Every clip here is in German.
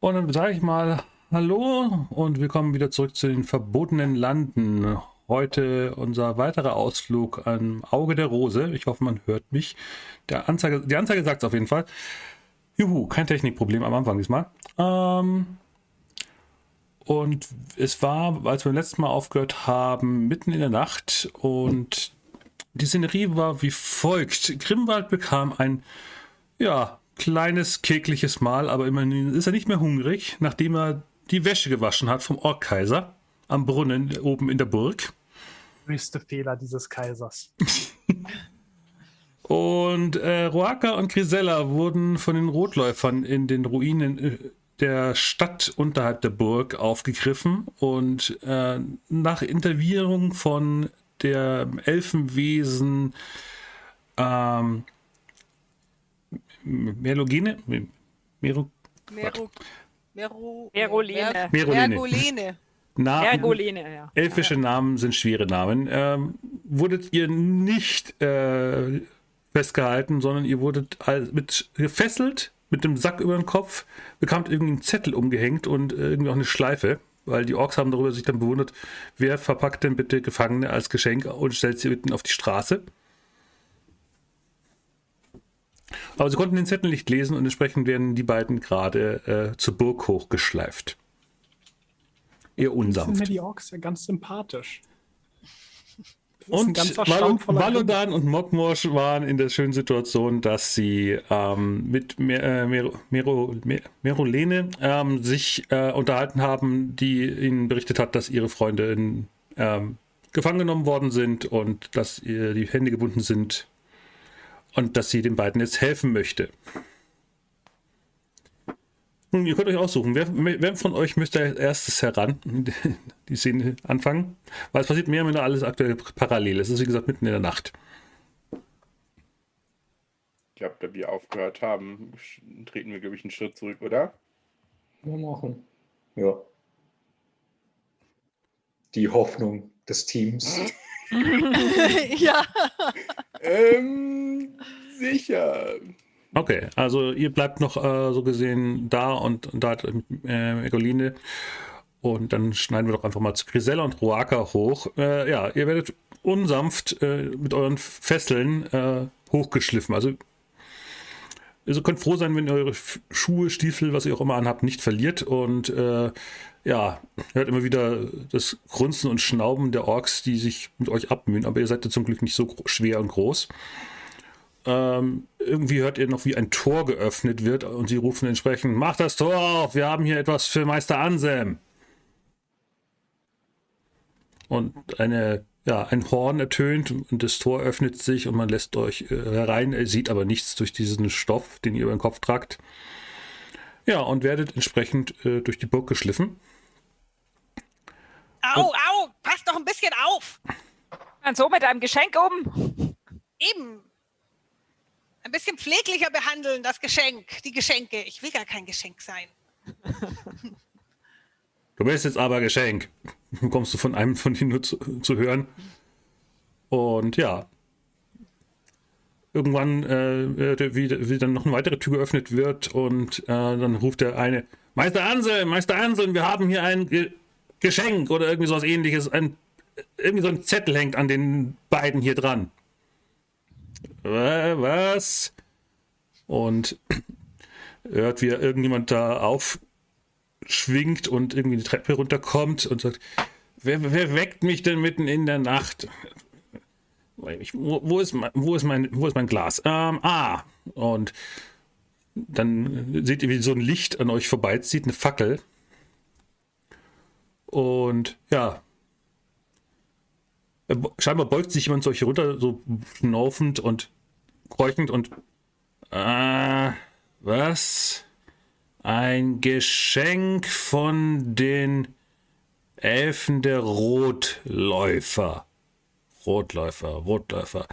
Und dann sage ich mal Hallo und willkommen wieder zurück zu den verbotenen Landen. Heute unser weiterer Ausflug am Auge der Rose. Ich hoffe, man hört mich. Die Anzeige sagt es auf jeden Fall. Juhu, kein Technikproblem am Anfang diesmal. Und es war, als wir letztes Mal aufgehört haben, mitten in der Nacht und die Szenerie war wie folgt. Grimwald bekam ein, kleines, kekliges Mahl, aber immerhin ist er nicht mehr hungrig, nachdem er die Wäsche gewaschen hat vom Orkkaiser am Brunnen oben in der Burg. Größte Fehler dieses Kaisers. Und Roaka und Grisella wurden von den Rotläufern in den Ruinen der Stadt unterhalb der Burg aufgegriffen und nach Intervierung von der Elfenwesen Merlogene? Mergolene. Mergolene, ja. Elfische Namen sind schwere Namen. Wurdet ihr nicht festgehalten, sondern ihr wurdet gefesselt mit dem Sack über den Kopf, bekamt irgendwie einen Zettel umgehängt und irgendwie auch eine Schleife, weil die Orks haben darüber sich dann bewundert, wer verpackt denn bitte Gefangene als Geschenk und stellt sie mitten auf die Straße. Aber sie konnten den Zettel nicht lesen und entsprechend werden die beiden gerade zur Burg hochgeschleift. Eher unsanft. Sind mir die Orks ja ganz sympathisch. Und Valodan und Mokmosh waren in der schönen Situation, dass sie mit Merolene sich unterhalten haben, die ihnen berichtet hat, dass ihre Freunde gefangen genommen worden sind und dass ihr die Hände gebunden sind und dass sie den beiden jetzt helfen möchte. Nun, ihr könnt euch aussuchen, wer von euch müsste als erstes heran, die Szene anfangen? Weil es passiert mehr oder weniger alles aktuell parallel. Es ist, wie gesagt, mitten in der Nacht. Ich glaube, da wir aufgehört haben, treten wir, glaube ich, einen Schritt zurück, oder? Wir machen. Ja. Die Hoffnung des Teams. Ja. Sicher. Okay, also ihr bleibt noch so gesehen da und da mit Mergolene. Und dann schneiden wir doch einfach mal zu Grisella und Roaka hoch. Ihr werdet unsanft mit euren Fesseln hochgeschliffen. Also ihr könnt froh sein, wenn ihr eure Schuhe, Stiefel, was ihr auch immer anhabt, nicht verliert. Und hört immer wieder das Grunzen und Schnauben der Orks, die sich mit euch abmühen. Aber ihr seid ja zum Glück nicht so schwer und groß. Irgendwie hört ihr noch, wie ein Tor geöffnet wird und sie rufen entsprechend: Macht das Tor auf, wir haben hier etwas für Meister Ansem. Und ein Horn ertönt und das Tor öffnet sich und man lässt euch herein. Ihr seht aber nichts durch diesen Stoff, den ihr über den Kopf tragt. Ja, und werdet entsprechend durch die Burg geschliffen. Au, passt doch ein bisschen auf. Und so mit einem Geschenk um. Eben. Ein bisschen pfleglicher behandeln, die Geschenke. Ich will gar kein Geschenk sein. Du bist jetzt aber Geschenk. Bekommst du von einem von ihnen nur zu hören. Und ja. Irgendwann, wie dann noch eine weitere Tür geöffnet wird und dann ruft der eine: Meister Anselm, wir haben hier ein Geschenk oder irgendwie sowas ähnliches. Irgendwie so ein Zettel hängt an den beiden hier dran. Was? Und hört, wie irgendjemand da aufschwingt und irgendwie die Treppe runterkommt und sagt: Wer weckt mich denn mitten in der Nacht? Wo ist mein Glas? Und dann seht ihr, wie so ein Licht an euch vorbeizieht, eine Fackel. Und ja, scheinbar beugt sich jemand zu euch runter, so schnaufend und keuchend und was? Ein Geschenk von den Elfen der Rotläufer. Rotläufer.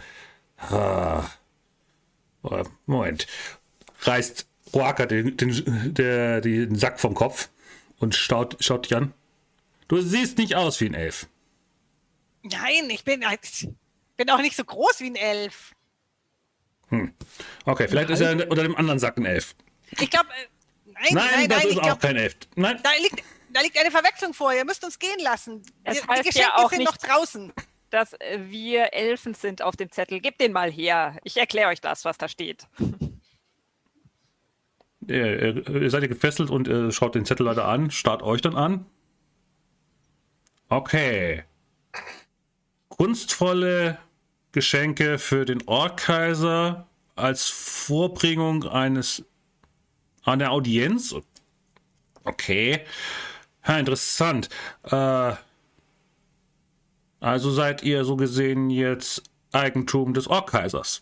Moment. Reißt Roaka den Sack vom Kopf und schaut dich an. Du siehst nicht aus wie ein Elf. Nein, ich bin auch nicht so groß wie ein Elf. Okay, vielleicht ist er unter dem anderen Sack ein Elf. Ich glaube, Nein, das ich ist auch glaub, kein Elf. Nein. Da liegt eine Verwechslung vor. Ihr müsst uns gehen lassen. Es Die heißt Geschenke ja auch sind nicht- noch draußen. Dass wir Elfen sind auf dem Zettel. Gebt den mal her. Ich erkläre euch das, was da steht. Ihr seid ja gefesselt und schaut den Zettel leider an, starrt euch dann an. Okay. Kunstvolle Geschenke für den Orkkaiser als Vorbringung an der Audienz. Okay. Ja, interessant. Also seid ihr so gesehen jetzt Eigentum des Orkkaisers.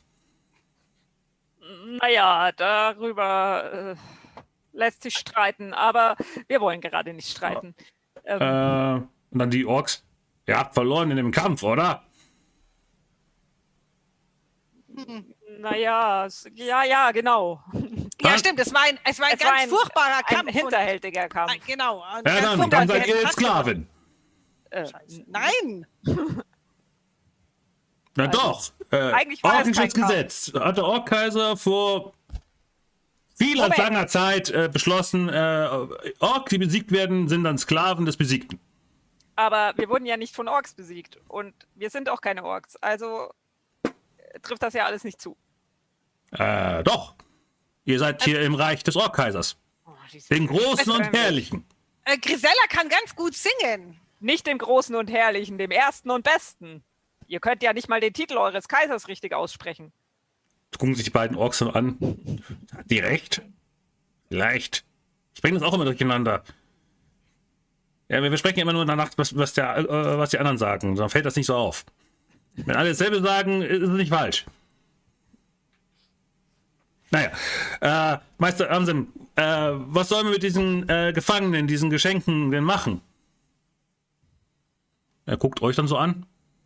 Naja, darüber lässt sich streiten, aber wir wollen gerade nicht streiten. Und dann die Orks. Ihr habt verloren in dem Kampf, oder? Naja, ja, genau. Ja, stimmt. Es war ein ganz furchtbarer Kampf. Ein hinterhältiger Kampf. Genau. Ja, dann seid ihr jetzt Sklavin. Nein. Na doch. eigentlich war es kein Ordnungsschutzgesetz hat der Orkkaiser vor vieler Moment. langer Zeit beschlossen, Orks, die besiegt werden, sind dann Sklaven des Besiegten. Aber wir wurden ja nicht von Orks besiegt und wir sind auch keine Orks. Also trifft das ja alles nicht zu. Doch. Ihr seid hier im Reich des Orkkaisers. Oh, Den Großen und Herrlichen. Grisella kann ganz gut singen. Nicht dem Großen und Herrlichen, dem Ersten und Besten. Ihr könnt ja nicht mal den Titel eures Kaisers richtig aussprechen. Gucken sich die beiden Orks dann an. Hat die recht? Vielleicht. Ich bringe das auch immer durcheinander. Ja, wir sprechen immer nur danach, was die anderen sagen. Dann fällt das nicht so auf. Wenn alle dasselbe sagen, ist es nicht falsch. Naja, Meister Amsim, was sollen wir mit diesen Gefangenen, diesen Geschenken denn machen? Er guckt euch dann so an.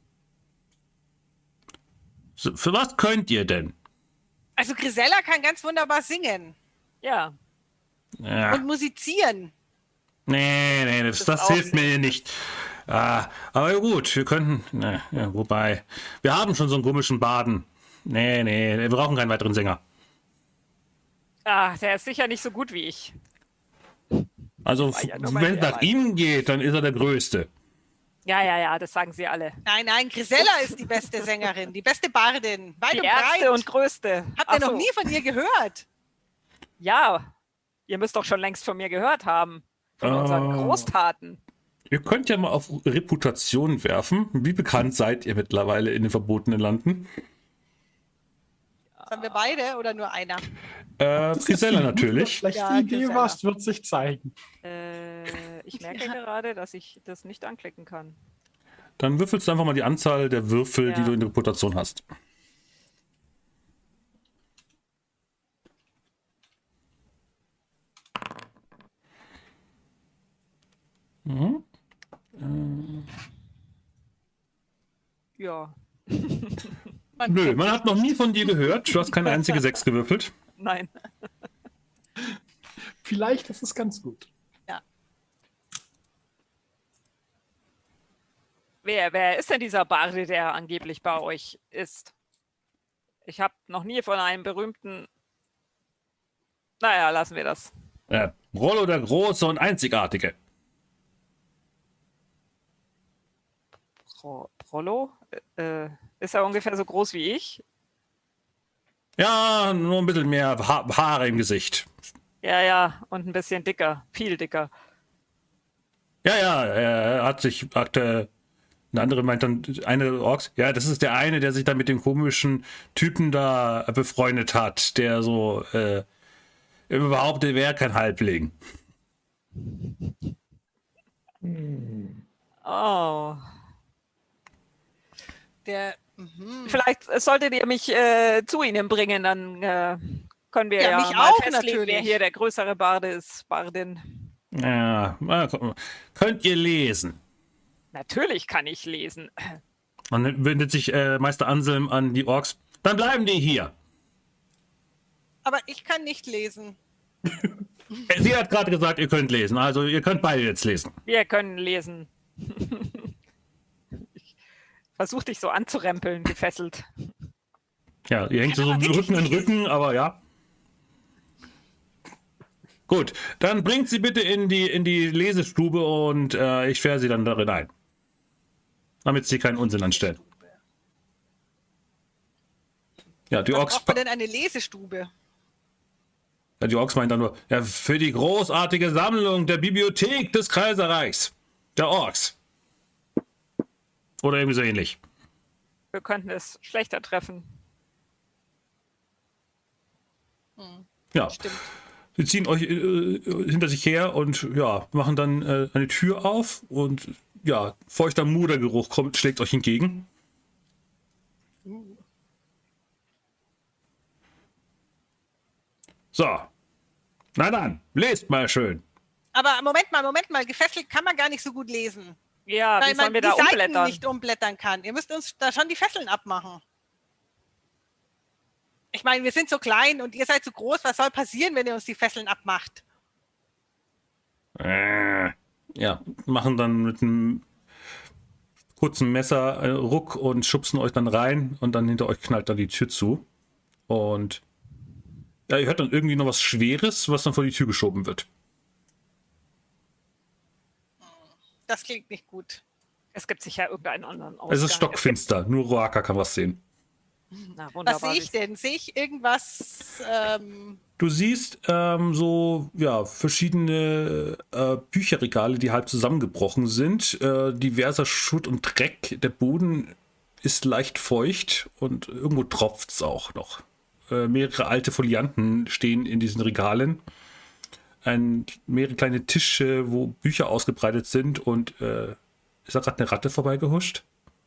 Für was könnt ihr denn? Also Grisella kann ganz wunderbar singen Ja. Ja. und musizieren. Nee, das hilft mir nicht. Aber gut, wir könnten. Wobei. Wir haben schon so einen komischen Baden. Nee, wir brauchen keinen weiteren Sänger. Ah, der ist sicher nicht so gut wie ich. Also, ja nur mal wenn es nach ihm geht, dann ist er der Größte. Ja, das sagen sie alle. Nein, Grisella ist die beste Sängerin, die beste Bardin. Weit Die und Erste breit. und Größte. Habt Ach ihr noch so. nie von ihr gehört? Ja, ihr müsst doch schon längst von mir gehört haben. Von unseren Großtaten. Ihr könnt ja mal auf Reputation werfen. Wie bekannt seid ihr mittlerweile in den verbotenen Landen? Sind wir beide oder nur einer? Grisella natürlich. Schlechte Ja, Idee Grisella. was, wird sich zeigen. Ich merke gerade, dass ich das nicht anklicken kann. Dann würfelst du einfach mal die Anzahl der Würfel, Ja. die du in der Reputation hast. Ja, Nö, man hat noch nie von dir gehört. Du hast keine einzige 6 gewürfelt. nein. Vielleicht ist es ganz gut. Wer ist denn dieser Barde, der angeblich bei euch ist? Ich habe noch nie von einem berühmten... Naja, lassen wir das. Rollo der Große und Einzigartige. Prollo? Ist er ungefähr so groß wie ich? Ja, nur ein bisschen mehr Haare im Gesicht. Ja, und ein bisschen dicker. Viel dicker. Ja, er eine andere meint dann, eine Orks, ja, das ist der eine, der sich dann mit dem komischen Typen da befreundet hat, der so, überhaupt, der wäre kein Halbling. Oh. Vielleicht Hm. solltet ihr mich zu ihnen bringen, dann können wir Ja, ja mich mal auch festlegen, wer natürlich. hier der größere Barde ist. Bardin. Ja, könnt ihr lesen. Natürlich kann ich lesen. Dann wendet sich Meister Anselm an die Orks. Dann bleiben die hier. Aber ich kann nicht lesen. Sie hat gerade gesagt, ihr könnt lesen. Also ihr könnt beide jetzt lesen. Wir können lesen. Ich versuch dich so anzurempeln, gefesselt. Ja, ihr hängt so aber wirklich Rücken an lesen. Rücken, aber ja. Gut, dann bringt sie bitte in die Lesestube und ich sperre sie dann darin ein. Damit sie keinen Unsinn anstellen. Ja, die Was Orks, braucht man denn eine Lesestube? ja, die Orks meinen dann nur, ja, für die großartige Sammlung der Bibliothek des Kaiserreichs. Der Orks. Oder irgendwie so ähnlich. Wir könnten es schlechter treffen. Ja, Stimmt. sie ziehen euch hinter sich her und ja, machen dann eine Tür auf und ja, feuchter Modergeruch schlägt euch entgegen. So. Na dann, lest mal schön. Aber Moment mal, gefesselt kann man gar nicht so gut lesen. Ja, Weil wie sollen man wir die da Seiten umblättern? nicht umblättern kann. Ihr müsst uns da schon die Fesseln abmachen. Ich meine, wir sind so klein und ihr seid so groß. Was soll passieren, wenn ihr uns die Fesseln abmacht? Ja, machen dann mit einem kurzen Messer Ruck und schubsen euch dann rein und dann hinter euch knallt dann die Tür zu. Und ja, ihr hört dann irgendwie noch was Schweres, was dann vor die Tür geschoben wird. Das klingt nicht gut. Es gibt sicher irgendeinen anderen Ausgang. Es ist stockfinster, nur Roaka kann was sehen. Na, Was wunderbar. sehe ich denn? Sehe ich irgendwas? Du siehst so ja, verschiedene Bücherregale, die halb zusammengebrochen sind. Diverser Schutt und Dreck. Der Boden ist leicht feucht und irgendwo tropft es auch noch. Mehrere alte Folianten stehen in diesen Regalen. Mehrere kleine Tische, wo Bücher ausgebreitet sind und ist da gerade eine Ratte vorbeigehuscht?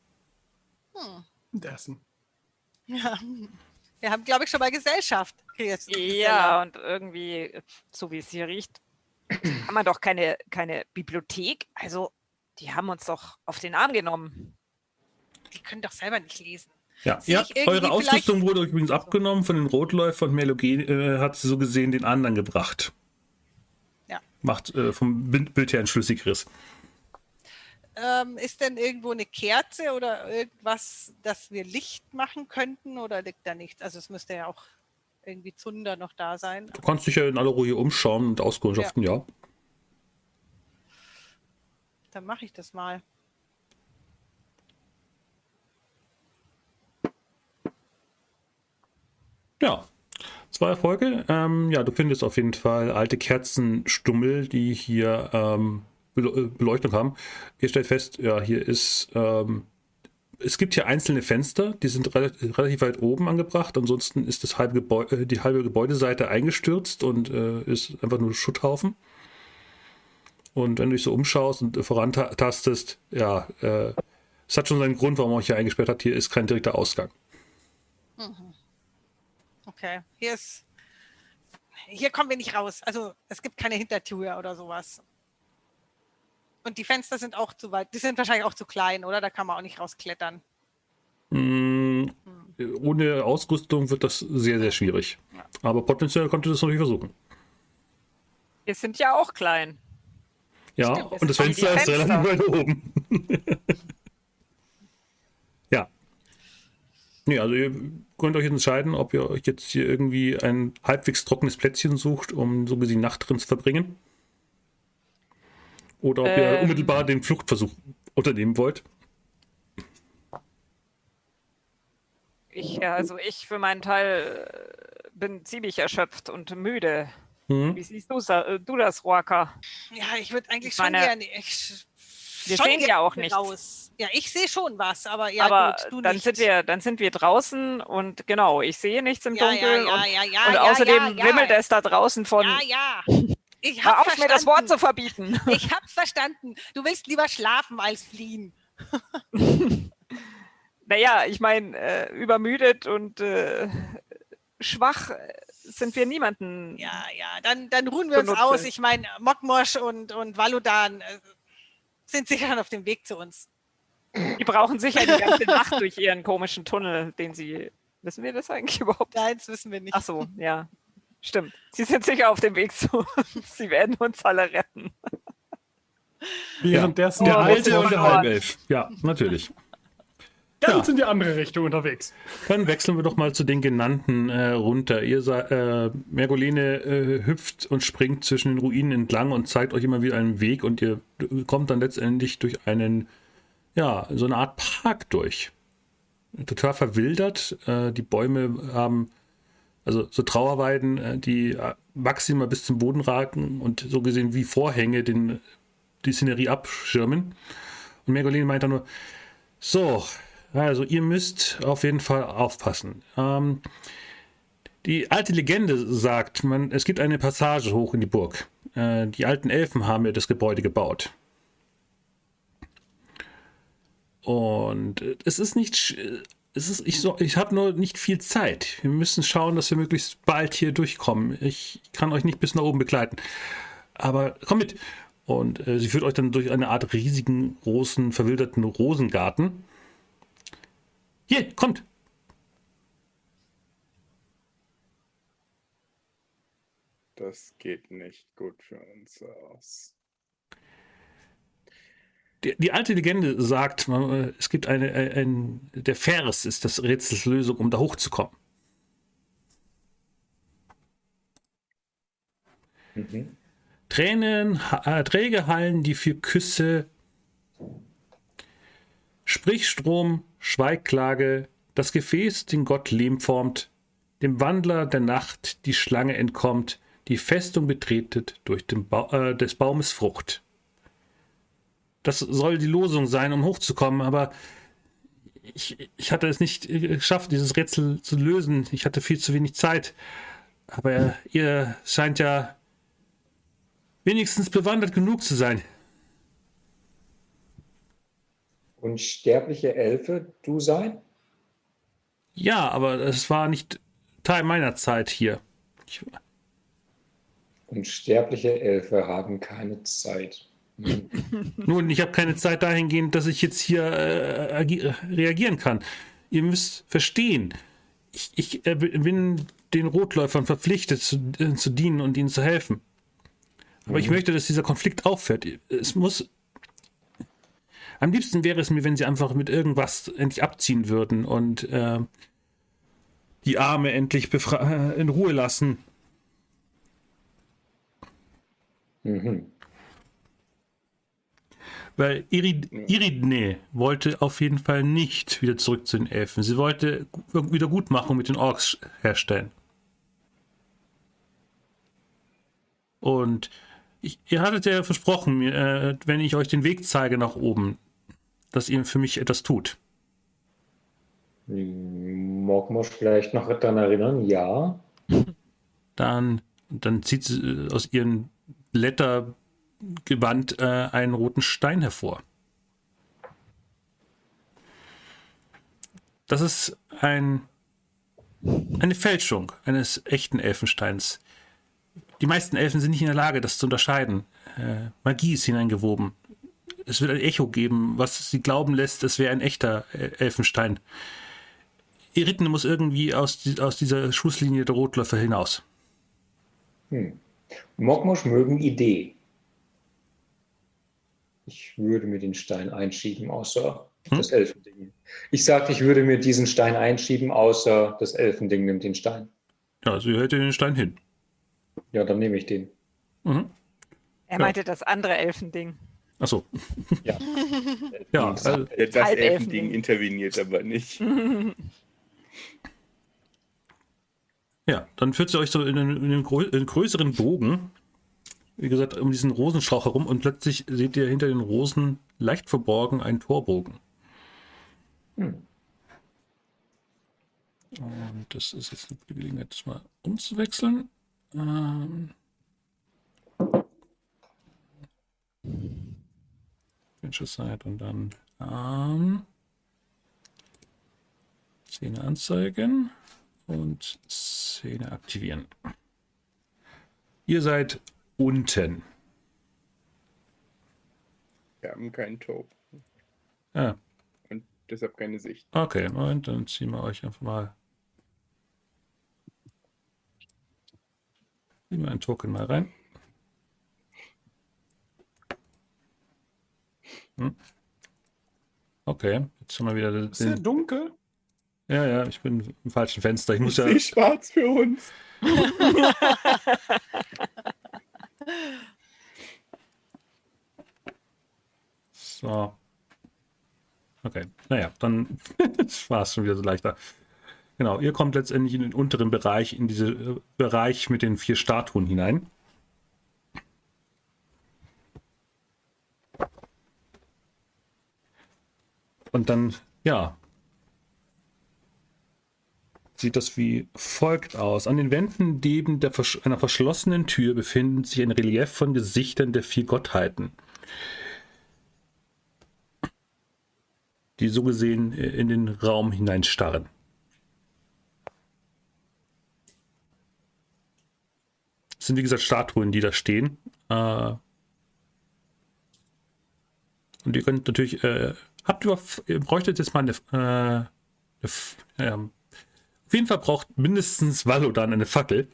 Dessen. Ja. Wir haben, glaube ich, schon mal Gesellschaft. Ja, und irgendwie, so wie es hier riecht, haben wir doch keine Bibliothek. Also, die haben uns doch auf den Arm genommen. Die können doch selber nicht lesen. Ja, Sehe ich irgendwie eure Ausrüstung vielleicht- wurde euch übrigens abgenommen von den Rotläufern und Melogen hat sie so gesehen den anderen gebracht. Ja. Macht vom Bild her ein Schlüssigriss. Ist denn irgendwo eine Kerze oder irgendwas, dass wir Licht machen könnten oder liegt da nichts? Also es müsste ja auch irgendwie Zunder noch da sein. Du kannst dich ja in aller Ruhe umschauen und auskundschaften, ja. Dann mache ich das mal. Ja, 2 Erfolge. Ja, du findest auf jeden Fall alte Kerzenstummel, die hier Beleuchtung haben. Ihr stellt fest, ja, hier ist, es gibt hier einzelne Fenster, die sind relativ weit oben angebracht. Ansonsten ist die halbe Gebäudeseite eingestürzt und ist einfach nur Schutthaufen. Und wenn du dich so umschaust und vorantastest, ja, es hat schon seinen Grund, warum man euch hier eingesperrt hat. Hier ist kein direkter Ausgang. Okay, hier kommen wir nicht raus. Also es gibt keine Hintertür oder sowas. Und die Fenster sind auch zu weit. Die sind wahrscheinlich auch zu klein, oder? Da kann man auch nicht rausklettern. Ohne Ausrüstung wird das sehr, sehr schwierig. Aber potenziell konnte das natürlich versuchen. Wir sind ja auch klein. Ja, Stimmt, und das sind Fenster die ist Fenster. relativ weit oben. Ja. Nee, also ihr könnt euch entscheiden, ob ihr euch jetzt hier irgendwie ein halbwegs trockenes Plätzchen sucht, um so gesehen Nacht drin zu verbringen. Oder ob ihr unmittelbar den Fluchtversuch unternehmen wollt. Ich für meinen Teil bin ziemlich erschöpft und müde. Wie siehst du das, Roaka? Ja, ich würde eigentlich Ich schon meine, gerne. wir sehen ja auch nichts. raus. Ja, ich sehe schon was, aber ja, Aber gut, du dann nicht. sind wir draußen und genau, ich sehe nichts im Ja, Dunkeln ja, und, ja, ja, und ja, außerdem ja. wimmelt es da draußen von. Ja, ja. Ich Hör habe auf, mir das Wort zu verbieten. Ich hab's verstanden. Du willst lieber schlafen als fliehen. Naja, ich meine, übermüdet und schwach sind wir niemanden. Ja, ja. Dann ruhen wir uns Benutze. aus. Ich meine, Mokmosch und Valudan sind sicher schon auf dem Weg zu uns. Die brauchen sicher die ganze Nacht durch ihren komischen Tunnel, den sie. Wissen wir das eigentlich überhaupt? Nein, das wissen wir nicht. Ach so, ja. Stimmt. Sie sind sicher auf dem Weg zu uns. Sie werden uns alle retten. Währenddessen Der Oh, Alte das und ist der verloren. Halbelf. Ja, natürlich. ganz in die andere Richtung unterwegs. Dann wechseln wir doch mal zu den genannten runter. Mergolene hüpft und springt zwischen den Ruinen entlang und zeigt euch immer wieder einen Weg und ihr kommt dann letztendlich durch einen, ja, so eine Art Park durch. Total verwildert. Die Bäume haben also so Trauerweiden, die maximal bis zum Boden ragen und so gesehen wie Vorhänge die Szenerie abschirmen. Und Mergolene meint dann nur, so, also ihr müsst auf jeden Fall aufpassen. Die alte Legende sagt, es gibt eine Passage hoch in die Burg. Die alten Elfen haben ja das Gebäude gebaut. Und ich habe nur nicht viel Zeit. Wir müssen schauen, dass wir möglichst bald hier durchkommen. Ich kann euch nicht bis nach oben begleiten. Aber komm mit. Und sie führt euch dann durch eine Art riesigen, großen, verwilderten Rosengarten. Hier, kommt! Das geht nicht gut für uns aus. Die alte Legende sagt, es gibt der Vers ist das Rätsels Lösung, um da hochzukommen. Mhm. Träge Hallen, die für Küsse, Sprichstrom, Schweigklage, das Gefäß, den Gott Lehm formt, dem Wandler der Nacht die Schlange entkommt, die Festung betretet durch des Baumes Frucht. Das soll die Losung sein, um hochzukommen, aber ich hatte es nicht geschafft, dieses Rätsel zu lösen. Ich hatte viel zu wenig Zeit. Aber ihr scheint ja wenigstens bewandert genug zu sein. Unsterbliche Elfe, du sein? Ja, aber es war nicht Teil meiner Zeit hier. Unsterbliche Elfe haben keine Zeit. Nun, ich habe keine Zeit dahingehend, dass ich jetzt hier reagieren kann. Ihr müsst verstehen, ich bin den Rotläufern verpflichtet zu dienen und ihnen zu helfen. Aber ich möchte, dass dieser Konflikt aufhört. Am liebsten wäre es mir, wenn sie einfach mit irgendwas endlich abziehen würden und die Arme endlich in Ruhe lassen. Mhm. Weil Iridne wollte auf jeden Fall nicht wieder zurück zu den Elfen. Sie wollte Wiedergutmachung mit den Orks herstellen. Und ihr hattet ja versprochen, wenn ich euch den Weg zeige nach oben, dass ihr für mich etwas tut. Mag man vielleicht noch daran erinnern? Ja. Dann zieht sie aus ihrem Blättergewand einen roten Stein hervor. Das ist eine Fälschung eines echten Elfensteins. Die meisten Elfen sind nicht in der Lage, das zu unterscheiden. Magie ist hineingewoben. Es wird ein Echo geben, was sie glauben lässt, es wäre ein echter Elfenstein. Iridne muss irgendwie aus dieser Schusslinie der Rotläufer hinaus. Mogmosch mögen Idee. Ich würde mir den Stein einschieben, außer das Elfending. Ich sagte, ich würde mir diesen Stein einschieben, außer das Elfending nimmt den Stein. Ja, sie hält den Stein hin. Ja, dann nehme ich den. Mhm. Er meinte das andere Elfending. Achso. Ja. Ja, also, Das Elfending interveniert aber nicht. ja, dann führt sie euch so in einen größeren Bogen, wie gesagt, um diesen Rosenstrauch herum und plötzlich seht ihr hinter den Rosen leicht verborgen einen Torbogen. Und das ist jetzt eine gute Gelegenheit, das mal umzuwechseln. Side und dann Szene anzeigen und Szene aktivieren. Ihr seid unten. Wir haben keinen Top. Ah, Und deshalb keine Sicht. okay, Moment, dann ziehen wir euch einfach mal. Ziehen wir ein Token mal rein. Okay, jetzt schon mal wieder Ist sehr dunkel. Ja, ich bin im falschen Fenster. Ich muss ja. sehe schwarz für uns. So. Okay, naja, dann war es schon wieder so leichter. Genau, ihr kommt letztendlich in den unteren Bereich, in diesen Bereich mit den 4 Statuen hinein. Und dann, ja, sieht das wie folgt aus. An den Wänden neben einer verschlossenen Tür befinden sich ein Relief von Gesichtern der 4 Gottheiten, die so gesehen in den Raum hineinstarren. Das sind wie gesagt Statuen, die da stehen. Und ihr könnt natürlich, ihr bräuchtet jetzt mal auf jeden Fall braucht mindestens Valodan eine Fackel.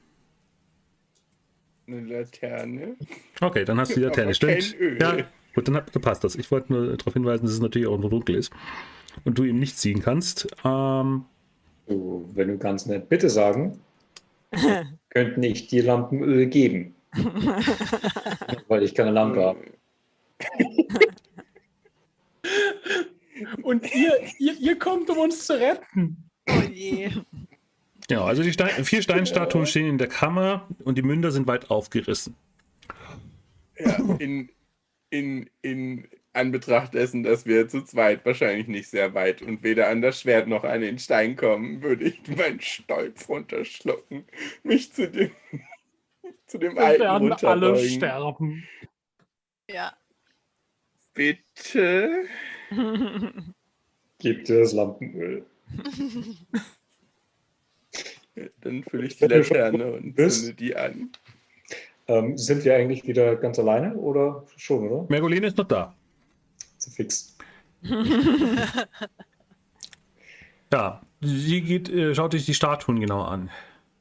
Eine Laterne. Okay, dann hast du die Laterne, Aber stimmt. kein Öl. Ja, gut, dann passt das. Ich wollte nur darauf hinweisen, dass es natürlich auch nur dunkel ist und du eben nicht ziehen kannst. Du, wenn du ganz nett bitte sagen, könnten ich dir Lampenöl geben. Weil ich keine Lampe habe. Und ihr kommt, um uns zu retten. Oh je. Ja, also die 4 Steinstatuen stehen in der Kammer und die Münder sind weit aufgerissen. Ja, in Anbetracht dessen, dass wir zu zweit wahrscheinlich nicht sehr weit und weder an das Schwert noch an den Stein kommen, würde ich meinen Stolz runterschlucken, mich zu dem Wir Alten werden alle runterbeugen. sterben. Ja. Bitte? Gib dir das Lampenöl. Dann fülle ich die Laterne und zünde die an. Sind wir eigentlich wieder ganz alleine oder schon, oder? Mergolene ist noch da. So fix. Ja, sie schaut sich die Statuen genau an.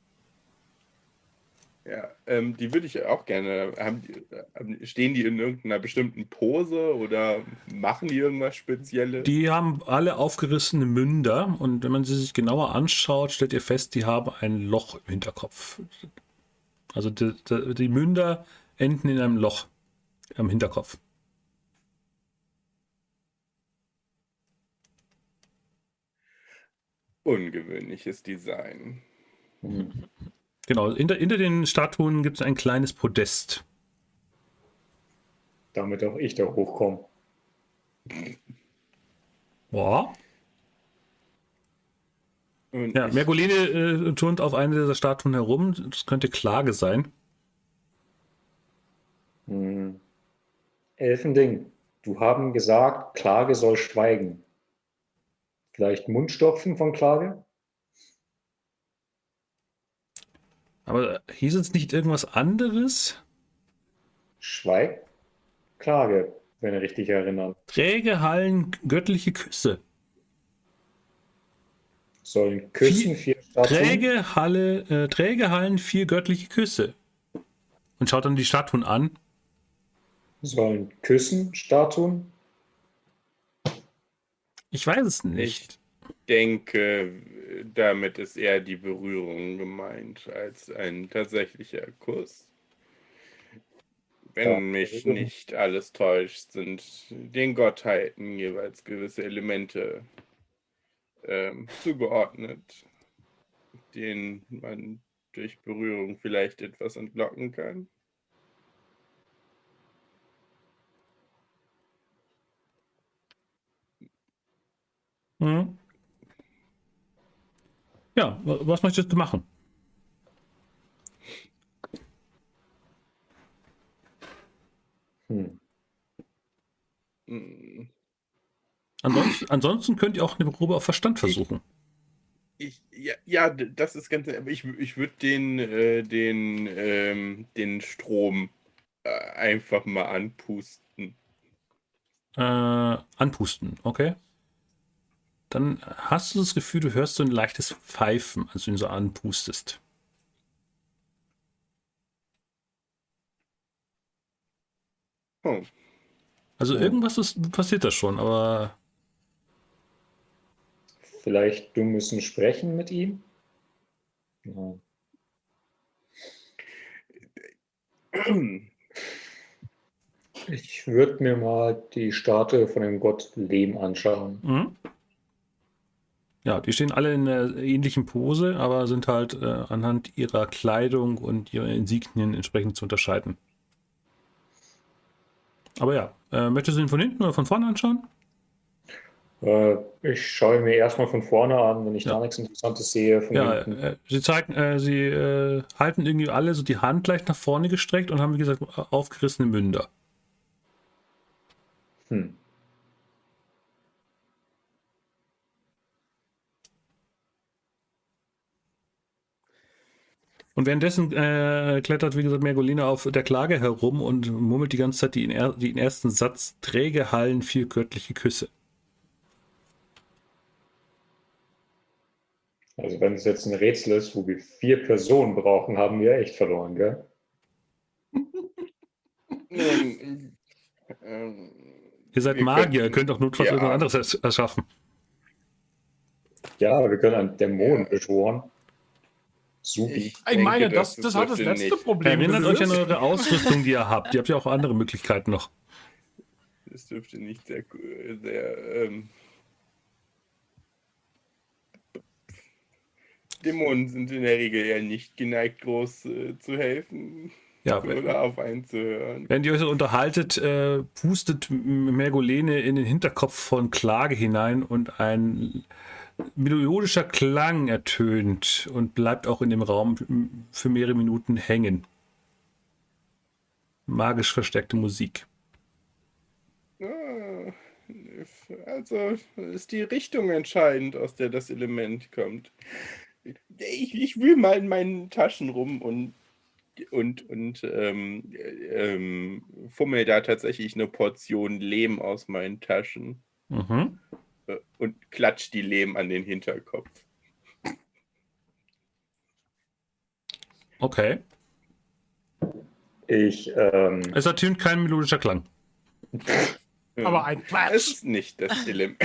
Ja, die würde ich auch gerne. Stehen die in irgendeiner bestimmten Pose oder machen die irgendwas Spezielles? Die haben alle aufgerissene Münder und wenn man sie sich genauer anschaut, stellt ihr fest, die haben ein Loch im Hinterkopf. Also die Münder enden in einem Loch am Hinterkopf. Ungewöhnliches Design. Genau, hinter den Statuen gibt es ein kleines Podest. Damit auch ich da hochkomme. Boah. Und Ja, ich- Mergolene turnt auf eine dieser Statuen herum. Das könnte Klage sein. Elfending, du haben gesagt, Klage soll schweigen. Vielleicht Mundstopfen von Klage? Aber hieß es nicht irgendwas anderes? Schweig? Klage, wenn ich richtig erinnere. Träge hallen göttliche Küsse. Sollen küssen 4 Statuen? Träge hallen 4 göttliche Küsse. Und schaut dann die Statuen an. Sollen küssen Statuen? Ich weiß es nicht. Ich denke, damit ist eher die Berührung gemeint als ein tatsächlicher Kuss. Wenn Ja, mich also- nicht alles täuscht, sind den Gottheiten jeweils gewisse Elemente zugeordnet, denen man durch Berührung vielleicht etwas entlocken kann. Hm. Ja, was möchtest du machen? Hm. Hm. Ansonsten könnt ihr auch eine Probe auf Verstand versuchen. Das ist ganz. Aber ich würde den Strom einfach mal anpusten. Anpusten, okay? Dann hast du das Gefühl, du hörst so ein leichtes Pfeifen, als du ihn so anpustest. Oh. Also Ja. irgendwas passiert da schon, aber Vielleicht du müssen sprechen mit ihm? Ja. Ich würde mir mal die Statue von dem Gott Lehm anschauen. Mhm. Ja, die stehen alle in einer ähnlichen Pose, aber sind halt anhand ihrer Kleidung und ihrer Insignien entsprechend zu unterscheiden. Aber ja, möchtest du ihn von hinten oder von vorne anschauen? Ich schaue ihn mir erstmal von vorne an, wenn ich da nichts Interessantes sehe. Von Ja, hinten. sie halten irgendwie alle so die Hand leicht nach vorne gestreckt und haben, wie gesagt, aufgerissene Münder. Hm. Und währenddessen klettert, wie gesagt, Mergolina auf der Klage herum und murmelt die ganze Zeit den ersten Satz: Träge hallen, viel göttliche Küsse. Also wenn es jetzt ein Rätsel ist, wo wir 4 Personen brauchen, haben wir echt verloren, gell? Ihr seid Wir Magier, ihr könnten- könnt auch notfalls ja. irgendwas anderes erschaffen. Ja, wir können einen Dämon beschworen. Supi. Ich meine, das denke, hat das dürfte letzte nicht. Problem Erinnert euch an gelöst. eure Ausrüstung, die ihr habt. Ihr habt ja auch andere Möglichkeiten noch. Das dürfte nicht sehr Dämonen sind in der Regel eher nicht geneigt, groß zu helfen Ja, oder auf einen zu hören. während ihr euch so unterhaltet, pustet Mergolene in den Hinterkopf von Klage hinein und ein melodischer Klang ertönt und bleibt auch in dem Raum für mehrere Minuten hängen. Magisch verstärkte Musik. Ah, also ist die Richtung entscheidend, aus der das Element kommt. Ich wühle mal in meinen Taschen rum und fummel da tatsächlich eine Portion Lehm aus meinen Taschen Mhm. und klatsch die Lehm an den Hinterkopf. Okay. Es Es ertönt kein melodischer Klang. Aber ein Es Klatsch. ist nicht das Element.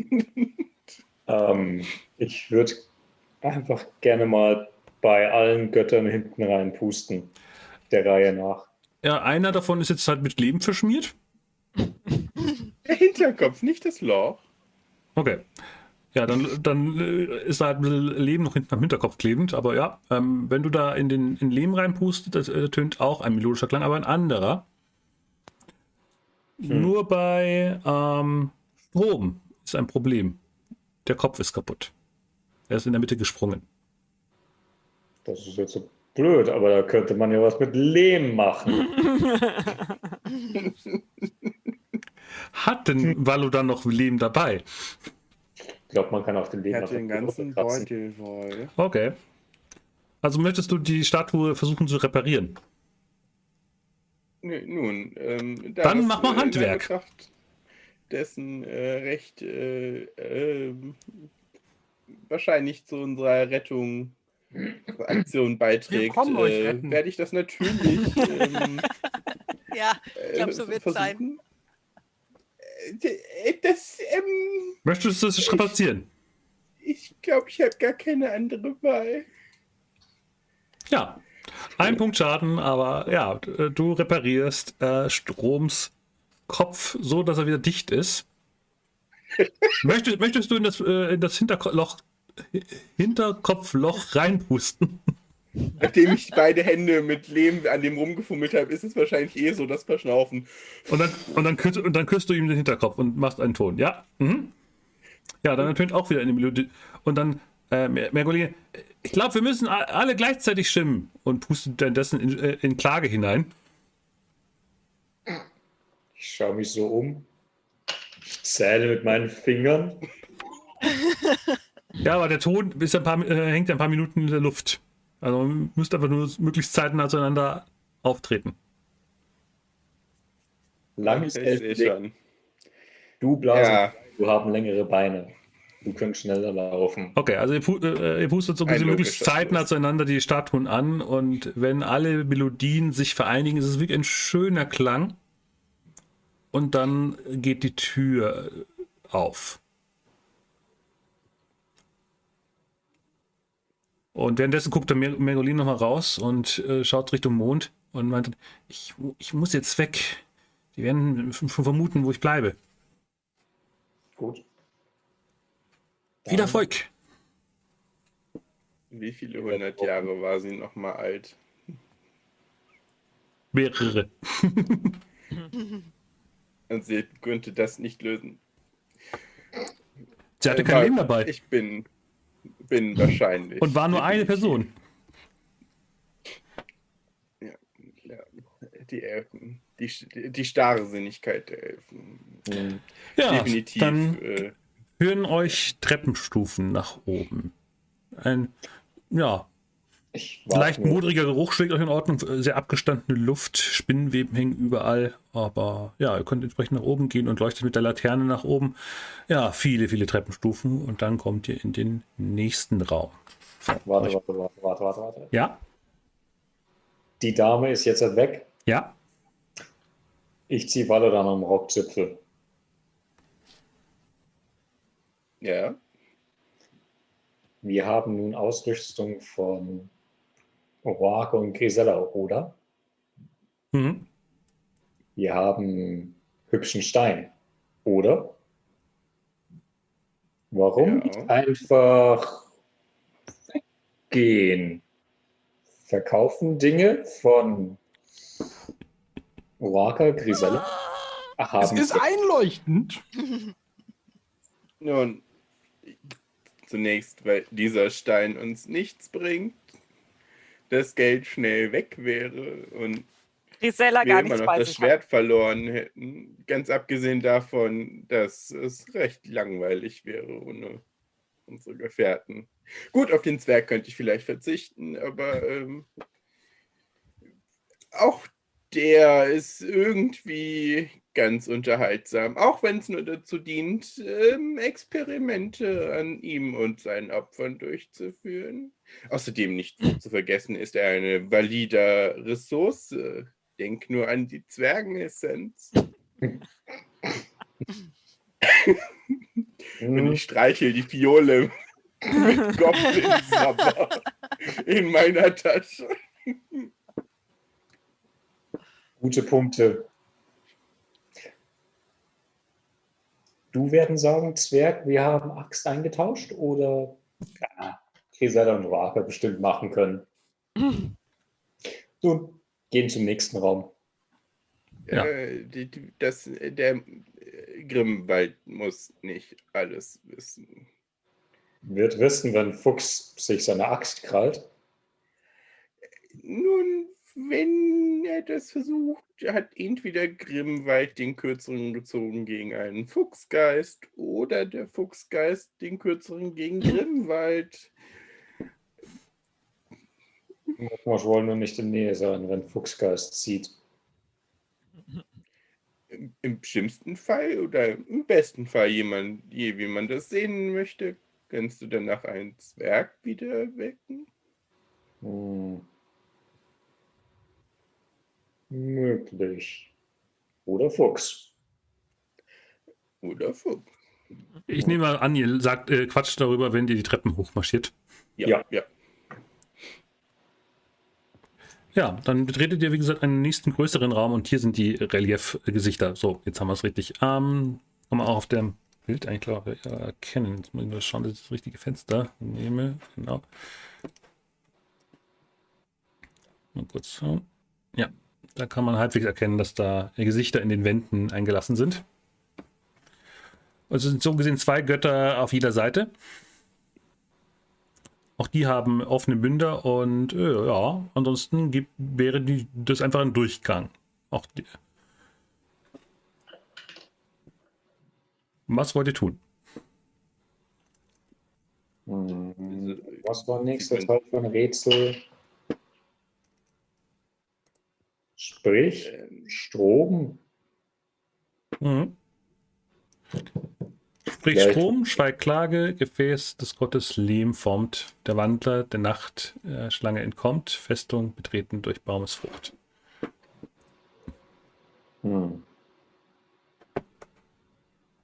ich würde einfach gerne mal bei allen Göttern hinten rein pusten. Der Reihe nach. Ja, einer davon ist jetzt halt mit Leben verschmiert. Der Hinterkopf, nicht das Loch. Okay. Ja, dann ist da halt ein bisschen Leben noch hinten am Hinterkopf klebend. Aber ja, wenn du da in Lehm reinpustest, das ertönt auch ein melodischer Klang, aber ein anderer. Nur bei Strom ist ein Problem. Der Kopf ist kaputt. Er ist in der Mitte gesprungen. Das ist jetzt so blöd, aber da könnte man ja was mit Lehm machen. Hat denn Valo dann noch Lehm dabei? Ich glaube, man kann auf den Lehm Er hat einfach den ganzen kratzen. Beutel voll. Okay. Also möchtest du die Statue versuchen zu reparieren? Nun, da Dann das, mach mal in Handwerk. Anbetracht dessen recht wahrscheinlich zu unserer Rettungsaktion beiträgt, kommen euch retten. werde ich das natürlich Ja, ich glaube, so wird es sein. Das, Möchtest du es strapazieren? ich glaube, ich habe gar keine andere Wahl. Ja. Ein Punkt Schaden, aber ja, du reparierst Stroms Kopf so, dass er wieder dicht ist. Möchtest du in das Hinterkopfloch reinpusten? Nachdem ich beide Hände mit Lehm an dem rumgefummelt habe, ist es wahrscheinlich so das Verschnaufen. Und dann küsst du ihm den Hinterkopf und machst einen Ton. Ja. Mhm. Ja, dann ertönt auch wieder eine Melodie. Und dann, Mergolin, ich glaube, wir müssen alle gleichzeitig stimmen und pustet währenddessen in Klage hinein. Ich schaue mich so um. Ich zähle mit meinen Fingern. Ja, aber der Ton ist hängt ein paar Minuten in der Luft. Also man müsste einfach nur möglichst zeitnah zueinander auftreten. Langes Ich sehe Elfenblick. schon. Du Blasen, Ja. du haben längere Beine. Du könntest schneller laufen. Okay, also ihr pustet so ein Ein bisschen möglichst logischer zeitnah Schluss. zueinander die Statuen an und wenn alle Melodien sich vereinigen, ist es wirklich ein schöner Klang und dann geht die Tür auf. Und währenddessen guckt der Mergolin nochmal raus und schaut Richtung Mond und meint, ich muss jetzt weg. Die werden schon vermuten, wo ich bleibe. Gut. Viel Erfolg. Wie viele 100 Jahre war sie noch mal alt? Mehrere. Und sie könnte das nicht lösen. Sie hatte kein Leben dabei. Ich bin wahrscheinlich. Und war nur eine Person. Ja, die Elfen. Die Starrsinnigkeit der Elfen. Ja, Definitiv. dann führen euch Treppenstufen nach oben. Ein, ja, leicht modriger Geruch schlägt euch in Ordnung, sehr abgestandene Luft, Spinnenweben hängen überall, aber ja, ihr könnt entsprechend nach oben gehen und leuchtet mit der Laterne nach oben. Ja, viele, viele Treppenstufen und dann kommt ihr in den nächsten Raum. So, Warte. Ja? Die Dame ist jetzt weg. Ja? Ich ziehe Valodan am Rockzipfel. Ja. Wir haben nun Ausrüstung von Roake und Grisella, oder? Mhm. Wir haben hübschen Stein, oder? Warum nicht einfach weggehen? Verkaufen Dinge von Roake, Grisella? Es ist einleuchtend. Nun, zunächst, weil dieser Stein uns nichts bringt, das Geld schnell weg wäre und Grisella wir gar immer nichts noch bei das sich Schwert verloren hätten. Ganz abgesehen davon, dass es recht langweilig wäre ohne unsere Gefährten. Gut, auf den Zwerg könnte ich vielleicht verzichten, aber auch der ist irgendwie ganz unterhaltsam, auch wenn es nur dazu dient, Experimente an ihm und seinen Opfern durchzuführen. Außerdem nicht zu vergessen ist er eine valide Ressource. Denk nur an die Zwergenessenz. Und ich streichel die Fiole mit Goblin-Sabber in meiner Tasche. Gute Punkte. Du werden sagen, Zwerg, wir haben Axt eingetauscht oder Grisella und Roake bestimmt machen können. Nun, gehen zum nächsten Raum. Ja. Der Grimmwald muss nicht alles wissen. Wird wissen, wenn Fuchs sich seine Axt krallt. Nun, wenn er das versucht, hat entweder Grimmwald den Kürzeren gezogen gegen einen Fuchsgeist oder der Fuchsgeist den Kürzeren gegen Grimmwald. Ich wollte nur nicht in Nähe sein, wenn Fuchsgeist zieht. Im schlimmsten Fall oder im besten Fall wie man das sehen möchte, kannst du danach einen Zwerg wieder wecken? Möglich. Oder Fuchs. Oder Fuchs. Ich nehme mal an, ihr sagt, quatscht darüber, wenn ihr die Treppen hochmarschiert. Ja. Ja, dann betretet ihr, wie gesagt, einen nächsten größeren Raum und hier sind die Reliefgesichter. So, jetzt haben wir es richtig. Kann man auch auf dem Bild eigentlich klar erkennen. Jetzt muss ich nur schauen, dass ich das richtige Fenster nehme. Genau. Mal kurz schauen. Ja, da kann man halbwegs erkennen, dass da Gesichter in den Wänden eingelassen sind. Also sind so gesehen 2 Götter auf jeder Seite. Auch die haben offene Münder und ja, ansonsten wäre das einfach ein Durchgang. Auch die. Was wollt ihr tun? Was war nächster Teil von Rätsel? Sprich, Strom. Sprich Strom, Schweig Klage, Gefäß des Gottes Lehm formt, der Wandler der Nacht Schlange entkommt, Festung betreten durch Baumesfrucht.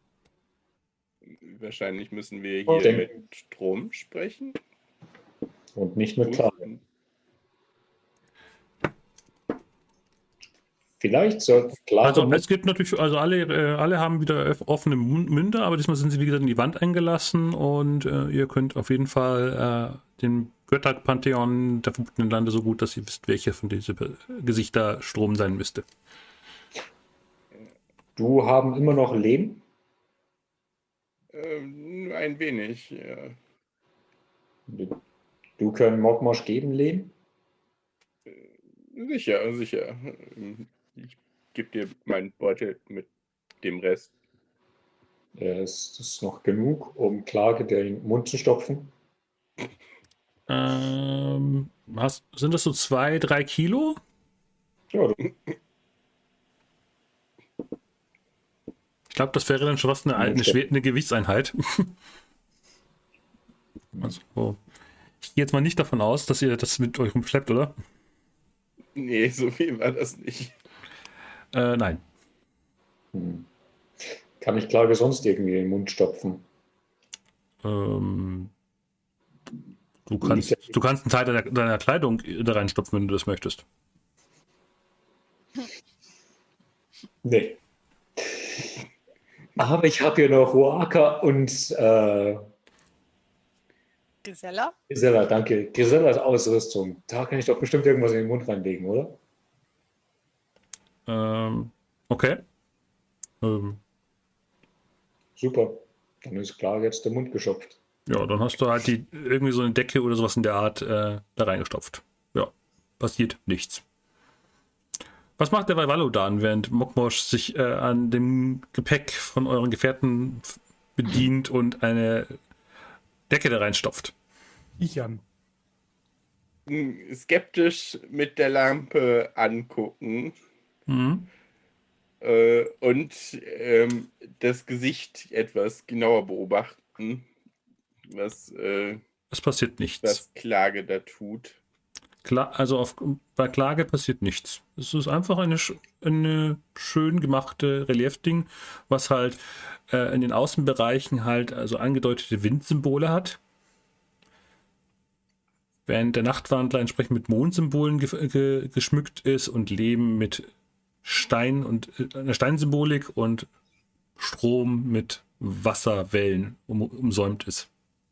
Wahrscheinlich müssen wir hier mit Strom sprechen. Und nicht mit Klage. Vielleicht sollten Klage... Also es gibt natürlich, also alle haben wieder offene Münder, aber diesmal sind sie, wie gesagt, in die Wand eingelassen und ihr könnt auf jeden Fall den Götterpantheon der verbotenen Lande so gut, dass ihr wisst, welche von diesen Gesichter Strom sein müsste. Du haben immer noch Lehm? Ein wenig, ja. Du können Mogmosch geben, Lehm? Sicher. Ich gebe dir meinen Beutel mit dem Rest. Ist das noch genug, um Klage den Mund zu stopfen? Sind das so 2-3 Kilo? Ja, Ich glaube, das wäre dann schon fast eine Gewichtseinheit. Also, ich gehe jetzt mal nicht davon aus, dass ihr das mit euch rumschleppt, oder? Nee, so viel war das nicht. Nein. Kann ich Klage sonst irgendwie in den Mund stopfen? Du kannst einen Teil deiner Kleidung da reinstopfen, wenn du das möchtest. Nee. Aber ich habe hier noch Ruaka und Gisela? Gisela, danke. Giselas Ausrüstung. Da kann ich doch bestimmt irgendwas in den Mund reinlegen, oder? Okay. Super. Dann ist klar jetzt der Mund geschöpft. Ja, dann hast du halt irgendwie so eine Decke oder sowas in der Art da reingestopft. Ja, passiert nichts. Was macht der Valodan, während Mogmosch sich an dem Gepäck von euren Gefährten bedient und eine Decke da reinstopft? Kichern. Skeptisch mit der Lampe angucken. Mhm. Und das Gesicht etwas genauer beobachten, es passiert nichts. Was Klage da tut. Bei Klage passiert nichts. Es ist einfach eine schön gemachte Reliefding, was halt in den Außenbereichen halt also angedeutete Windsymbole hat. Während der Nachtwandler entsprechend mit Mondsymbolen geschmückt ist und Leben mit Stein und einer Steinsymbolik und Strom mit Wasserwellen umsäumt ist.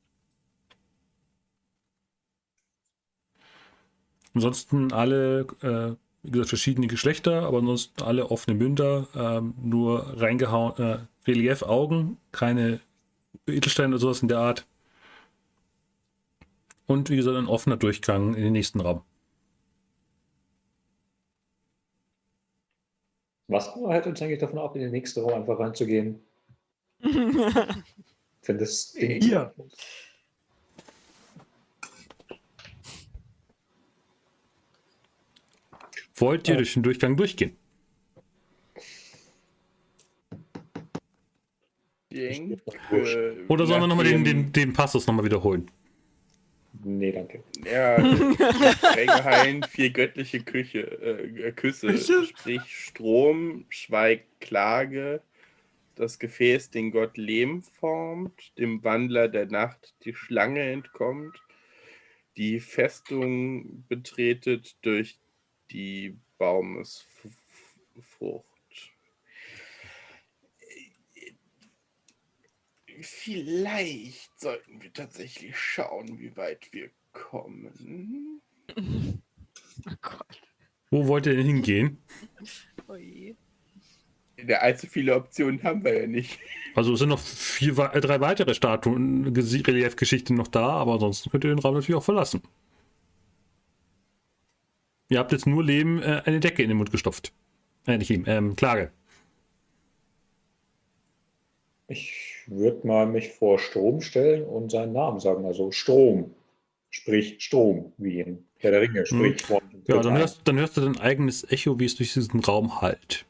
Ansonsten alle, wie gesagt, verschiedene Geschlechter, aber ansonsten alle offene Münder, nur reingehauen, Relief-Augen, keine Edelsteine oder sowas in der Art. Und wie gesagt, ein offener Durchgang in den nächsten Raum. Was hält uns eigentlich davon ab, in den nächsten Raum einfach reinzugehen? Wenn das Ding Hier. Wollt ihr durch den Durchgang durchgehen? Oder sollen wir nochmal den Passus nochmal wiederholen? Nee, danke. Ja, Rängehain, 4 göttliche Küsse, sprich Strom, Schweig, Klage, das Gefäß den Gott Lehm formt, dem Wandler der Nacht die Schlange entkommt, die Festung betretet durch die Baumesfrucht. Vielleicht sollten wir tatsächlich schauen, wie weit wir kommen. Oh Gott. Wo wollt ihr denn hingehen? Oh je. Allzu viele Optionen haben wir ja nicht. Also es sind noch 3 weitere Statuen, Reliefgeschichten noch da, aber ansonsten könnt ihr den Raum natürlich auch verlassen. Ihr habt jetzt nur Lehm eine Decke in den Mund gestopft. Nicht Lehm, Klage. Ich würde mal mich vor Strom stellen und seinen Namen sagen. Also Strom. Sprich Strom, wie in Herr der Ringe. Sprich von ja, dann hörst du dein eigenes Echo, wie es durch diesen Raum hallt.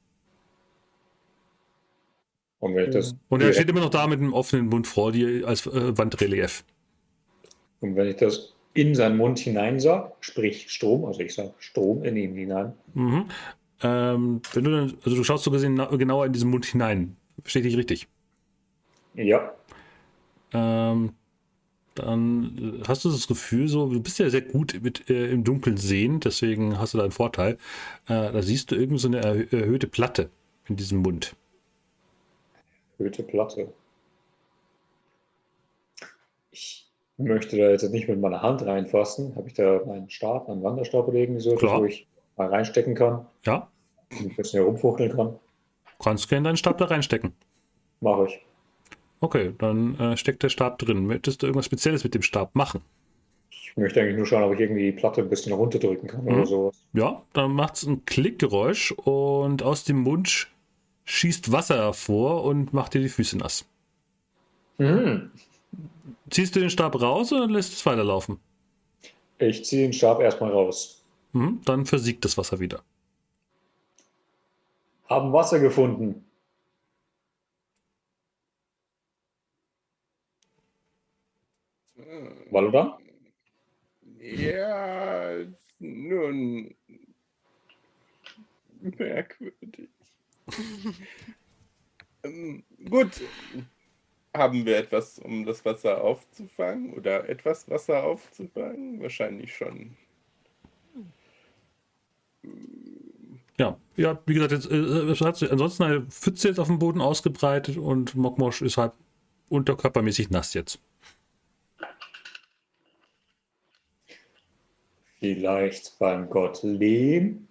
Und er steht immer noch da mit einem offenen Mund vor dir als Wandrelief. Und wenn ich das in seinen Mund hinein sage, sprich Strom, also ich sage Strom in ihn hinein. Mhm. Du schaust so gesehen genauer in diesen Mund hinein. Verstehe ich richtig? Ja. dann hast du das Gefühl, so, du bist ja sehr gut mit im Dunkeln sehen, deswegen hast du da einen Vorteil. Da siehst du irgendwie so eine erhöhte Platte in diesem Mund. Erhöhte Platte. Ich möchte da jetzt nicht mit meiner Hand reinfassen. Habe ich da meinen Stab, meinen Wanderstab oder irgendwie so, wo ich mal reinstecken kann? Ja. Und ein bisschen herumfuchteln kann? Kannst gerne deinen Stab da reinstecken. Mache ich. Okay, dann steckt der Stab drin. Möchtest du irgendwas Spezielles mit dem Stab machen? Ich möchte eigentlich nur schauen, ob ich irgendwie die Platte ein bisschen runterdrücken kann oder sowas. Ja, dann macht es ein Klickgeräusch und aus dem Mund schießt Wasser hervor und macht dir die Füße nass. Ziehst du den Stab raus oder lässt es weiterlaufen? Ich ziehe den Stab erstmal raus. Dann versiegt das Wasser wieder. Haben Wasser gefunden. Valodan? Ja, nun merkwürdig. Gut. Haben wir etwas, um das Wasser aufzufangen? Oder etwas Wasser aufzufangen? Wahrscheinlich schon. Ja, wie gesagt, es hat sich ansonsten eine Pfütze jetzt auf dem Boden ausgebreitet und Mokmosch ist halt unterkörpermäßig nass jetzt. Vielleicht beim Gott Lehm?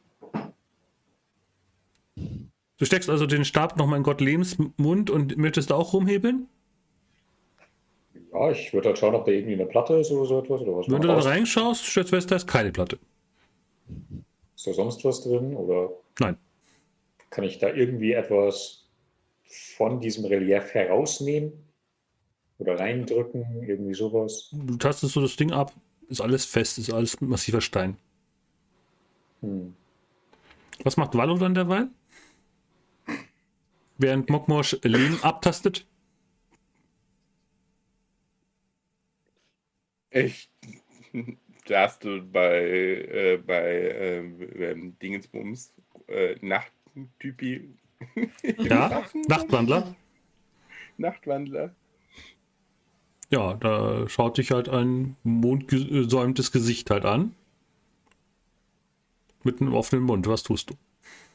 Du steckst also den Stab nochmal in Gott Lehms Mund und möchtest da auch rumhebeln? Ja, ich würde halt schauen, ob da irgendwie eine Platte ist oder so etwas. Oder was. Wenn du da reinschaust, stellst du fest, da ist keine Platte. Ist da sonst was drin? Oder Nein. kann ich da irgendwie etwas von diesem Relief herausnehmen? Oder reindrücken? Irgendwie sowas? Du tastest so das Ding ab, ist alles fest, ist alles massiver Stein. Was macht Valo dann derweil? Während Mokmosch Lehm abtastet? Da hast du bei Dingensbums Nachttypi. Ja, Nachtwandler. Nachtwandler. Ja, da schaut dich halt ein mondgesäumtes Gesicht halt an. Mit einem offenen Mund. Was tust du?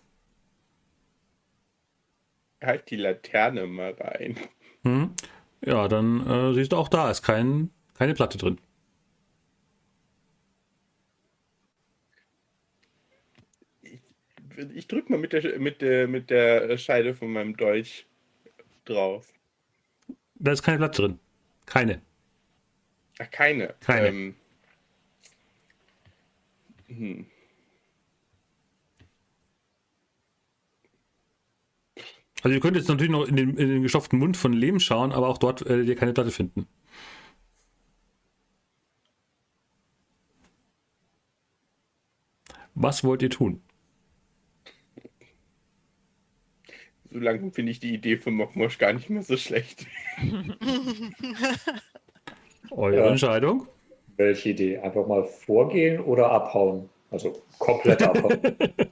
Halt die Laterne mal rein. Ja, dann siehst du auch da ist keine Platte drin. Ich drück mal mit der Scheide von meinem Dolch drauf. Da ist keine Platte drin. Keine. Ach, keine. Also ihr könnt jetzt natürlich noch in den gestopften Mund von Lehm schauen, aber auch dort werdet ihr keine Platte finden. Was wollt ihr tun? So langsam finde ich die Idee von Mokmosch gar nicht mehr so schlecht. Eure Entscheidung? Welche Idee? Einfach mal vorgehen oder abhauen? Also komplett abhauen.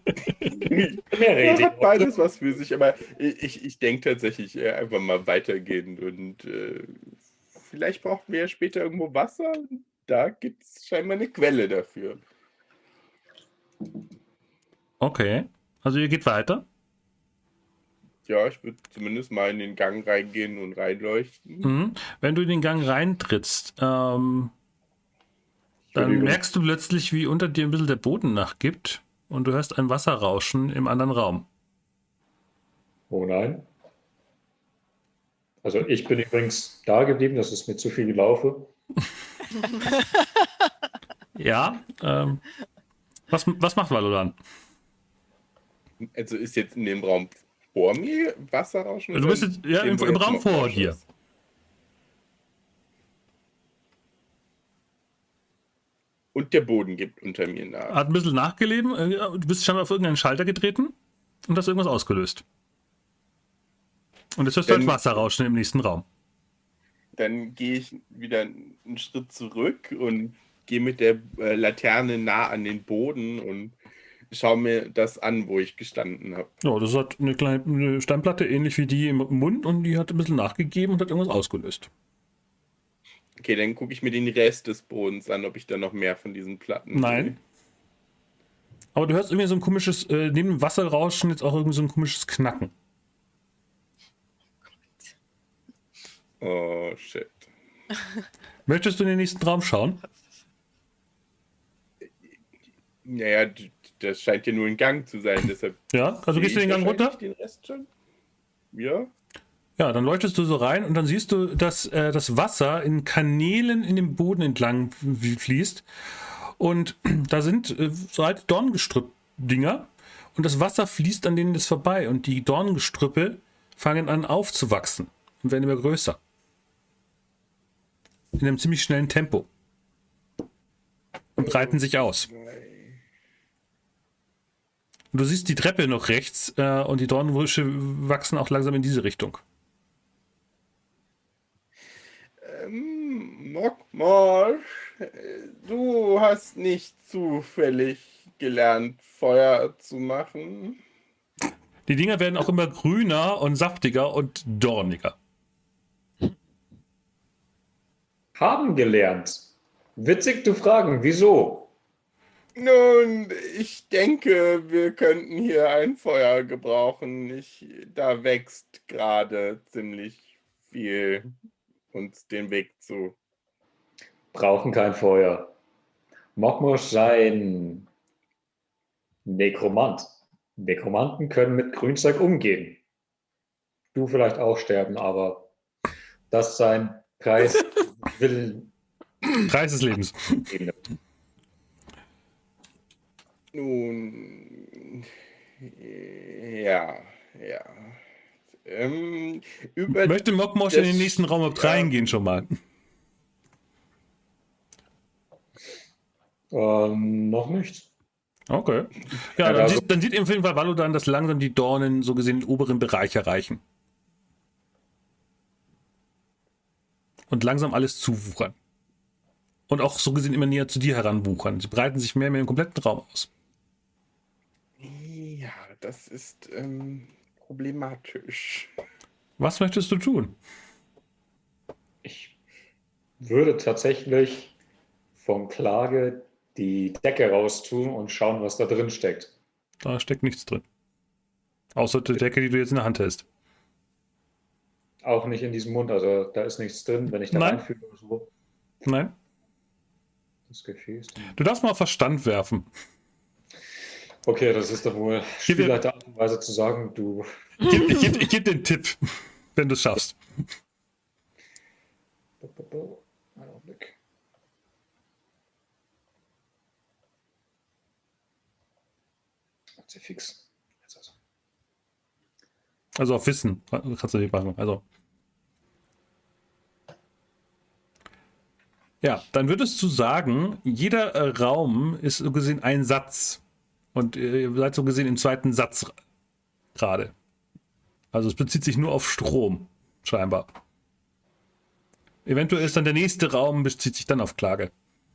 Das hat beides was für sich, aber ich denke tatsächlich einfach mal weitergehen und vielleicht brauchen wir ja später irgendwo Wasser. Da gibt es scheinbar eine Quelle dafür. Okay, also ihr geht weiter? Ja, ich würde zumindest mal in den Gang reingehen und reinleuchten. Wenn du in den Gang reintrittst, dann merkst du plötzlich, wie unter dir ein bisschen der Boden nachgibt und du hörst ein Wasserrauschen im anderen Raum. Oh nein. Also ich bin übrigens da geblieben, das ist mir zu viel gelaufen. Ja, was macht Valodan? Also ist jetzt in dem Raum vor mir Wasserrauschen? Du bist jetzt, ja, im Raum vor dir. Und der Boden gibt unter mir nach. Hat ein bisschen nachgelebt. Du bist scheinbar auf irgendeinen Schalter getreten und hast irgendwas ausgelöst. Und jetzt hörst du halt Wasserrauschen im nächsten Raum. Dann gehe ich wieder einen Schritt zurück und gehe mit der Laterne nah an den Boden und schaue mir das an, wo ich gestanden habe. Ja, das hat eine kleine Steinplatte, ähnlich wie die im Mund, und die hat ein bisschen nachgegeben und hat irgendwas ausgelöst. Okay, dann gucke ich mir den Rest des Bodens an, ob ich da noch mehr von diesen Platten Nein. Aber du hörst irgendwie so ein komisches, neben dem Wasserrauschen jetzt auch irgendwie so ein komisches Knacken. Oh, shit. Möchtest du in den nächsten Raum schauen? Naja, das scheint ja nur ein Gang zu sein, deshalb... Ja, also gehst du den Gang runter? Den Rest schon? Ja. Ja, dann leuchtest du so rein und dann siehst du, dass das Wasser in Kanälen in dem Boden entlang fließt. Und da sind so alte Dorngestrüpp-Dinger und das Wasser fließt an denen das vorbei und die Dorngestrüppe fangen an aufzuwachsen und werden immer größer. In einem ziemlich schnellen Tempo. Und breiten sich aus. Und du siehst die Treppe noch rechts und die Dornbüsche wachsen auch langsam in diese Richtung. Mokmosch, du hast nicht zufällig gelernt, Feuer zu machen? Die Dinger werden auch immer grüner und saftiger und dorniger. Haben gelernt. Witzig, du fragen, wieso? Nun, ich denke, wir könnten hier ein Feuer gebrauchen. Da wächst gerade ziemlich viel uns den Weg zu. Brauchen kein Feuer. Mokmosch sei ein Nekromant. Nekromanten können mit Grünzeug umgehen. Du vielleicht auch sterben, aber das sein Preis will. Preis des Lebens. Nun, ja. Möchte Mokmosch in den nächsten Raum reingehen schon mal? Noch nicht. Okay. Ja, dann sieht auf jeden Fall Valodan, dass langsam die Dornen so gesehen den oberen Bereich erreichen. Und langsam alles zuwuchern. Und auch so gesehen immer näher zu dir heranwuchern. Sie breiten sich mehr und mehr im kompletten Raum aus. Ja, das ist problematisch. Was möchtest du tun? Ich würde tatsächlich vom Klage die Decke raustun und schauen, was da drin steckt. Da steckt nichts drin. Außer die Decke, die du jetzt in der Hand hältst. Auch nicht in diesem Mund, also da ist nichts drin, wenn ich da reinfühle oder so. Nein. Das Gefäß. Du darfst mal auf Verstand werfen. Okay, das ist doch wohl schwierig, der Art und Weise zu sagen, du... Ich geb den Tipp, wenn du es schaffst. Einen Augenblick. Fix. Also auf Wissen kannst du die machen. Also. Ja, dann würdest du sagen, jeder Raum ist so gesehen ein Satz. Und ihr seid so gesehen im zweiten Satz gerade. Also es bezieht sich nur auf Strom, scheinbar. Eventuell ist dann der nächste Raum, bezieht sich dann auf Klage.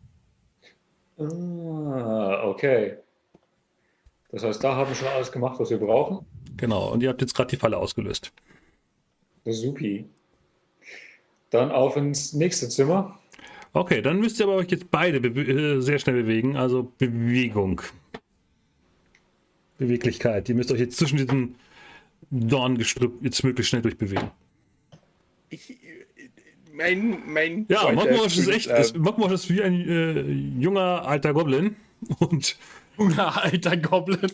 Okay. Das heißt, da haben wir schon alles gemacht, was wir brauchen. Genau, und ihr habt jetzt gerade die Falle ausgelöst. Supi. Dann auf ins nächste Zimmer. Okay, dann müsst ihr aber euch jetzt beide sehr schnell bewegen. Also Bewegung. Beweglichkeit. Ihr müsst euch jetzt zwischen diesen Dorngestrüpp jetzt möglichst schnell durchbewegen. Ja, Mokmosch ist echt. Mokmosch ist wie ein junger alter Goblin. Und junger alter Goblin.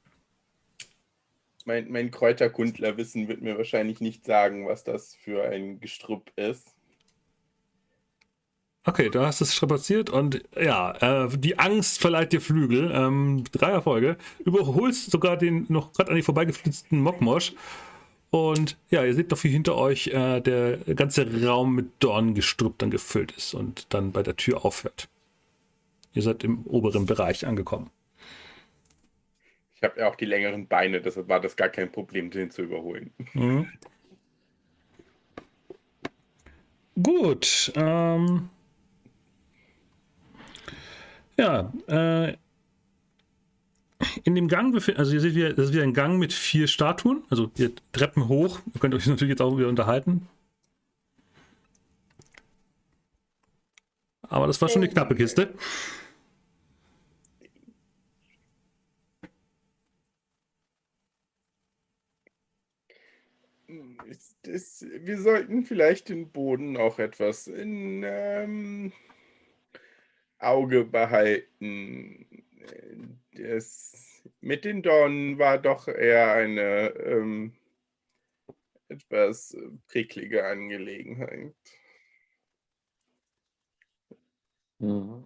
Mein Kräuterkundlerwissen wird mir wahrscheinlich nicht sagen, was das für ein Gestrüpp ist. Okay, du hast es strapaziert und ja, die Angst verleiht dir Flügel. 3 Erfolge. Überholst sogar den noch gerade an die vorbeigeflitzten Mokmosch. Und ja, ihr seht doch, wie hinter euch der ganze Raum mit Dorngestrüpp dann gefüllt ist und dann bei der Tür aufhört. Ihr seid im oberen Bereich angekommen. Ich habe ja auch die längeren Beine, deshalb war das gar kein Problem, den zu überholen. Mhm. Gut. Ja, in dem Gang also ihr seht, das ist wieder ein Gang mit 4 Statuen, also ihr Treppen hoch. Ihr könnt euch natürlich jetzt auch wieder unterhalten. Aber das war schon eine knappe Kiste. Wir sollten vielleicht den Boden auch etwas in Auge behalten. Mit den Dornen war doch eher eine etwas pricklige Angelegenheit. Mhm.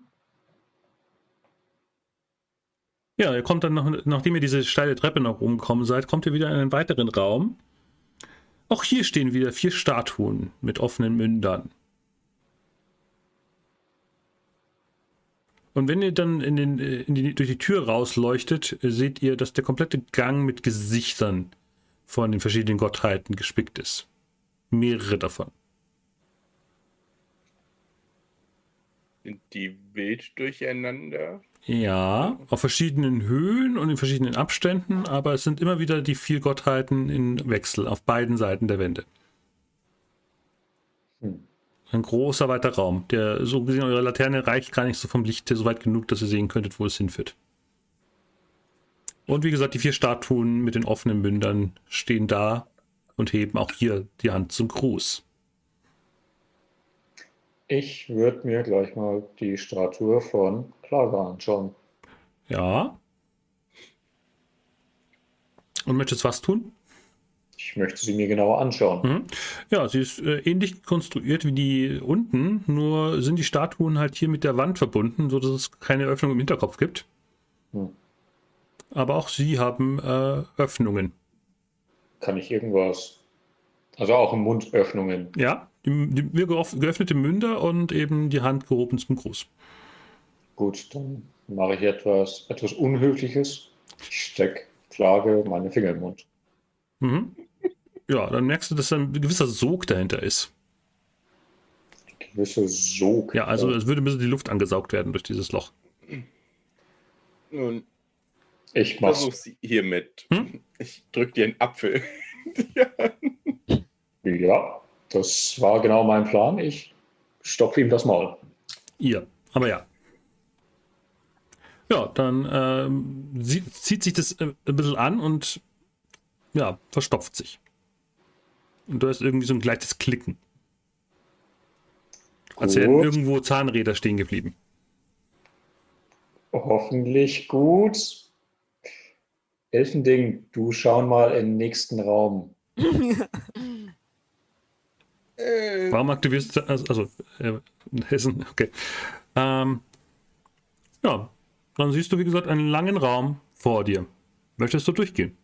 Ja, ihr kommt dann, nachdem ihr diese steile Treppe nach oben gekommen seid, kommt ihr wieder in einen weiteren Raum. Auch hier stehen wieder 4 Statuen mit offenen Mündern. Und wenn ihr dann durch die Tür rausleuchtet, seht ihr, dass der komplette Gang mit Gesichtern von den verschiedenen Gottheiten gespickt ist. Mehrere davon. Sind die wild durcheinander? Ja, auf verschiedenen Höhen und in verschiedenen Abständen, aber es sind immer wieder die 4 Gottheiten in Wechsel auf beiden Seiten der Wände. Ein großer, weiter Raum, der so gesehen, eure Laterne reicht gar nicht so vom Licht her so weit genug, dass ihr sehen könntet, wo es hinführt. Und wie gesagt, die 4 Statuen mit den offenen Mündern stehen da und heben auch hier die Hand zum Gruß. Ich würde mir gleich mal die Statue von Clara anschauen. Ja. Und möchtest was tun? Ich möchte sie mir genauer anschauen. Mhm. Ja, sie ist ähnlich konstruiert wie die unten, nur sind die Statuen halt hier mit der Wand verbunden, sodass es keine Öffnung im Hinterkopf gibt. Aber auch sie haben Öffnungen. Kann ich irgendwas? Also auch im Mund Öffnungen. Ja, die geöffnete Münder und eben die Hand gehoben zum Gruß. Gut, dann mache ich etwas Unhöfliches. Ich stecke Klage meine Finger im Mund. Mhm. Ja, dann merkst du, dass da ein gewisser Sog dahinter ist. Ein gewisser Sog. Ja, also es würde ein bisschen die Luft angesaugt werden durch dieses Loch. Nun, Ich mach's. versuch's hiermit. Hm? Ich drück dir einen Apfel. Ja. Ja, das war genau mein Plan. Ich stopfe ihm das Maul. Ihr, aber ja. Ja, dann zieht sich das ein bisschen an und ja, verstopft sich. Und du hast irgendwie so ein gleiches Klicken. Als wären Gut. irgendwo Zahnräder stehen geblieben. Hoffentlich gut. Elfending, du schau mal in den nächsten Raum. Warum aktivierst du also Hessen, okay. Ja, dann siehst du, wie gesagt, einen langen Raum vor dir. Möchtest du durchgehen?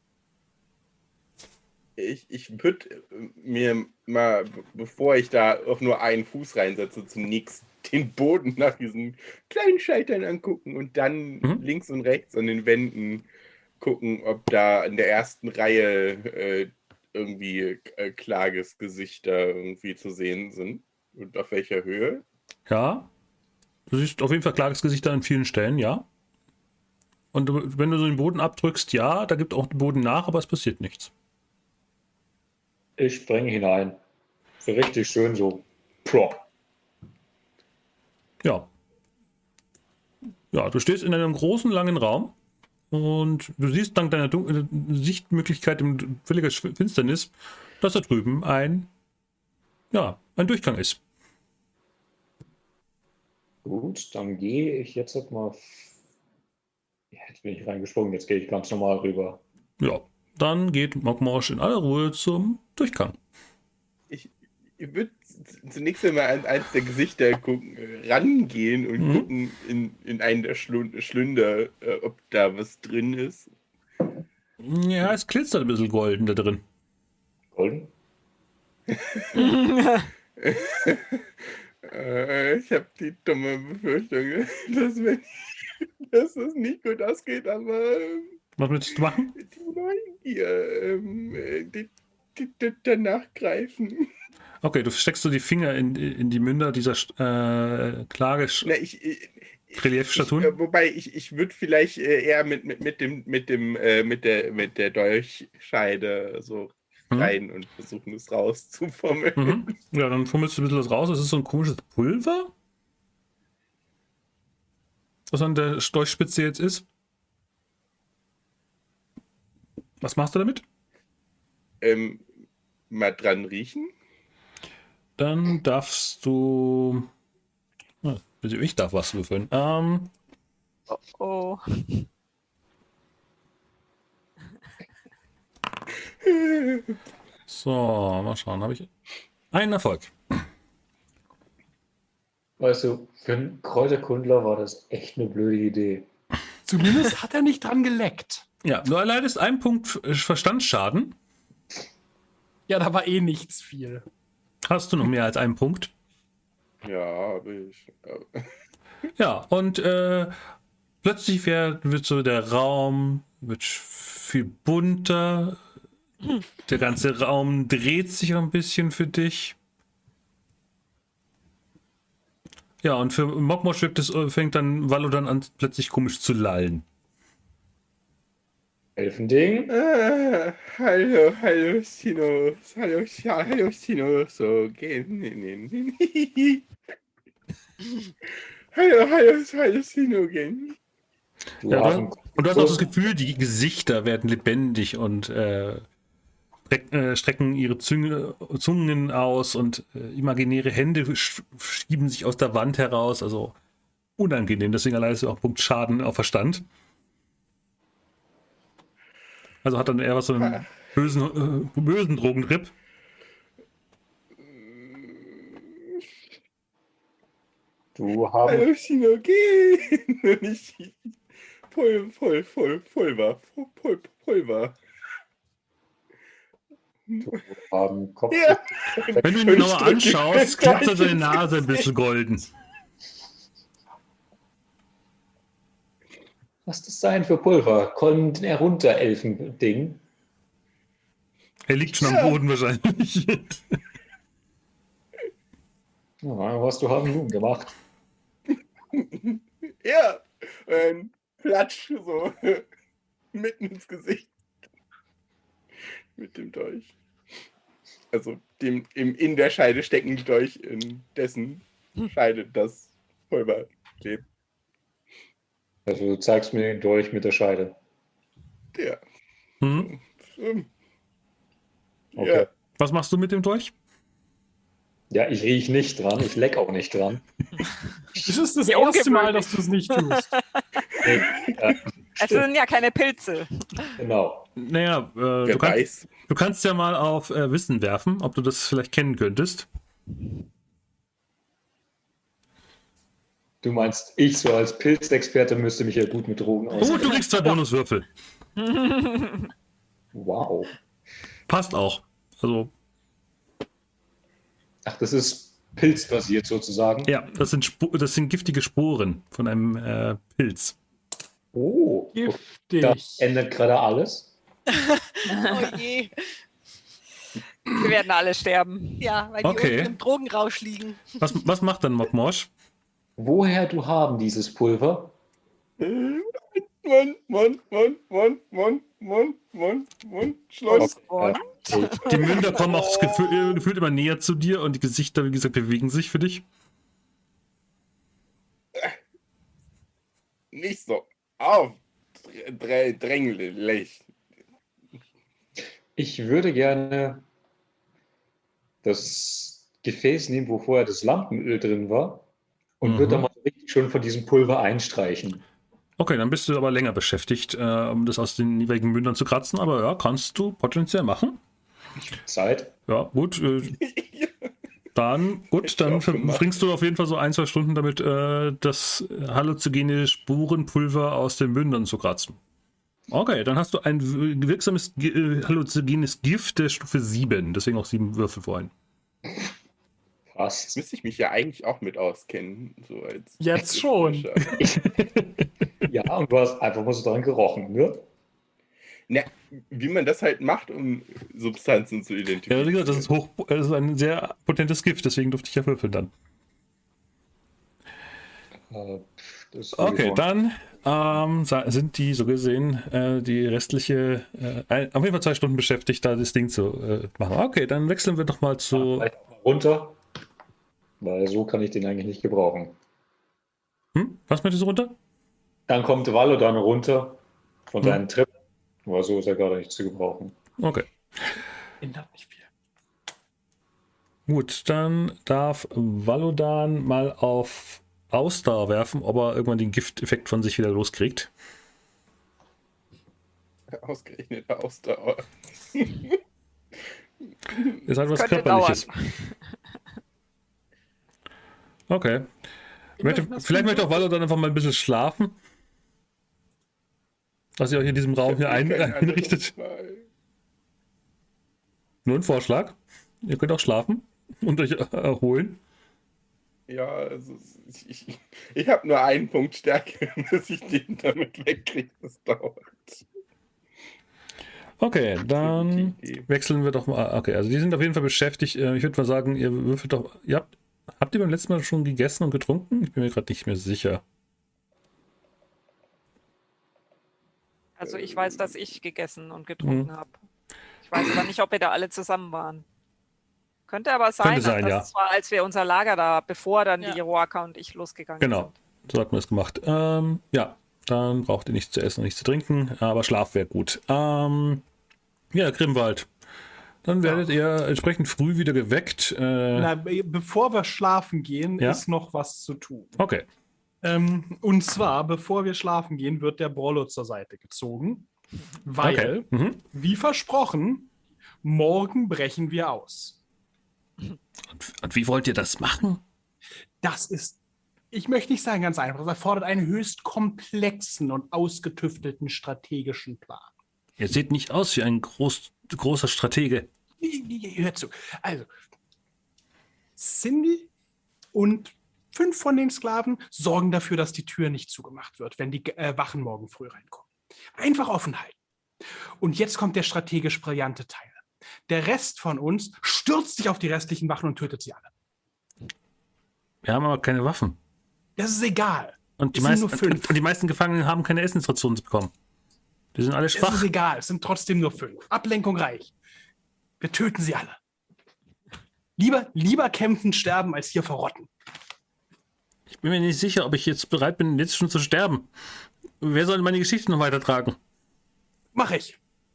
Ich würde mir mal, bevor ich da auch nur einen Fuß reinsetze, zunächst den Boden nach diesen kleinen Scheitern angucken und dann links und rechts an den Wänden gucken, ob da in der ersten Reihe irgendwie Klagesgesichter irgendwie zu sehen sind und auf welcher Höhe. Ja. Du siehst auf jeden Fall Klagesgesichter an vielen Stellen, ja. Und wenn du so den Boden abdrückst, ja, da gibt auch den Boden nach, aber es passiert nichts. Ich springe hinein. So richtig schön so. Plop. Ja. Ja, du stehst in einem großen, langen Raum und du siehst dank deiner Sichtmöglichkeit in völliger Finsternis, dass da drüben ein Durchgang ist. Gut, dann gehe ich jetzt mal. Ja, jetzt bin ich reingesprungen, jetzt gehe ich ganz normal rüber. Ja, dann geht Mogmosh in aller Ruhe zum Durchgang. Ich würde zunächst einmal an eins der Gesichter gucken, rangehen und gucken in einen der Schlünder, ob da was drin ist. Ja, es glitzert ein bisschen golden da drin. Golden? Ich habe die dumme Befürchtung, dass das nicht gut ausgeht, aber Was möchtest du machen? die Neugier, die danach greifen. Okay, du steckst so die Finger in die Münder dieser Reliefstatuen. Wobei ich würde vielleicht eher mit der Dolchscheide so rein und versuchen es rauszufummeln. Ja, dann fummelst du ein bisschen was raus. Das ist so ein komisches Pulver. was an der Dolchspitze jetzt ist. Was machst du damit? Mal dran riechen. Dann darfst du. Ich darf was würfeln. Oh. So, mal schauen. Habe ich einen Erfolg. Weißt du, für einen Kräuterkundler war das echt eine blöde Idee. Zumindest hat er nicht dran geleckt. Ja, du erleidest einen Punkt Verstandsschaden. Ja, da war eh nichts viel. Hast du noch mehr als einen Punkt? Ja, habe ich. Ja, und plötzlich wird so der Raum wird viel bunter. Der ganze Raum dreht sich ein bisschen für dich. Ja, und für Mokmosch fängt dann Valodan an, plötzlich komisch zu lallen. Elfending? Hallo, Sinus. Hallo, Sinus. So, gehen. Hallo, Sinus. Ja, und du hast auch das Gefühl, die Gesichter werden lebendig und strecken ihre Zungen aus und imaginäre Hände schieben sich aus der Wand heraus. Also unangenehm. Deswegen allein ist auch ein Punkt Schaden auf Verstand. Also hat dann eher was so einen bösen Drogentrip. Du haben. Hallo, Sinus, gehen. Pulver. Du haben Kopf. Ja. Wenn du ihn genauer anschaust, glitzert seine Nase ein bisschen golden. Was das sein für Pulver? Kommt herunter, Elfending. Er liegt schon am Boden wahrscheinlich. Ja, was du haben nun gemacht? Ja, ein Platsch so mitten ins Gesicht. Mit dem Dolch. Also in der Scheide steckend Dolch, in dessen Scheide das Pulver klebt. Also du zeigst mir den Dolch mit der Scheide. Ja. Hm? Okay. Ja. Was machst du mit dem Dolch? Ja, ich rieche nicht dran, ich leck auch nicht dran. Das ist das Ja, erste Mal, ungewöhnlich. dass du es nicht tust. Es sind ja keine Pilze. Genau. Naja, Wer weiß. du kannst ja mal auf Wissen werfen, ob du das vielleicht kennen könntest. Du meinst, ich so als Pilzexperte müsste mich ja gut mit Drogen Oh, auskennen. du kriegst 2 Bonuswürfel. Wow. Passt auch. Also, Ach, das ist pilzbasiert sozusagen. ja, das sind giftige Sporen von einem Pilz. Oh, Giftig. das ändert gerade alles. Oh je. Wir werden alle sterben. Ja, weil die Okay. unten im Drogenrausch liegen. Was macht dann Mokmosch? Woher du haben dieses Pulver? Mann, Schloss. Und? Die Münder kommen auch gefühlt immer näher zu dir und die Gesichter, wie gesagt, bewegen sich für dich. Nicht so auf. Dränglich. Ich würde gerne das Gefäß nehmen, wo vorher das Lampenöl drin war und würde da mal richtig schön von diesem Pulver einstreichen. Okay, dann bist du aber länger beschäftigt, um das aus den jeweiligen Mündern zu kratzen, aber ja, kannst du potenziell machen. Zeit. Ja, gut. Dann verbringst du auf jeden Fall so 1-2 Stunden damit, das halluzinogene Spurenpulver aus den Mündern zu kratzen. Okay, dann hast du ein wirksames halluzinogenes Gift der Stufe 7, deswegen auch 7 Würfel vorhin. Passt. Müsste ich mich ja eigentlich auch mit auskennen. So als Jetzt schon. Ja, und du hast einfach mal so dran gerochen, ne? Na, wie man das halt macht, um Substanzen zu Ja, identifizieren. wie gesagt, das ist ein sehr potentes Gift, deswegen durfte ich ja würfeln dann. Das Okay, dann sind die so gesehen die restliche, auf jeden Fall 2 Stunden beschäftigt, da das Ding zu machen. Okay, dann wechseln wir doch mal zu. Vielleicht mal runter, weil so kann ich den eigentlich nicht gebrauchen. Was möchtest du runter? Dann kommt Wallo dann runter von seinem Trip. Aber so ist er gar nicht zu gebrauchen. Okay. Ändert nicht viel. Gut, dann darf Valodan mal auf Ausdauer werfen, ob er irgendwann den Gifteffekt von sich wieder loskriegt. Ausgerechnet Ausdauer. Ist halt was Könnte Körperliches. dauern. Okay. Vielleicht möchte auch Valodan einfach mal ein bisschen schlafen. Was ihr euch in diesem Raum hier einrichtet. Nur ein Vorschlag. Ihr könnt auch schlafen und euch erholen. Ja, also ich habe nur einen Punkt Stärke, bis ich den damit wegkriege. Das dauert. Okay, dann Gute Idee. wechseln wir doch mal. Okay, also die sind auf jeden Fall beschäftigt. Ich würde mal sagen, ihr würfelt doch. Habt ihr beim letzten Mal schon gegessen und getrunken? Ich bin mir gerade nicht mehr sicher. Also ich weiß, dass ich gegessen und getrunken habe. Ich weiß aber nicht, ob wir da alle zusammen waren. Könnte aber sein, Könnte sein, das war, als wir unser Lager da, bevor dann Ja. die Roaka und ich losgegangen Genau, sind. so hatten wir es gemacht. Ja, dann braucht ihr nichts zu essen und nichts zu trinken, aber Schlaf wäre gut. Ja, Grimwald. Dann werdet ihr entsprechend früh wieder geweckt. Na, bevor wir schlafen gehen, Ja? ist noch was zu tun. Okay. Und zwar, bevor wir schlafen gehen, wird der Brollo zur Seite gezogen, weil, Okay. Mhm. wie versprochen, morgen brechen wir aus. Und wie wollt ihr das machen? Das ist, ich möchte nicht sagen ganz einfach, es erfordert einen höchst komplexen und ausgetüftelten strategischen Plan. Ihr seht nicht aus wie ein großer Stratege. Hört zu. Also, Cindy und 5 von den Sklaven sorgen dafür, dass die Tür nicht zugemacht wird, wenn die Wachen morgen früh reinkommen. Einfach offen halten. Und jetzt kommt der strategisch brillante Teil. Der Rest von uns stürzt sich auf die restlichen Wachen und tötet sie alle. Wir haben aber keine Waffen. Das ist egal. Und die, Es sind nur 5. und die meisten Gefangenen haben keine Essensrationen bekommen. Die sind alle Es ist schwach. egal, es sind trotzdem nur 5. Ablenkung reicht. Wir töten sie alle. Lieber kämpfen, sterben, als hier verrotten. Ich bin mir nicht sicher, ob ich jetzt bereit bin, jetzt schon zu sterben. Wer soll meine Geschichte noch weitertragen? Mach ich.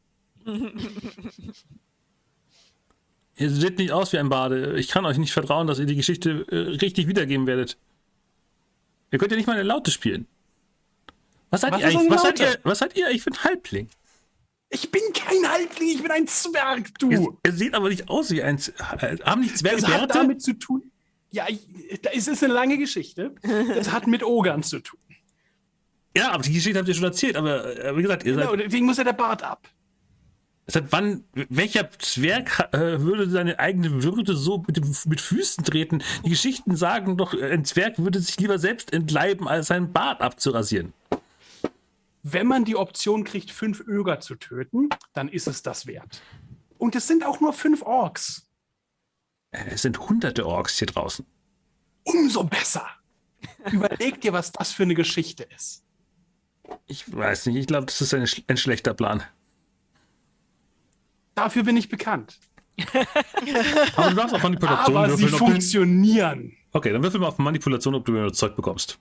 Ihr seht nicht aus wie ein Bade. Ich kann euch nicht vertrauen, dass ihr die Geschichte richtig wiedergeben werdet. Ihr könnt ja nicht mal eine Laute spielen. Was seid Was ihr ist eigentlich? eine Laute? Was seid ihr? Ich bin Halbling. Ich bin kein Halbling, ich bin ein Zwerg, du. Ihr seht aber nicht aus wie ein... Haben nicht Zwerge Das hat Bärte? damit zu tun. Ja, es ist eine lange Geschichte. Das hat mit Ogern zu tun. Ja, aber die Geschichte habt ihr schon erzählt. Aber wie gesagt, ihr Genau, seid... deswegen muss ja der Bart ab. Seit wann... Welcher Zwerg würde seine eigene Würde so mit Füßen treten? Die Geschichten sagen doch, ein Zwerg würde sich lieber selbst entleiben, als seinen Bart abzurasieren. Wenn man die Option kriegt, 5 Öger zu töten, dann ist es das wert. Und es sind auch nur 5 Orks. Es sind hunderte Orks hier draußen. Umso besser. Überleg dir, was das für eine Geschichte ist. Ich weiß nicht, ich glaube, das ist ein schlechter Plan. Dafür bin ich bekannt. Aber du darfst auf Manipulation Aber sie würfeln. Ob du, funktionieren. okay, dann würfel mal auf Manipulation, ob du überzeugt bekommst.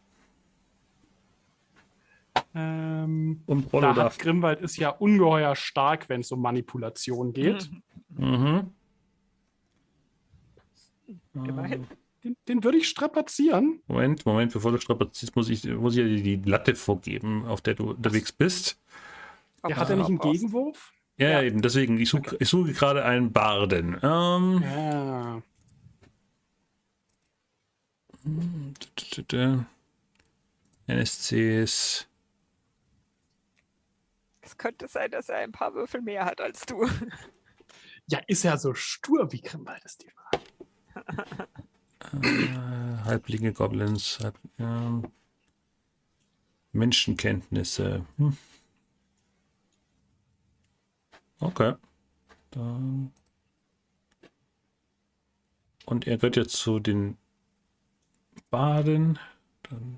Und Rollo Da darf. hat Grimwald ist ja ungeheuer stark, wenn es um Manipulation geht. Mhm. Immerhin. Den würde ich strapazieren. Moment, bevor du strapazierst, muss ich dir die Latte vorgeben, auf der du unterwegs bist. Der hat ja nicht einen Gegenwurf. Ja, eben, deswegen, ich suche gerade einen Barden. Ja. NSCs. Es könnte sein, dass er ein paar Würfel mehr hat als du. Ja, ist ja so stur wie Grimwald, ist die Frage. Halblinge, Goblins, Menschenkenntnisse. Okay. Dann. Und er gehört jetzt zu den Baden. Dann.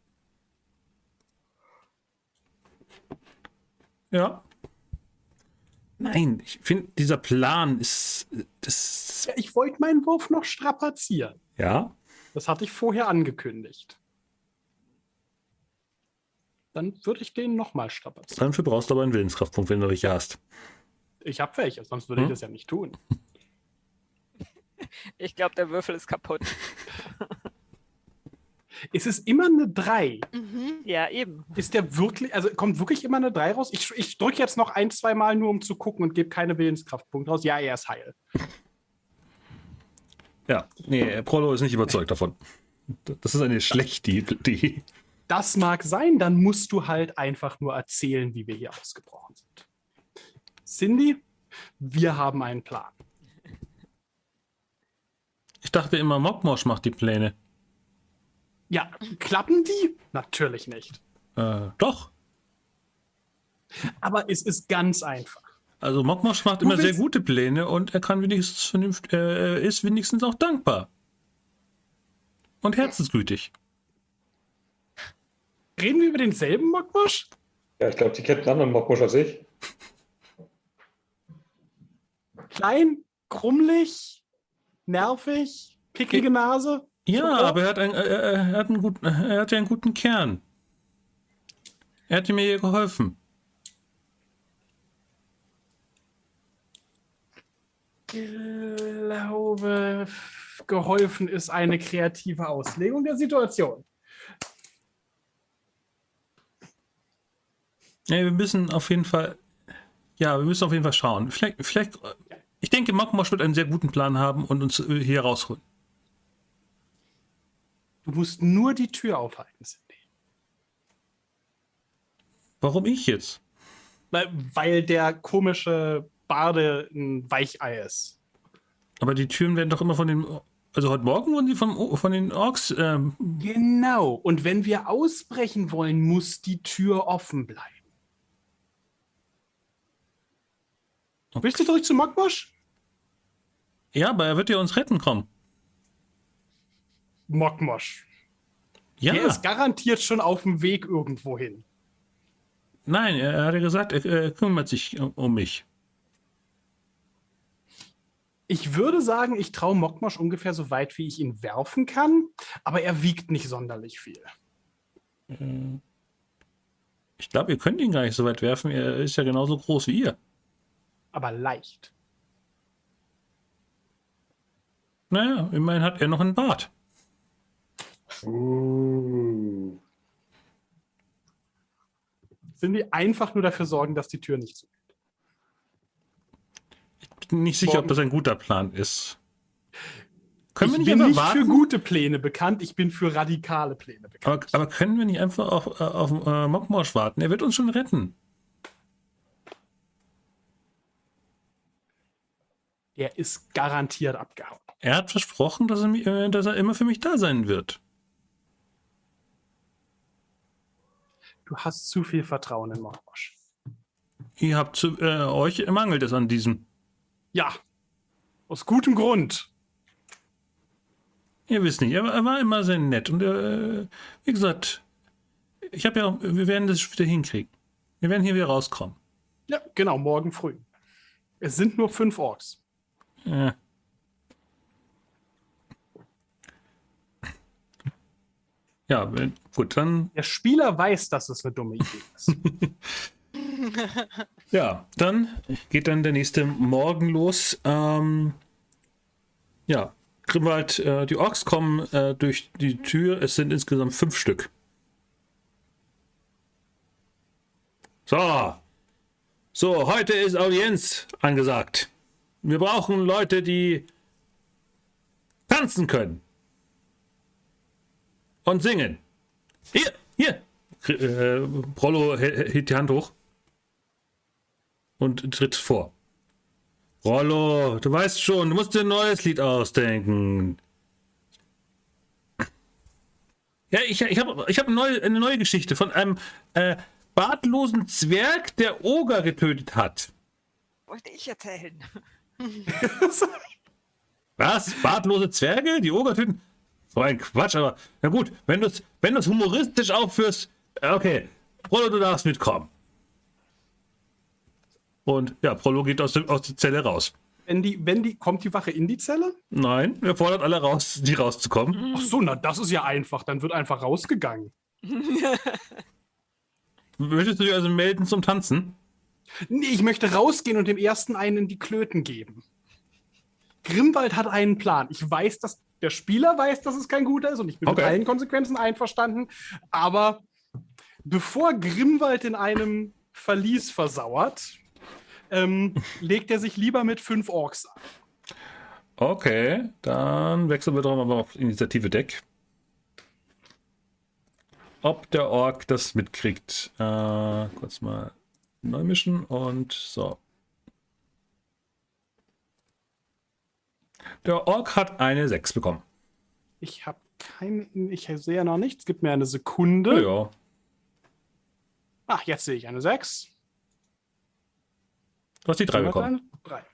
Ja. Nein, ich finde, dieser Plan ist. Das, Ja, ich wollte meinen Wurf noch strapazieren. ja. Das hatte ich vorher angekündigt. Dann würde ich den nochmal strapazieren. Dafür brauchst du aber einen Willenskraftpunkt, wenn du welche hast. Ich habe welche, sonst würde ich das ja nicht tun. Ich glaube, der Würfel ist kaputt. Es ist immer eine 3. Ja, eben. Ist der wirklich, also kommt wirklich immer eine 3 raus? Ich drücke jetzt noch 1-2 Mal nur, um zu gucken und gebe keine Willenskraftpunkte raus. Ja, er ist heil. Ja, nee, Prollo ist nicht überzeugt davon. Das ist eine schlechte Idee. Das mag sein, dann musst du halt einfach nur erzählen, wie wir hier ausgebrochen sind. Cindy, wir haben einen Plan. Ich dachte immer, Mokmosch macht die Pläne. Ja, klappen die? Natürlich nicht. Doch. Aber es ist ganz einfach. Also Mokmosch macht Du immer sehr willst- gute Pläne und er kann wenigstens ist wenigstens auch dankbar. Und herzensgütig. Reden wir über denselben Mokmosch? Ja, ich glaube, die kennt einen anderen Mokmosch als ich. Klein, krummelig, nervig, picklige Nase? Ja, So, aber er hat ja einen guten Kern. Er hat mir hier geholfen. Ich glaube, geholfen ist eine kreative Auslegung der Situation. Ja, wir müssen auf jeden Fall schauen. Vielleicht, ich denke, Mokmosch wird einen sehr guten Plan haben und uns hier rausholen. Du musst nur die Tür aufhalten, Cindy. Warum ich jetzt? Weil der komische Barde ein Weichei ist. Aber die Türen werden doch immer also heute Morgen wurden die von den Orks, Genau. Und wenn wir ausbrechen wollen, muss die Tür offen bleiben. Willst du zurück zu Mokmosch? ja, aber er wird ja uns retten kommen. Mokmosch. Ja, Der ist garantiert schon auf dem Weg irgendwo hin. nein, er hat ja gesagt, er kümmert sich um mich. Ich würde sagen, ich traue Mokmosch ungefähr so weit, wie ich ihn werfen kann, aber er wiegt nicht sonderlich viel. Ich glaube, ihr könnt ihn gar nicht so weit werfen. Er ist ja genauso groß wie ihr. Aber leicht. Naja, immerhin hat er noch einen Bart. Sind wir einfach nur dafür sorgen, dass die Tür nicht zugeht. Ich bin nicht sicher, ob das ein guter Plan ist. Können wir Ich nicht bin einfach nicht warten? für gute Pläne bekannt, ich bin für radikale Pläne bekannt. Aber können wir nicht einfach auf Mokmosch warten? Er wird uns schon retten. Er ist garantiert abgehauen. Er hat versprochen, dass er immer für mich da sein wird. Du hast zu viel Vertrauen in Mokmosch. Ihr habt euch mangelt es an diesem. Ja, aus gutem Grund. Ihr wisst nicht, er war immer sehr nett. Und wie gesagt, wir werden das wieder hinkriegen. Wir werden hier wieder rauskommen. Ja, genau, morgen früh. Es sind nur 5 Orks. Ja. Ja, gut, dann. Der Spieler weiß, dass es eine dumme Idee ist. Ja, dann geht dann der nächste Morgen los. Ja, Grimwald, die Orks kommen durch die Tür. Es sind insgesamt 5 Stück. So, heute ist Audienz angesagt. Wir brauchen Leute, die tanzen können. Und singen. Hier. Prollo hält die Hand hoch. Und tritt vor. Rollo, du weißt schon, du musst dir ein neues Lied ausdenken. Ja, ich hab eine neue Geschichte von einem bartlosen Zwerg, der Oger getötet hat. Wollte ich erzählen. Was? Bartlose Zwerge? Die Oger töten? So ein Quatsch, aber na gut, wenn du es humoristisch aufführst, okay, Rollo, du darfst mitkommen. Und ja, Prollo geht aus der Zelle raus. Kommt die Wache in die Zelle? Nein, er fordert alle raus, die rauszukommen. Ach so, na das ist ja einfach. Dann wird einfach rausgegangen. Möchtest du dich also melden zum Tanzen? Nee, ich möchte rausgehen und dem ersten einen in die Klöten geben. Grimwald hat einen Plan. Ich weiß, dass der Spieler weiß, dass es kein guter ist und ich bin mit allen Konsequenzen einverstanden. Aber bevor Grimwald in einem Verlies versauert, legt er sich lieber mit 5 Orks an. Okay, dann wechseln wir doch mal auf Initiative-Deck. Ob der Ork das mitkriegt. Kurz mal neu mischen und so. Der Ork hat eine 6 bekommen. Ich sehe ja noch nichts. Gib mir eine Sekunde. Ja. Ach, jetzt sehe ich eine 6. Du hast die 3 bekommen. 3.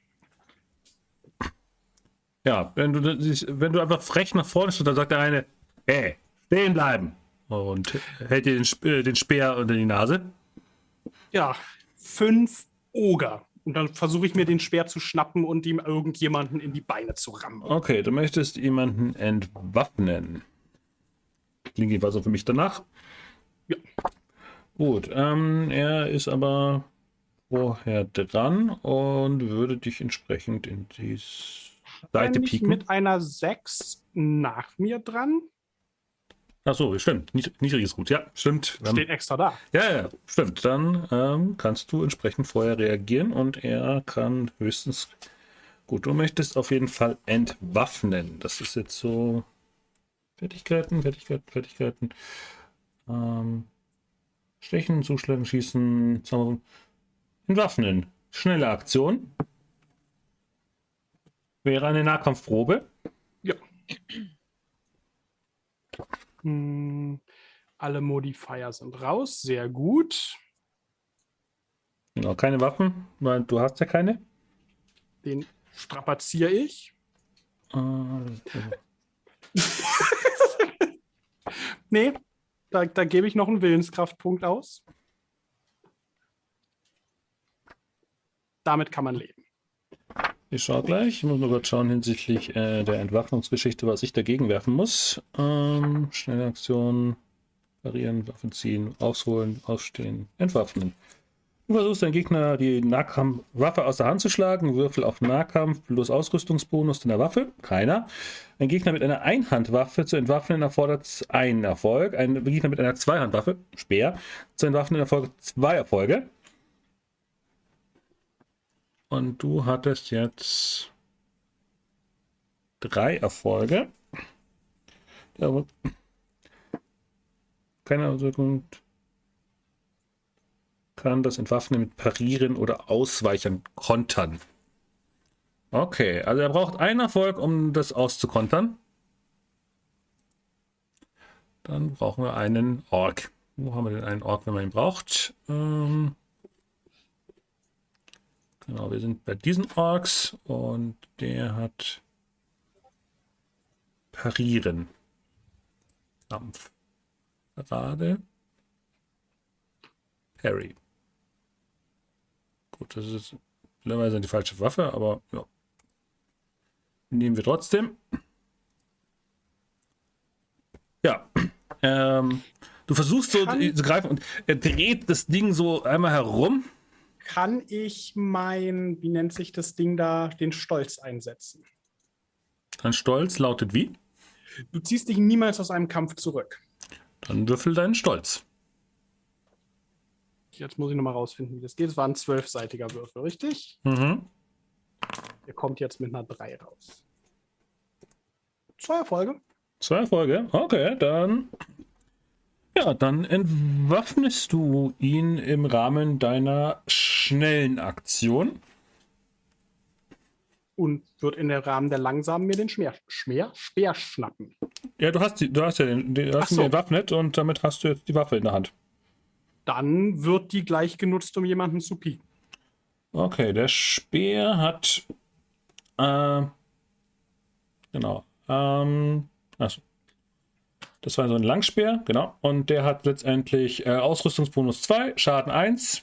Ja, wenn du einfach frech nach vorne stehst, dann sagt der eine, hey, stehen bleiben. Und hält dir den Speer unter die Nase. Ja, 5 Oger. Und dann versuche ich mir den Speer zu schnappen und ihm irgendjemanden in die Beine zu rammen. Okay, du möchtest jemanden entwaffnen. Klingt jedenfalls so für mich danach. Ja. Gut, er ist aber vorher dran und würde dich entsprechend in die Seite pieken. Mit einer 6 nach mir dran. Achso, stimmt. Niedriges Gut, ja, stimmt. Steht extra da. Ja, stimmt. Dann kannst du entsprechend vorher reagieren und er kann höchstens... Gut, du möchtest auf jeden Fall entwaffnen. Das ist jetzt so... Fertigkeiten. Stechen, zuschlagen, schießen, zaubern. Entwaffnen. Schnelle Aktion. Wäre eine Nahkampfprobe. Ja. Alle Modifier sind raus. Sehr gut. Genau, keine Waffen, weil du hast ja keine. Den strapaziere ich. Nee, da gebe ich noch einen Willenskraftpunkt aus. Damit kann man leben. Ich schaue gleich. Ich muss nur kurz schauen hinsichtlich der Entwaffnungsgeschichte, was ich dagegen werfen muss. Schnelle Aktion, parieren, Waffen ziehen, ausholen, ausstehen, entwaffnen. Du versuchst deinen Gegner die Nahkampfwaffe aus der Hand zu schlagen. Würfel auf Nahkampf plus Ausrüstungsbonus deiner Waffe. Keiner. Ein Gegner mit einer Einhandwaffe zu entwaffnen erfordert einen Erfolg. Ein Gegner mit einer Zweihandwaffe, Speer, zu entwaffnen erfolgt 2 Erfolge. Und du hattest jetzt 3 Erfolge. Ja, keine Auswirkung. Kann das Entwaffnen mit Parieren oder Ausweichen kontern. Okay, also er braucht einen Erfolg, um das auszukontern. Dann brauchen wir einen Ork. Wo haben wir denn einen Ork, wenn man ihn braucht? Genau, wir sind bei diesen Orks und der hat Parieren. Kampf. Parade. Parry. Gut, das ist die falsche Waffe, aber ja. Nehmen wir trotzdem. Ja. Du versuchst so zu greifen und er dreht das Ding so einmal herum. Kann ich wie nennt sich das Ding da, den Stolz einsetzen? Dein Stolz lautet wie? Du ziehst dich niemals aus einem Kampf zurück. Dann würfel deinen Stolz. Jetzt muss ich nochmal rausfinden, wie das geht. Es war ein 12-seitiger Würfel, richtig? Mhm. Der kommt jetzt mit einer 3 raus. 2 Erfolge. 2 Erfolge? Okay, dann... Ja, dann entwaffnest du ihn im Rahmen deiner schnellen Aktion. Und wird in der Rahmen der langsamen mir den Speer schnappen. Ja, du hast ihn entwaffnet und damit hast du jetzt die Waffe in der Hand. Dann wird die gleich genutzt, um jemanden zu pieken. Okay, der Speer hat... genau. Achso. Das war so ein Langspeer, genau. Und der hat letztendlich Ausrüstungsbonus 2, Schaden 1.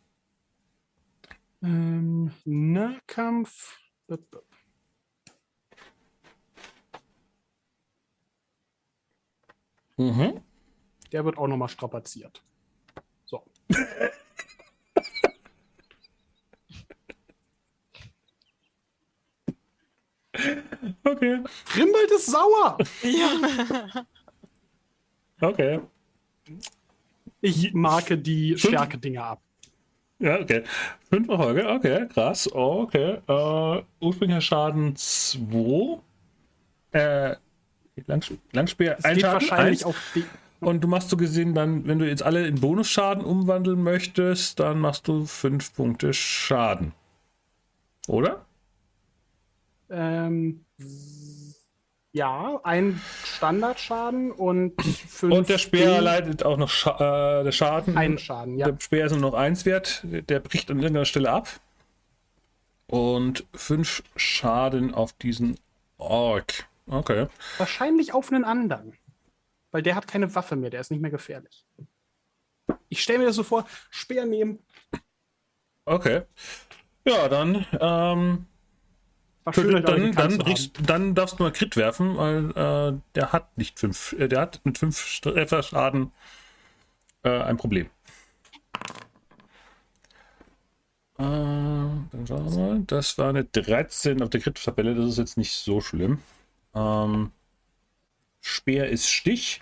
Nahkampf. Mhm. Der wird auch nochmal strapaziert. So. Okay. Grimwald ist sauer. Ja. Okay. Ich marke die Stärke-Dinger ab. Ja, okay. 5 Erfolge, okay, krass. Okay. Ursprünglicher Schaden 2. Langspeer Es 1 geht Schaden, wahrscheinlich 1. auf die. Und du machst so gesehen dann, wenn du jetzt alle in Bonusschaden umwandeln möchtest, dann machst du 5 Punkte Schaden. Oder? Ja, ein Standardschaden und 5. Und der Speer leitet auch noch der Schaden. Einen Schaden, ja. Der Speer ist nur noch 1 wert. Der bricht an irgendeiner Stelle ab. Und 5 Schaden auf diesen Ork. Okay. Wahrscheinlich auf einen anderen. Weil der hat keine Waffe mehr, der ist nicht mehr gefährlich. Ich stelle mir das so vor, Speer nehmen. Okay. Ja, dann, War schön, euch alle gekannt zu haben. dann darfst du mal Crit werfen, weil der hat nicht 5. Der hat mit 5 Trefferschaden ein Problem. Dann schauen wir mal. Das war eine 13 auf der Crit-Tabelle, das ist jetzt nicht so schlimm. Speer ist Stich.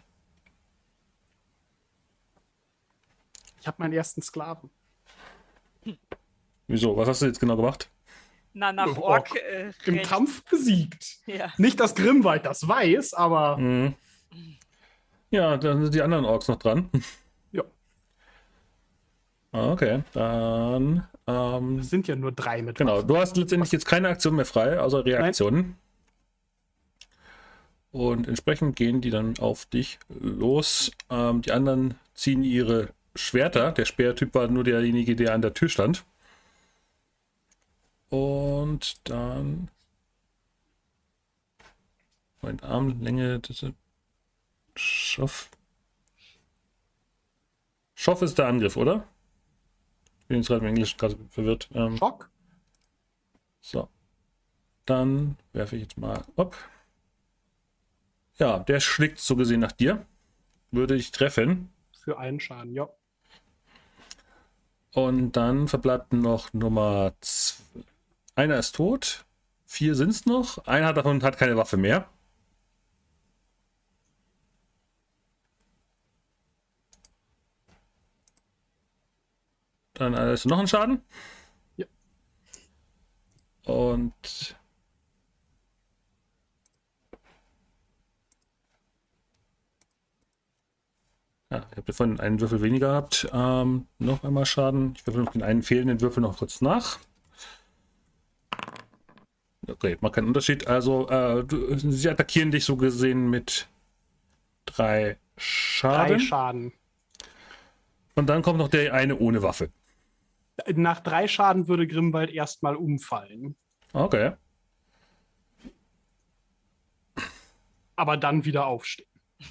Ich habe meinen ersten Sklaven. Wieso? Was hast du jetzt genau gemacht? Na, nach Oh, Ork. Im recht. Kampf besiegt. Ja. Nicht, dass Grimwald das weiß, aber Mhm. Ja, dann sind die anderen Orks noch dran. ja, Okay, dann. es sind ja nur 3 mit Genau, Waffen. du hast letztendlich jetzt keine Aktion mehr frei, außer Reaktionen. Und entsprechend gehen die dann auf dich los. Die anderen ziehen ihre Schwerter. Der Speertyp war nur derjenige, der an der Tür stand. Und dann. Meine Armlänge. Schoff. Schoff ist der Angriff, oder? Ich bin jetzt gerade im Englischen gerade verwirrt. Schock. So. Dann werfe ich jetzt mal ab. Ja, der schlägt so gesehen nach dir. Würde ich treffen. Für einen Schaden, ja. Und dann verbleibt noch Nummer 2. Einer ist tot. 4 sind es noch. Einer davon hat keine Waffe mehr. Dann ist noch ein Schaden. Ja. Und ja, ich habe vorhin einen Würfel weniger gehabt. Noch einmal Schaden. Ich würfel noch den einen fehlenden Würfel noch kurz nach. Okay, macht keinen Unterschied. Also, sie attackieren dich so gesehen mit 3 Schaden. 3 Schaden. Und dann kommt noch der eine ohne Waffe. Nach 3 Schaden würde Grimwald erstmal umfallen. Okay. Aber dann wieder aufstehen.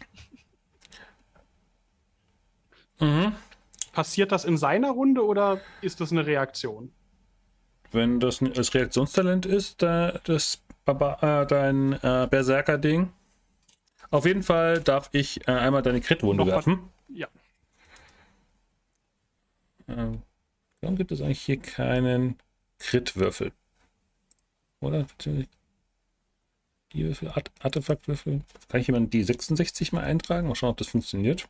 Mhm. Passiert das in seiner Runde oder ist das eine Reaktion? Wenn das als Reaktionstalent ist, dein Berserker-Ding. Auf jeden Fall darf ich einmal deine Crit-Wunde Noch mal- werfen. Ja. Warum gibt es eigentlich hier keinen Crit-Würfel? Oder? Die Würfel, Artefaktwürfel. Kann ich jemand die 66 mal eintragen? Mal schauen, ob das funktioniert.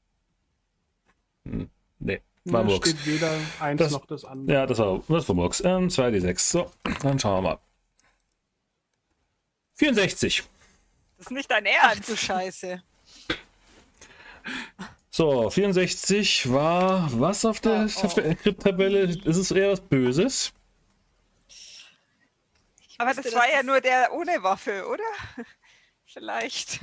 Nee, war Da Murks. steht weder eins Das- noch das andere. Ja, das war Murks. 2d6. So, dann schauen wir mal. 64. Das ist nicht dein Ach Ernst. du Scheiße. So, 64 war was auf der Crit-Tabelle? Ist es eher was Böses? Aber wusste, das dass war ja das- nur der ohne Waffe, oder? Vielleicht.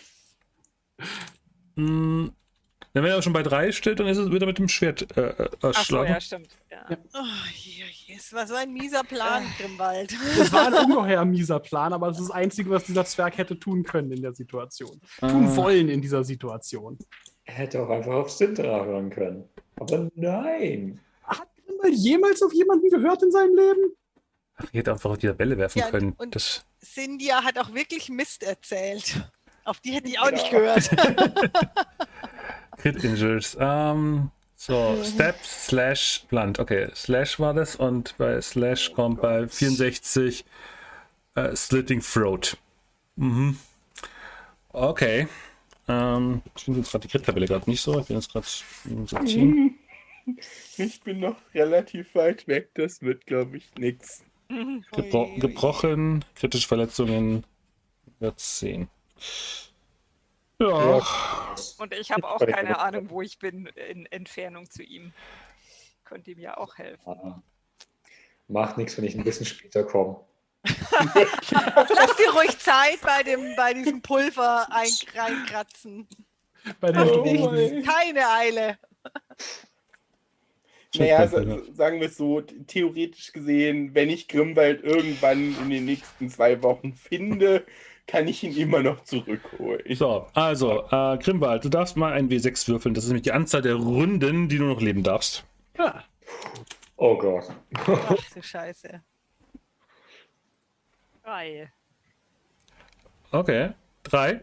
Hm, wenn er schon bei 3 steht, dann ist es wieder mit dem Schwert Achso, erschlagen. ja, stimmt. Ja. Oh, es war so ein mieser Plan, Grimwald. Es war ein ungeheuer mieser Plan, aber das ist das Einzige, was dieser Zwerg hätte tun können in der Situation. Tun wollen in dieser Situation. Er hätte auch einfach auf Sintra hören können. Aber nein. Hat Grimwald jemals auf jemanden gehört in seinem Leben? Ich hätte einfach auf die Tabelle werfen Ja, können. und- Das, Cynthia hat auch wirklich Mist erzählt. Auf die hätte ich auch nicht gehört. Crit Injures. So, Step, Slash, Blunt. Okay, Slash war das und bei Slash kommt bei 64 Slitting Throat. Mhm. Okay. Ich finde jetzt gerade die Crit-Tabelle gerade nicht so. Ich bin jetzt gerade im 17. Ich bin noch relativ weit weg. Das wird, glaube ich, nix. Gebrochen, kritische Verletzungen wird 10. Ja. Und ich habe auch keine Ahnung, wo ich bin in Entfernung zu ihm. Könnte ihm ja auch helfen. Macht nichts, wenn ich ein bisschen später komme. Lass dir ruhig Zeit bei diesem Pulver reinkratzen. Bei den Keine Eile. Naja, sagen wir es so, theoretisch gesehen, wenn ich Grimwald irgendwann in den nächsten 2 Wochen finde, kann ich ihn immer noch zurückholen. So, also, Grimwald, du darfst mal ein W6 würfeln. Das ist nämlich die Anzahl der Runden, die du noch leben darfst. Ja. Oh Gott. Ach du Scheiße. 3. Okay, 3.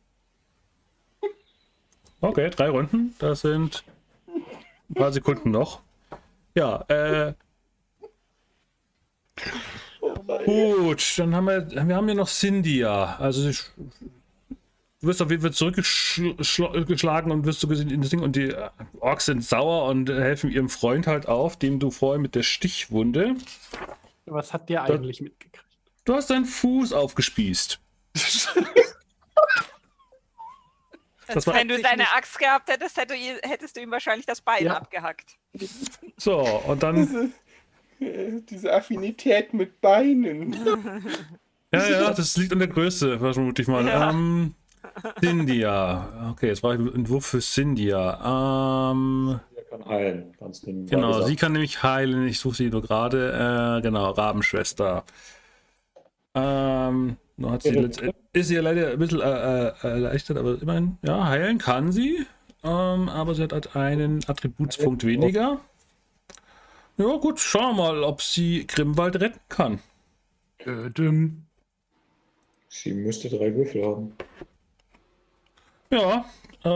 Okay, 3 Runden. Das sind ein paar Sekunden noch. Ja, gut, dann haben wir haben hier noch Cynthia. Also du wirst auf jeden Fall zurückgeschlagen und wirst so gesehen in das Ding und die Orks sind sauer und helfen ihrem Freund halt auf, dem du vorher mit der Stichwunde. Was hat der eigentlich mitgekriegt? Du hast deinen Fuß aufgespießt. Das war, Wenn du deine Axt gehabt hättest, hättest du ihm wahrscheinlich das Bein abgehackt. so, und dann. Diese Affinität mit Beinen. Ja, das liegt an der Größe, vermute ich mal. Ja. Cynthia. Okay, jetzt brauche ich einen Entwurf für Cynthia. Der kann heilen. Ganz Genau, sie kann nämlich heilen. Ich suche sie nur gerade. Genau, Rabenschwester. Hat sie ist sie ja leider ein bisschen erleichtert, aber immerhin, ja, heilen kann sie. Aber sie hat halt einen Attributspunkt weniger. Ja, gut, schauen wir mal, ob sie Grimwald retten kann. Sie müsste 3 Würfel haben. Ja,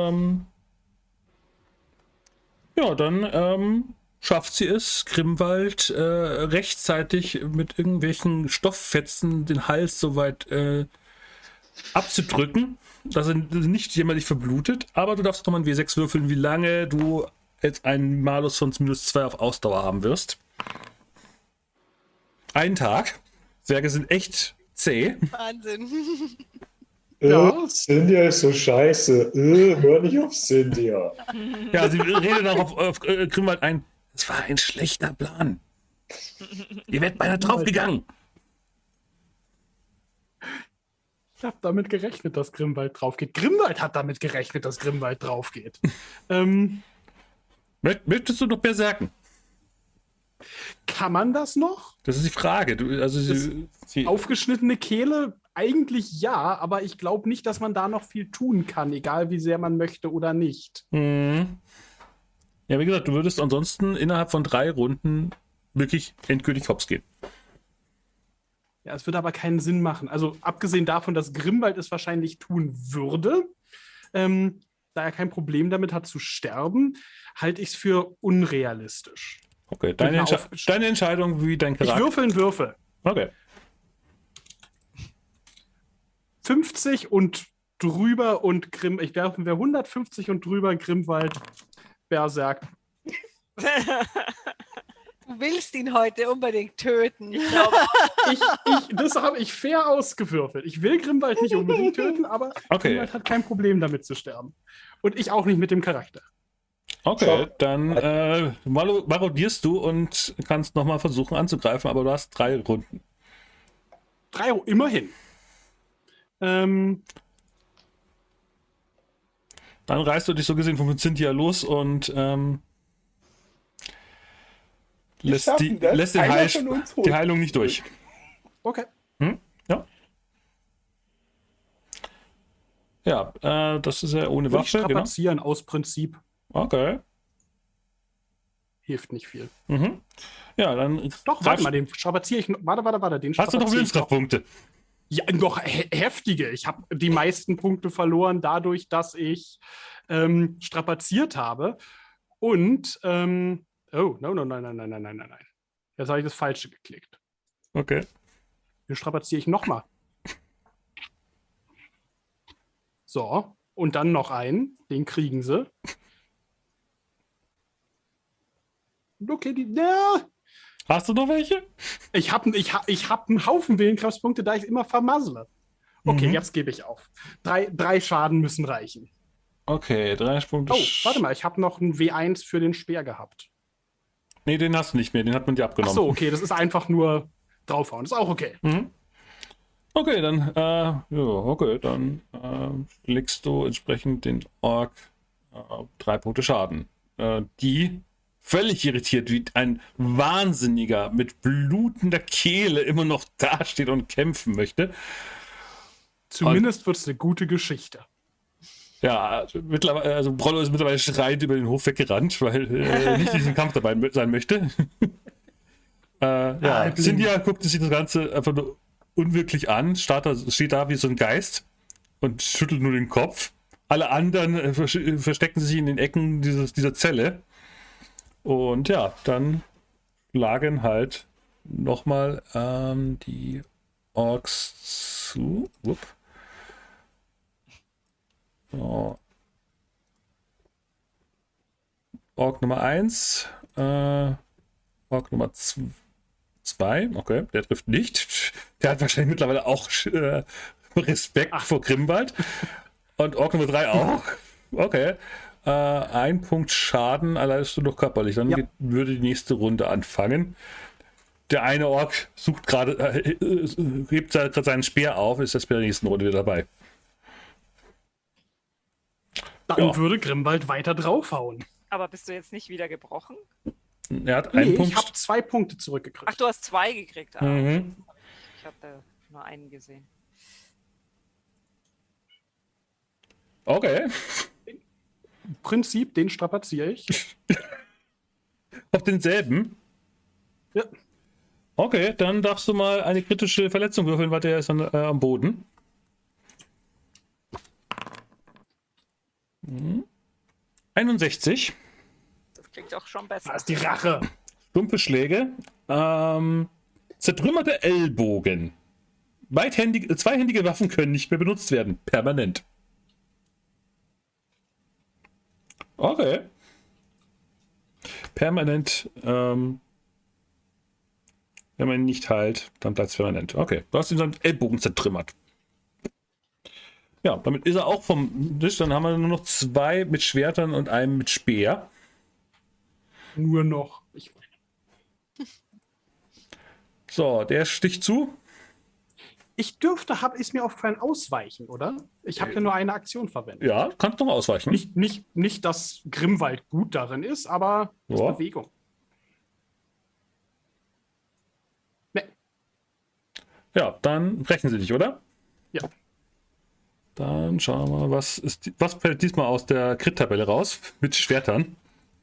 dann schafft sie es, Grimwald rechtzeitig mit irgendwelchen Stofffetzen den Hals soweit abzudrücken, dass er nicht jämmerlich verblutet. Aber du darfst noch mal ein W6 würfeln, wie lange du jetzt einen Malus von -2 auf Ausdauer haben wirst. Einen Tag. Zwerge sind echt zäh. Wahnsinn. Cynthia ist so scheiße. Hör nicht auf Cynthia. Ja, sie redet auch auf Grimwald ein. Es war ein schlechter Plan. Ihr werdet beinahe draufgegangen. Ich habe damit gerechnet, dass Grimwald draufgeht. Grimwald hat damit gerechnet, dass Grimwald draufgeht. Möchtest du noch berserken? Kann man das noch? Das ist die Frage. Sie Aufgeschnittene Kehle? Eigentlich ja, aber ich glaube nicht, dass man da noch viel tun kann, egal wie sehr man möchte oder nicht. Mhm. Ja, wie gesagt, du würdest ansonsten innerhalb von 3 Runden wirklich endgültig hops gehen. Ja, es würde aber keinen Sinn machen. Also abgesehen davon, dass Grimwald es wahrscheinlich tun würde, da er kein Problem damit hat zu sterben, halte ich es für unrealistisch. Okay, deine Entscheidung, wie dein Charakter... Ich würfel einen Würfel. Okay. 50 und drüber und ich werfen wir 150 und drüber Grimwald, Berserk. Du willst ihn heute unbedingt töten. Ich glaube, Das habe ich fair ausgewürfelt. Ich will Grimwald nicht unbedingt töten, aber Grimwald hat kein Problem damit zu sterben. Und ich auch nicht mit dem Charakter. Okay, dann marodierst du und kannst nochmal versuchen anzugreifen, aber du hast 3 Runden. 3, immerhin. Dann reißt du dich so gesehen von Cynthia los und lässt die Heilung nicht durch. Okay. Ja. Ja, das ist ja ohne Waffe. Strapazieren aus Prinzip. Okay. Hilft nicht viel. Mhm. Ja, dann. Doch, warte mal, den strapaziere ich. Warte. Den hast du noch Willenskraftpunkte? Ja, noch heftige. Ich habe die meisten Punkte verloren dadurch, dass ich strapaziert habe. Und, oh, nein. Jetzt habe ich das Falsche geklickt. Okay. Den strapaziere ich nochmal. So, und dann noch einen. Den kriegen sie. Okay, Hast du noch welche? ich hab einen Haufen Willenkraftspunkte, da ich immer vermassle. Okay, jetzt gebe ich auf. Drei Schaden müssen reichen. Okay, 3 Punkte. Oh, warte mal, ich habe noch einen W1 für den Speer gehabt. Nee, den hast du nicht mehr, den hat man dir Ach abgenommen. so, okay, das ist einfach nur draufhauen. Das ist auch okay. Okay, dann legst du entsprechend den Ork 3 Punkte Schaden. Die völlig irritiert, wie ein Wahnsinniger mit blutender Kehle immer noch dasteht und kämpfen möchte. Zumindest wird es eine gute Geschichte. Ja, mittlerweile, also Brollo ist mittlerweile schreiend über den Hof weggerannt, weil er nicht in diesem Kampf dabei sein möchte. Cynthia guckt sich das Ganze einfach nur unwirklich an, steht da wie so ein Geist und schüttelt nur den Kopf. Alle anderen verstecken sich in den Ecken dieser Zelle. Und ja, dann schlagen halt nochmal die Orks zu. So. Ork Nummer 1, Ork Nummer 2, okay, der trifft nicht. Der hat wahrscheinlich mittlerweile auch Respekt vor Grimwald. Und Ork Nummer 3 auch. Okay. 1 Punkt Schaden, erleidest du noch körperlich. Dann würde die nächste Runde anfangen. Der eine Ork sucht gerade, hebt gerade seinen Speer auf, ist jetzt bei der nächsten Runde wieder dabei. Dann würde Grimwald weiter draufhauen. Aber bist du jetzt nicht wieder gebrochen? Er hat einen Punkt. Ich habe 2 Punkte zurückgekriegt. Ach, du hast 2 gekriegt. Ich habe nur einen gesehen. Okay. Im Prinzip, den strapaziere ich. Auf denselben? Ja. Okay, dann darfst du mal eine kritische Verletzung würfeln, weil der ist am Boden. 61. Das klingt auch schon besser. Das ist die Rache. Stumpfe Schläge. Zertrümmerte Ellbogen. Zweihändige Waffen können nicht mehr benutzt werden. Permanent. Okay. Permanent. Wenn man ihn nicht heilt, dann bleibt es permanent. Okay. Du hast ihn seinen Ellbogen zertrümmert. Ja, damit ist er auch vom Tisch. Dann haben wir nur noch 2 mit Schwertern und einen mit Speer. Nur noch. So, der sticht zu. Ich dürfte, ist mir aufgefallen, ausweichen, oder? Ich habe ja nur eine Aktion verwendet. Ja, kannst noch ausweichen. Nicht, dass Grimwald gut darin ist, aber das ist Bewegung. Nee. Ja, dann brechen sie dich, oder? Ja. Dann schauen wir mal, was fällt diesmal aus der Crit-Tabelle raus mit Schwertern.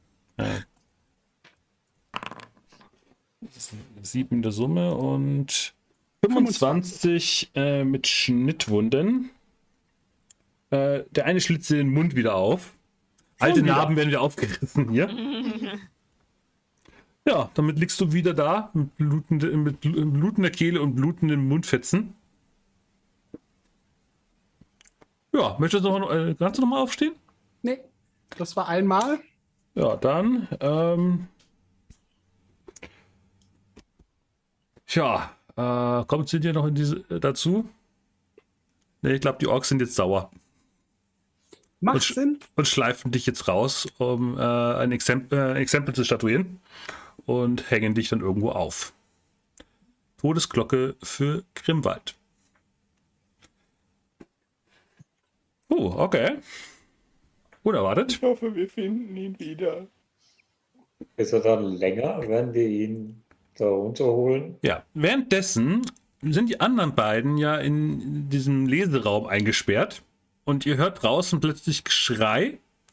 7 in der Summe und 25 mit Schnittwunden. Der eine schlitzt den Mund wieder auf. Alte Narben werden wieder aufgerissen hier. Ja, damit liegst du wieder da mit blutender Kehle und blutenden Mundfetzen. Ja, kannst du noch mal aufstehen? Nee, das war einmal. Ja, dann kommt sie dir noch dazu? Ne, ich glaube, die Orks sind jetzt sauer. Macht Sinn. Und schleifen dich jetzt raus, um ein Exempel zu statuieren und hängen dich dann irgendwo auf. Todesglocke für Grimwald. Oh, okay. Unerwartet. Ich hoffe, wir finden ihn wieder. Ist er dann länger, wenn wir ihn da runterholen? Ja, währenddessen sind die anderen beiden ja in diesem Leseraum eingesperrt und ihr hört draußen plötzlich Geschrei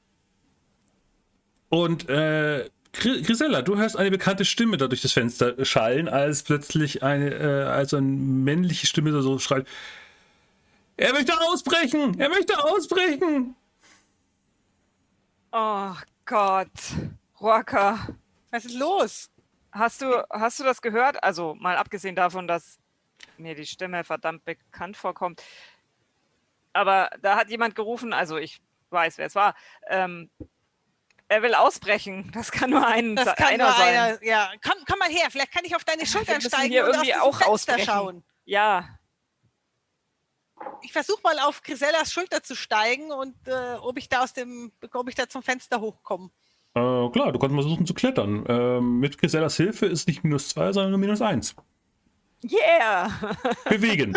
und Grisella, du hörst eine bekannte Stimme da durch das Fenster schallen, als plötzlich eine männliche Stimme da so schreit: Er möchte ausbrechen! Er möchte ausbrechen! Oh Gott. Roaka, Was ist los? hast du das gehört? Also mal abgesehen davon, dass mir die Stimme verdammt bekannt vorkommt. Aber da hat jemand gerufen, also ich weiß, wer es war. Er will ausbrechen. Das kann nur einer sein. Ja, komm mal her. Vielleicht kann ich auf deine Schultern müssen steigen hier und aus irgendwie diesem auch Fenster ausbrechen. schauen. Ja, Ich versuche mal auf Grisellas Schulter zu steigen und ob ich da zum Fenster hochkomme. Klar, du kannst mal versuchen zu klettern. Mit Grisellas Hilfe ist nicht -2, sondern nur -1. yeah. Bewegen.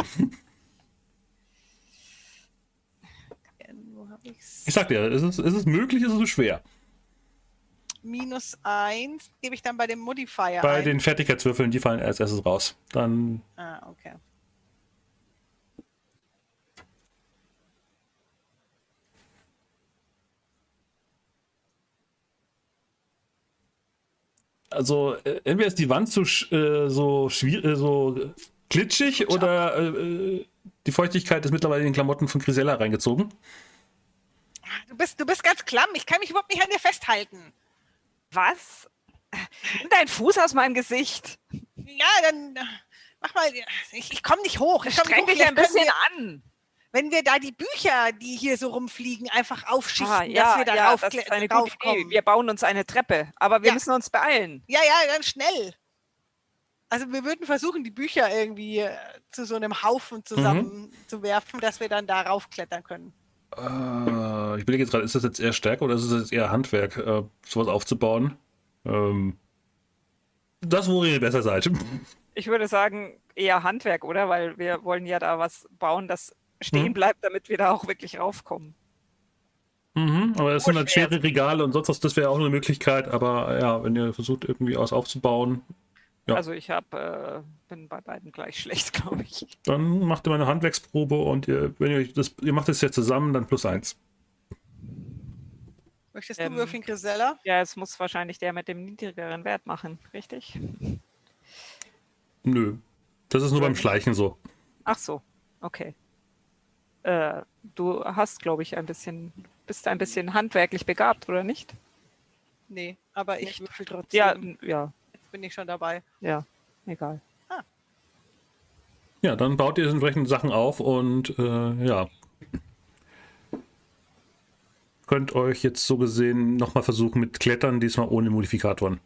Wo habe ich's? Ich sag dir, es ist möglich, es ist schwer. -1 gebe ich dann bei dem Modifier Bei ein. den Fertigkeitswürfeln, die fallen als erstes raus. Dann Okay. also entweder ist die Wand so glitschig oder die Feuchtigkeit ist mittlerweile in den Klamotten von Grisella reingezogen. Du bist ganz klamm. Ich kann mich überhaupt nicht an dir festhalten. Was? Nimm deinen Fuß aus meinem Gesicht. Ja, dann mach mal. Ich komme nicht hoch. Streng dich ein bisschen an. Wenn wir da die Bücher, die hier so rumfliegen, einfach aufschichten, Ja, dass wir da das ist eine gute Idee. raufkommen. Wir bauen uns eine Treppe, aber wir Ja. müssen uns beeilen. Ja, dann schnell. Also wir würden versuchen, die Bücher irgendwie zu so einem Haufen zusammenzuwerfen, dass wir dann da raufklettern können. Ich überlege jetzt gerade, ist das jetzt eher Stärke oder ist es jetzt eher Handwerk, sowas aufzubauen? Das, wo ihr besser seid. Ich würde sagen, eher Handwerk, oder? Weil wir wollen ja da was bauen, das stehen bleibt, damit wir da auch wirklich raufkommen. Aber es sind halt schwer. schwere Regale und sonst was, das wäre auch eine Möglichkeit, aber ja, wenn ihr versucht, irgendwie was aufzubauen, ja. Also ich bin bei beiden gleich schlecht, glaube ich. dann macht ihr mal eine Handwerksprobe und ihr macht das jetzt zusammen, dann +1. Möchtest du würfeln, Grisella? Ja, es muss wahrscheinlich der mit dem niedrigeren Wert machen, richtig? Nö. Das ist nur beim Schleichen so. Ach so, okay. Du hast, glaube ich, bist ein bisschen handwerklich begabt, oder nicht? Nee, aber ich würfel trotzdem. Ja, Jetzt bin ich schon dabei. ja, egal. Ja, dann baut ihr entsprechende Sachen auf und ja. Könnt euch jetzt so gesehen nochmal versuchen mit Klettern, diesmal ohne Modifikatoren.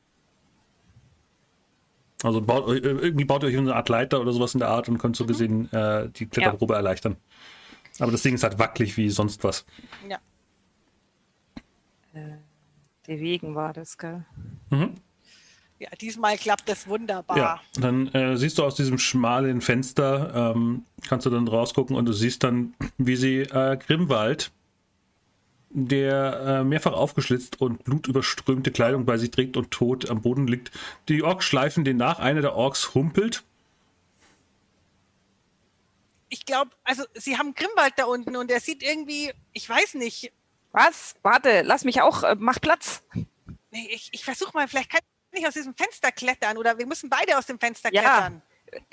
Also irgendwie baut ihr euch eine Art Leiter oder sowas in der Art und könnt so gesehen die Kletterprobe erleichtern. Aber das Ding ist halt wackelig wie sonst was. Ja. Bewegen war das, gell? Ja, diesmal klappt das wunderbar. Ja, dann siehst du aus diesem schmalen Fenster, kannst du dann rausgucken und du siehst dann, wie sie Grimwald, der mehrfach aufgeschlitzt und blutüberströmte Kleidung bei sich trägt und tot am Boden liegt. Die Orks schleifen den nach, einer der Orks humpelt. Ich glaube, also sie haben Grimwald da unten und er sieht irgendwie, ich weiß nicht. Was? Warte, lass mich auch, mach Platz. Nee, ich versuche mal, vielleicht kann ich aus diesem Fenster klettern oder wir müssen beide aus dem Fenster Ja, klettern.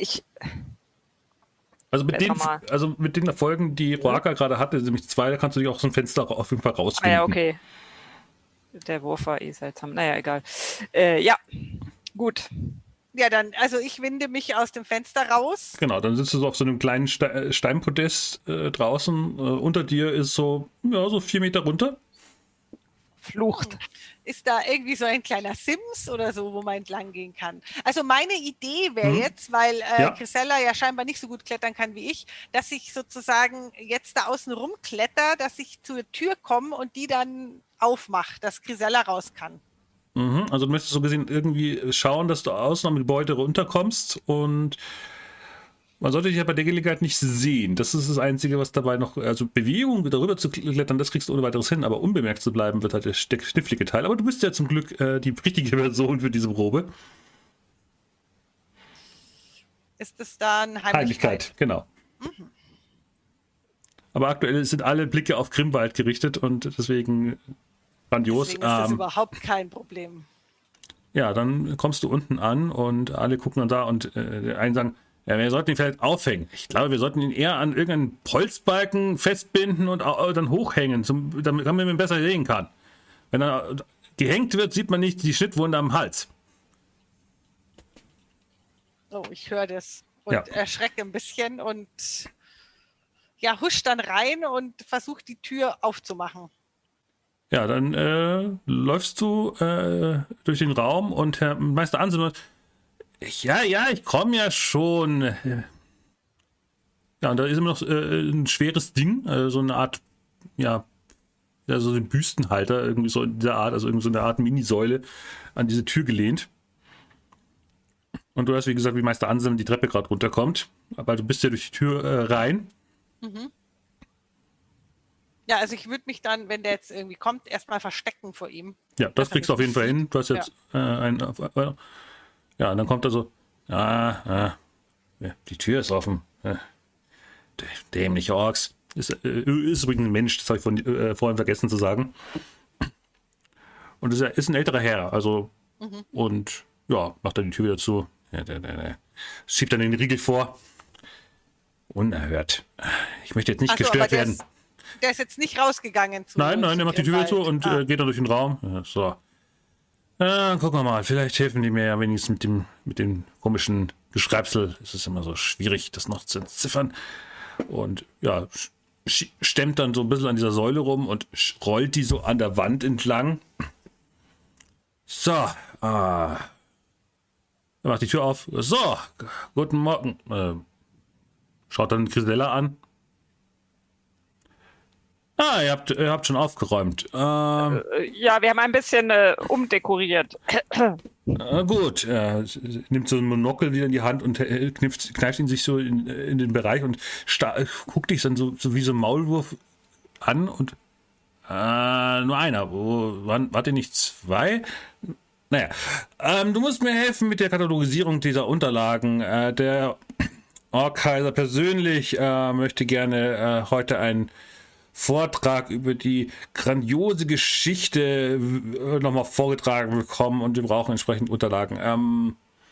Also mit Besser den Erfolgen, die Roaka gerade hatte, nämlich 2, da kannst du dich auch aus dem Fenster auf jeden Fall rausfinden. Ja, okay. Der Wurf war seltsam. Naja, egal. Ja, gut. Ja, dann, also ich winde mich aus dem Fenster raus. Genau, dann sitzt du so auf so einem kleinen Steinpodest draußen. Unter dir ist so 4 Meter runter. Flucht. Ist da irgendwie so ein kleiner Sims oder so, wo man entlang gehen kann? Also meine Idee wäre jetzt, weil Grisella ja scheinbar nicht so gut klettern kann wie ich, dass ich sozusagen jetzt da außen rumkletter, dass ich zur Tür komme und die dann aufmache, dass Grisella raus kann. Also du möchtest so gesehen irgendwie schauen, dass du außen am Gebäude runterkommst und man sollte dich ja bei der Gelegenheit nicht sehen. Das ist das Einzige, was dabei noch, also Bewegung, darüber zu klettern, das kriegst du ohne weiteres hin, aber unbemerkt zu bleiben, wird halt der knifflige Teil. Aber du bist ja zum Glück die richtige Person für diese Probe. Ist es dann Heimlichkeit, genau. Aber aktuell sind alle Blicke auf Grimwald gerichtet und deswegen grandios. Deswegen ist das überhaupt kein Problem. Ja, dann kommst du unten an und alle gucken dann da und der einen sagen, ja, wir sollten ihn vielleicht aufhängen. Ich glaube, wir sollten ihn eher an irgendeinen Holzbalken festbinden und dann hochhängen, damit man ihn besser sehen kann. Wenn er gehängt wird, sieht man nicht die Schnittwunde am Hals. Oh, ich höre das und erschrecke ein bisschen und ja, husch dann rein und versuche die Tür aufzumachen. Ja, dann läufst du durch den Raum und Herr Meister Anselm, ja, ich komme ja schon. Ja, und da ist immer noch ein schweres Ding, so eine Art, so ein Büstenhalter, irgendwie so in dieser Art, also irgendwie so eine Art Minisäule an diese Tür gelehnt. Und du hast, wie gesagt, wie Meister Anselm die Treppe gerade runterkommt. Aber du bist ja durch die Tür rein. Mhm. Ja, also ich würde mich dann, wenn der jetzt irgendwie kommt, erstmal verstecken vor ihm. Ja, das kriegst du auf jeden Fall hin. Du hast jetzt einen. Ja, und dann kommt er so. Die Tür ist offen. Dämliche Orks. Ist übrigens ein Mensch, das habe ich vorhin vergessen zu sagen. Und ist ein älterer Herr, also. Und ja, macht dann die Tür wieder zu. Der schiebt dann den Riegel vor. Unerhört. Ich möchte jetzt nicht gestört werden. Der ist jetzt nicht rausgegangen. Nein, der macht die Tür zu und geht dann durch den Raum. Ja, so. Gucken wir mal, vielleicht helfen die mir ja wenigstens mit dem komischen Geschreibsel. Es ist immer so schwierig, das noch zu entziffern. Und ja, stemmt dann so ein bisschen an dieser Säule rum und rollt die so an der Wand entlang. So, er macht die Tür auf. So, guten Morgen. Schaut dann Grisella an. Ihr habt schon aufgeräumt. Ja, wir haben ein bisschen umdekoriert. Gut, nimmt so ein Monokel wieder in die Hand und kneift ihn sich so in den Bereich und guckt dich dann so wie so ein Maulwurf an und nur einer. Wart ihr nicht zwei? Naja, du musst mir helfen mit der Katalogisierung dieser Unterlagen. Der Orkkaiser persönlich möchte gerne heute einen Vortrag über die grandiose Geschichte nochmal vorgetragen bekommen und wir brauchen entsprechend Unterlagen.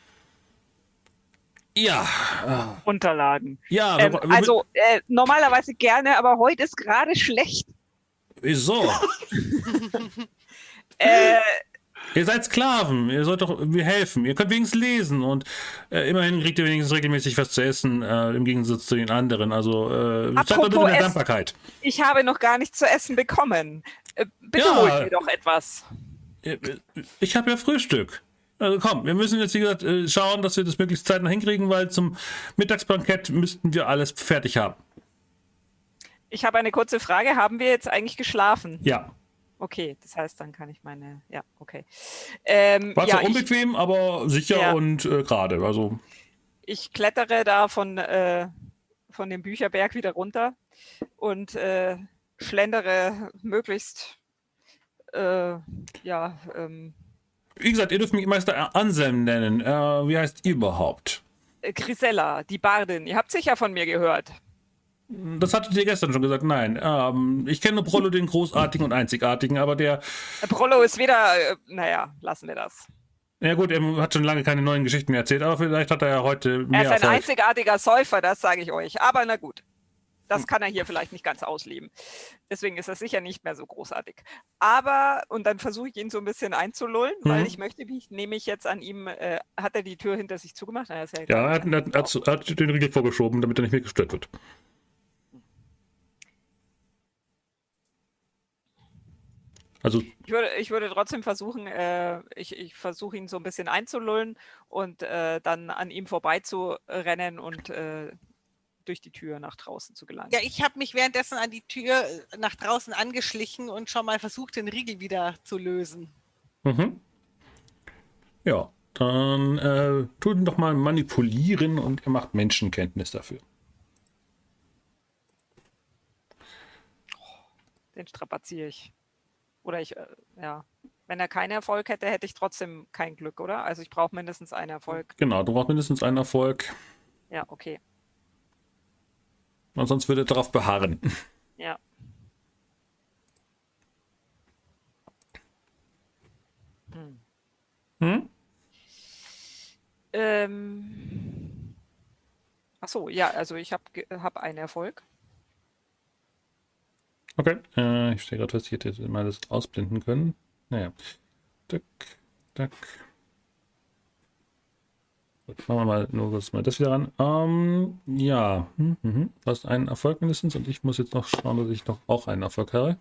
Unterlagen. Ja, also normalerweise gerne, aber heute ist gerade schlecht. Wieso? Ihr seid Sklaven, ihr sollt doch mir helfen. Ihr könnt wenigstens lesen und immerhin kriegt ihr wenigstens regelmäßig was zu essen, im Gegensatz zu den anderen. Also zeigt doch bitte mehr Dankbarkeit. Ich habe noch gar nichts zu essen bekommen. Bitte holt mir doch etwas. Ich habe ja Frühstück. Also komm, wir müssen jetzt, wie gesagt, schauen, dass wir das möglichst zeitnah hinkriegen, weil zum Mittagsbankett müssten wir alles fertig haben. Ich habe eine kurze Frage. Haben wir jetzt eigentlich geschlafen? Ja. Okay, das heißt, dann kann ich meine... Ja, okay. War zwar unbequem, aber sicher und gerade. Also. Ich klettere da von dem Bücherberg wieder runter und schlendere möglichst... Wie gesagt, ihr dürft mich Meister Anselm nennen. Wie heißt ihr überhaupt? Grisella, die Bardin. Ihr habt sicher von mir gehört. Das hattet ihr gestern schon gesagt. Nein, ich kenne Prollo, den Großartigen und Einzigartigen, aber der... Prollo ist wieder... lassen wir das. Ja gut, er hat schon lange keine neuen Geschichten mehr erzählt, aber vielleicht hat er ja heute mehr Er ist ein Erfolg. einzigartiger Säufer, das sage ich euch. Aber na gut, das kann er hier vielleicht nicht ganz ausleben. Deswegen ist er sicher nicht mehr so großartig. Aber, und dann versuche ich ihn so ein bisschen einzulullen, weil ich möchte mich, nehme ich jetzt an ihm, hat er die Tür hinter sich zugemacht? Er hat den Riegel vorgeschoben, damit er nicht mehr gestört wird. Also, ich würde trotzdem versuchen, ich versuche ihn so ein bisschen einzulullen und dann an ihm vorbeizurennen und durch die Tür nach draußen zu gelangen. Ja, ich habe mich währenddessen an die Tür nach draußen angeschlichen und schon mal versucht, den Riegel wieder zu lösen. Ja, dann tut ihn doch mal manipulieren und er macht Menschenkenntnis dafür. Den strapaziere ich. Oder wenn er keinen Erfolg hätte, hätte ich trotzdem kein Glück, oder? Also ich brauche mindestens einen Erfolg. Genau, du brauchst mindestens einen Erfolg. Ja, okay. Und sonst würde er darauf beharren. Ja. Achso, ja, also ich hab einen Erfolg. Okay, ich stehe gerade fest, ich hätte jetzt mal das ausblenden können. Naja. Tack, tack. Gut, machen wir mal nur kurz mal das wieder ran. Ja. Du hast einen Erfolg mindestens und ich muss jetzt noch schauen, dass ich noch auch einen Erfolg habe.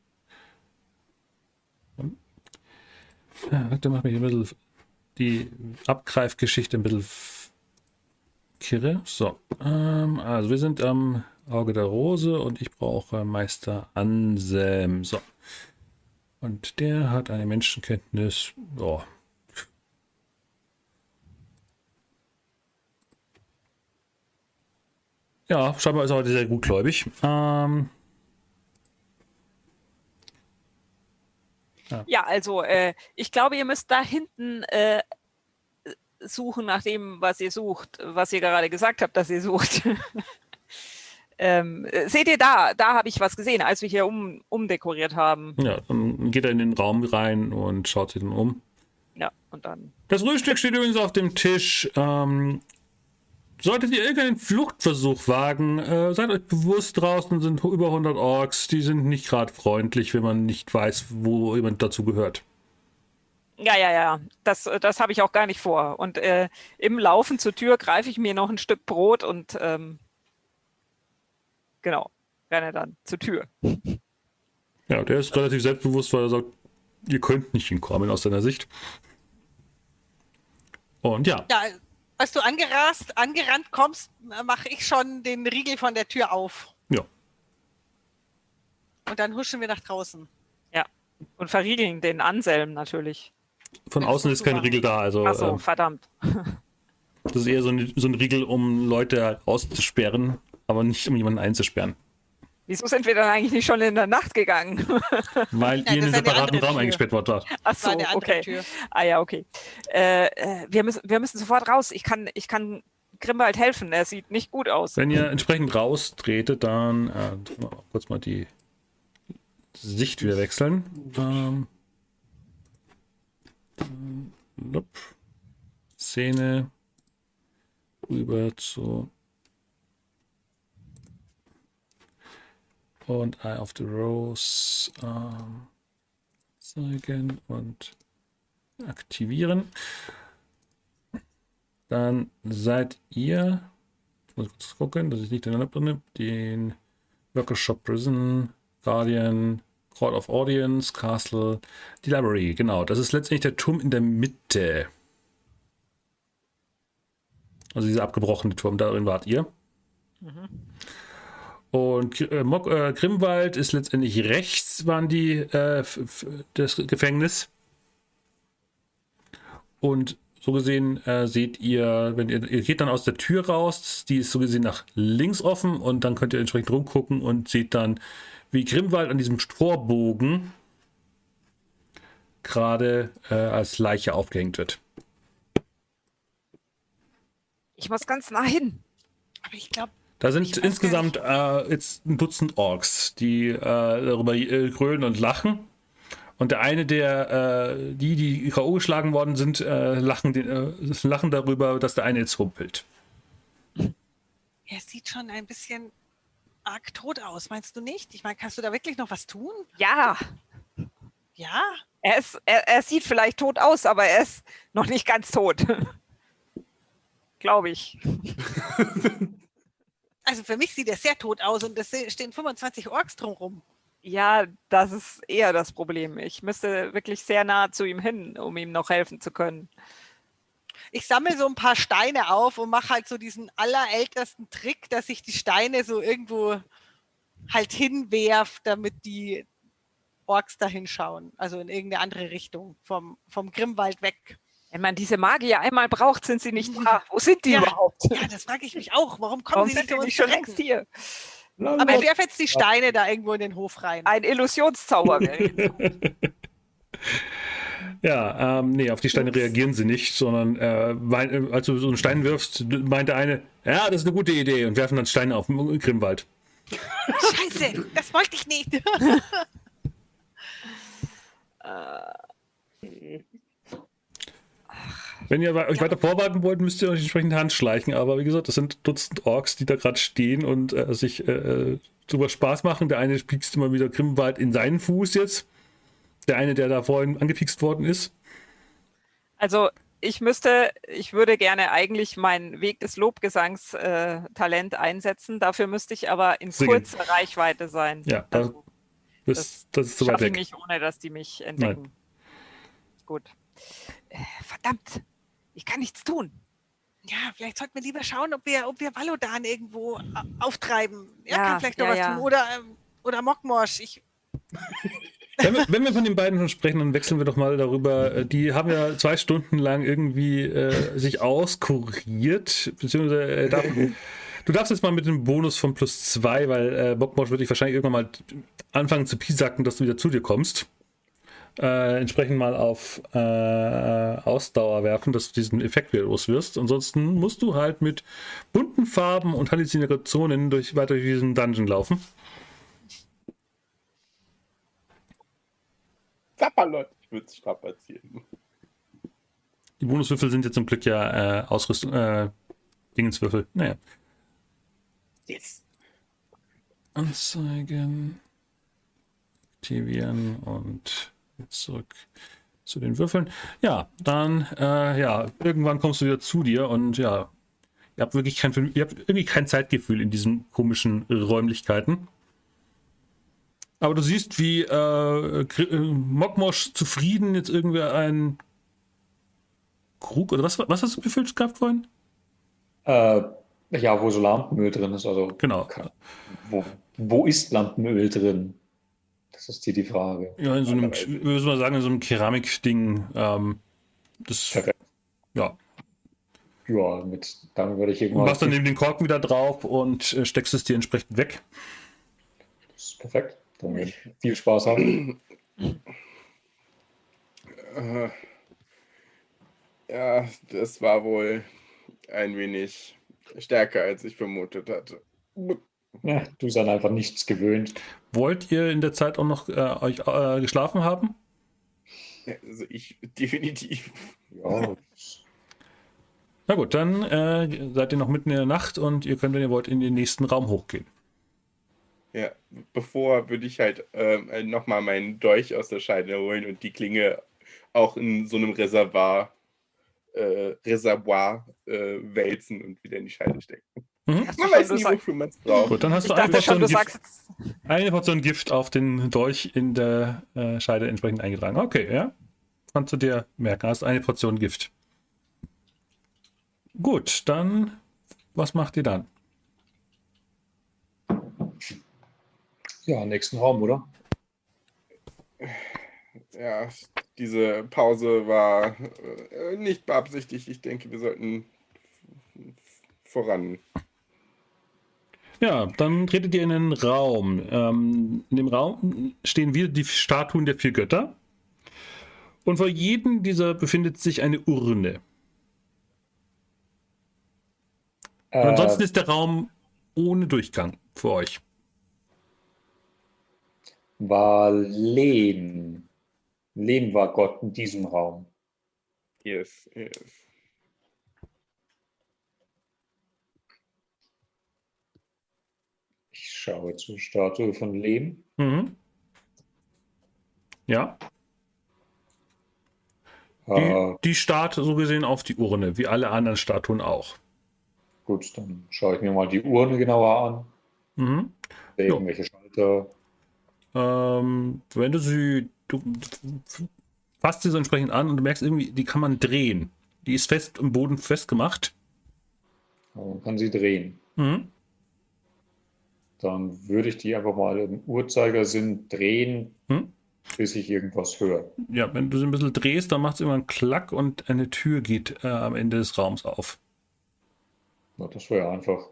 Ja, da macht mich ein bisschen die Abgreifgeschichte ein bisschen kirre. So. Also wir sind am Auge der Rose und ich brauche Meister Anselm. So. Und der hat eine Menschenkenntnis. Oh. Ja, scheinbar ist er heute sehr gutgläubig. Ja, also ich glaube, ihr müsst da hinten suchen nach dem, was ihr sucht, was ihr gerade gesagt habt, dass ihr sucht. Seht ihr da? Da habe ich was gesehen, als wir hier umdekoriert haben. Ja, dann geht er in den Raum rein und schaut sich dann um. Ja, und dann. Das Frühstück steht übrigens auf dem Tisch. Solltet ihr irgendeinen Fluchtversuch wagen, seid euch bewusst, draußen sind über 100 Orks. Die sind nicht gerade freundlich, wenn man nicht weiß, wo jemand dazu gehört. Ja. Das habe ich auch gar nicht vor. Und im Laufen zur Tür greife ich mir noch ein Stück Brot und genau, renne dann zur Tür. Ja, der ist relativ selbstbewusst, weil er sagt, ihr könnt nicht hinkommen aus seiner Sicht. Und ja. Ja, als du angerannt kommst, mache ich schon den Riegel von der Tür auf. Ja. Und dann huschen wir nach draußen. Ja. Und verriegeln den Anselm natürlich. Von außen ist kein Riegel da. Also, achso, verdammt. Das ist eher so ein Riegel, um Leute auszusperren, aber nicht um jemanden einzusperren. Wieso sind wir dann eigentlich nicht schon in der Nacht gegangen? Weil ihr in den separaten Raum eingesperrt wart. Achso, okay. Tür. Ah ja, okay. Wir müssen sofort raus. Ich kann Grimwald helfen. Er sieht nicht gut aus. Wenn ihr entsprechend raustretet, dann kurz mal die Sicht wieder wechseln. Szene rüber zu und Eye of the Rose zeigen und aktivieren. Dann seid ihr, ich muss kurz gucken, dass ich nicht durcheinander bringe, den Workshop Prison, Guardian, Court of Audience, Castle, die Library, genau. Das ist letztendlich der Turm in der Mitte. Also dieser abgebrochene Turm, darin wart ihr. Mhm. Und Grimwald ist letztendlich rechts, waren die das Gefängnis. Und so gesehen seht ihr, wenn ihr geht dann aus der Tür raus, die ist so gesehen nach links offen und dann könnt ihr entsprechend rumgucken und seht dann, wie Grimwald an diesem Torbogen gerade als Leiche aufgehängt wird. Ich muss ganz nah hin. Aber ich glaube, da sind insgesamt jetzt ein Dutzend Orks, die darüber grölen und lachen. Und der eine, die K.O. geschlagen worden sind, lachen darüber, dass der eine jetzt humpelt. Er sieht schon ein bisschen arg tot aus, meinst du nicht? Ich meine, kannst du da wirklich noch was tun? Ja. Ja? Er sieht vielleicht tot aus, aber er ist noch nicht ganz tot. Glaube ich. Also für mich sieht er sehr tot aus und es stehen 25 Orks drumherum. Ja, das ist eher das Problem. Ich müsste wirklich sehr nah zu ihm hin, um ihm noch helfen zu können. Ich sammle so ein paar Steine auf und mache halt so diesen allerältesten Trick, dass ich die Steine so irgendwo halt hinwerf, damit die Orks da hinschauen. Also in irgendeine andere Richtung, vom Grimwald weg. Wenn man diese Magier einmal braucht, sind sie nicht da. Wo sind die überhaupt? Ja, das frage ich mich auch. Warum kommen sie nicht schon längst hier? Aber ich werfe jetzt die Steine da irgendwo in den Hof rein. Ein Illusionszauber wäre Ja, nee, auf die Steine reagieren sie nicht, sondern als du so einen Stein wirfst, meint der eine, ja, das ist eine gute Idee und werfen dann Steine auf den Grimwald. Scheiße, das wollte ich nicht. Wenn ihr euch weiter vorwarten wollt, müsst ihr euch entsprechend handschleichen, aber wie gesagt, das sind Dutzend Orks, die da gerade stehen und sich drüber Spaß machen. Der eine piekst immer wieder Grimwald in seinen Fuß jetzt. Der eine, der da vorhin angepiekst worden ist? Also ich würde gerne eigentlich mein Weg des Lobgesangs Talent einsetzen. Dafür müsste ich aber in Singen. kurzer Reichweite sein. Ja, also, das ist so weit schaffe ich weg. nicht, ohne dass die mich entdecken. Nein. Gut. Verdammt, ich kann nichts tun. Ja, vielleicht sollten wir lieber schauen, ob wir Valodan irgendwo auftreiben. Er Ja, kann vielleicht noch ja, was ja. tun. Oder Mokmosch. Wenn wir von den beiden schon sprechen, dann wechseln wir doch mal darüber. Die haben ja 2 Stunden lang irgendwie sich auskuriert, beziehungsweise du darfst jetzt mal mit dem Bonus von +2, weil Mokmosch wird dich wahrscheinlich irgendwann mal anfangen zu piesacken, dass du wieder zu dir kommst. Entsprechend mal auf Ausdauer werfen, dass du diesen Effekt wieder los wirst. Ansonsten musst du halt mit bunten Farben und Halluzinationen weiter durch diesen Dungeon laufen. Zappalot, ich würde es strapazieren. Die Bonuswürfel sind jetzt zum Glück ja Ausrüstung, Dingenswürfel. Naja. Yes. Anzeigen, aktivieren und zurück zu den Würfeln. Ja, dann, irgendwann kommst du wieder zu dir und ja, ihr habt irgendwie kein Zeitgefühl in diesen komischen Räumlichkeiten. Aber du siehst, wie Mokmosch zufrieden jetzt irgendwie ein Krug oder was hast du befüllt gehabt vorhin? Ja, wo so Lampenöl drin ist. Also Genau. Wo ist Lampenöl drin? Das ist die Frage. Ja, in so einem, würde mal sagen, in so einem Keramikding. Das, Perfekt. ja. Ja, dann würde ich Du irgendwann. machst dann eben den Korken wieder drauf und steckst es dir entsprechend weg. Das ist perfekt. Dann werde ich viel Spaß haben. Ja, das war wohl ein wenig stärker, als ich vermutet hatte. Ja, du bist dann einfach nichts gewöhnt. Wollt ihr in der Zeit auch noch euch geschlafen haben? Ja, also ich definitiv. Ja, Na gut, dann seid ihr noch mitten in der Nacht und ihr könnt, wenn ihr wollt, in den nächsten Raum hochgehen. Ja, bevor würde ich halt nochmal meinen Dolch aus der Scheide holen und die Klinge auch in so einem Reservoir wälzen und wieder in die Scheide stecken. Mhm. Man weiß nie, wofür man es braucht. Gut, dann hast du Ich dachte schon, du Gift, sagst jetzt. eine Portion Gift auf den Dolch in der Scheide entsprechend eingetragen. Okay, ja. Kannst du dir merken, hast eine Portion Gift. Gut, dann, was macht ihr dann? ja, nächsten Raum, oder? Ja, diese Pause war nicht beabsichtigt. Ich denke, wir sollten voran. Ja, dann tretet ihr in den Raum. In dem Raum stehen wieder die Statuen der 4 Götter. Und vor jedem dieser befindet sich eine Urne. Und ansonsten ist der Raum ohne Durchgang für euch. War Len. Len war Gott in diesem Raum. Yes. Ich schaue zur Statue von Len. Mhm. Ja. Die starrt so gesehen auf die Urne, wie alle anderen Statuen auch. Gut, dann schaue ich mir mal die Urne genauer an. Mhm. Irgendwelche Schalter. Wenn du fasst sie so entsprechend an und du merkst irgendwie, die kann man drehen. Die ist fest im Boden festgemacht. Man kann sie drehen. Mhm. Dann würde ich die einfach mal im Uhrzeigersinn drehen, bis ich irgendwas höre. Ja, wenn du sie ein bisschen drehst, dann macht es immer einen Klack und eine Tür geht am Ende des Raums auf. Na, das wäre einfach.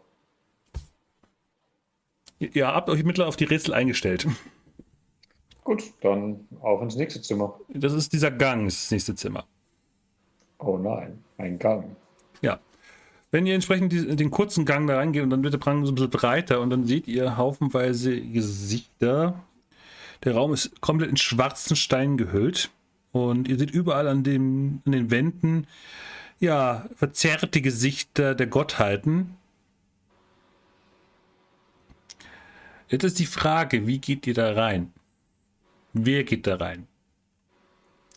Ihr habt euch mittlerweile auf die Rätsel eingestellt. Gut, dann auf ins nächste Zimmer. Das ist dieser Gang, ist das nächste Zimmer. Oh nein, ein Gang. Ja. Wenn ihr entsprechend den kurzen Gang da reingeht und dann wird der Gang so ein bisschen breiter und dann seht ihr haufenweise Gesichter. Der Raum ist komplett in schwarzen Stein gehüllt und ihr seht überall an den Wänden ja verzerrte Gesichter der Gottheiten. Jetzt ist die Frage, wie geht ihr da rein? Wer geht da rein?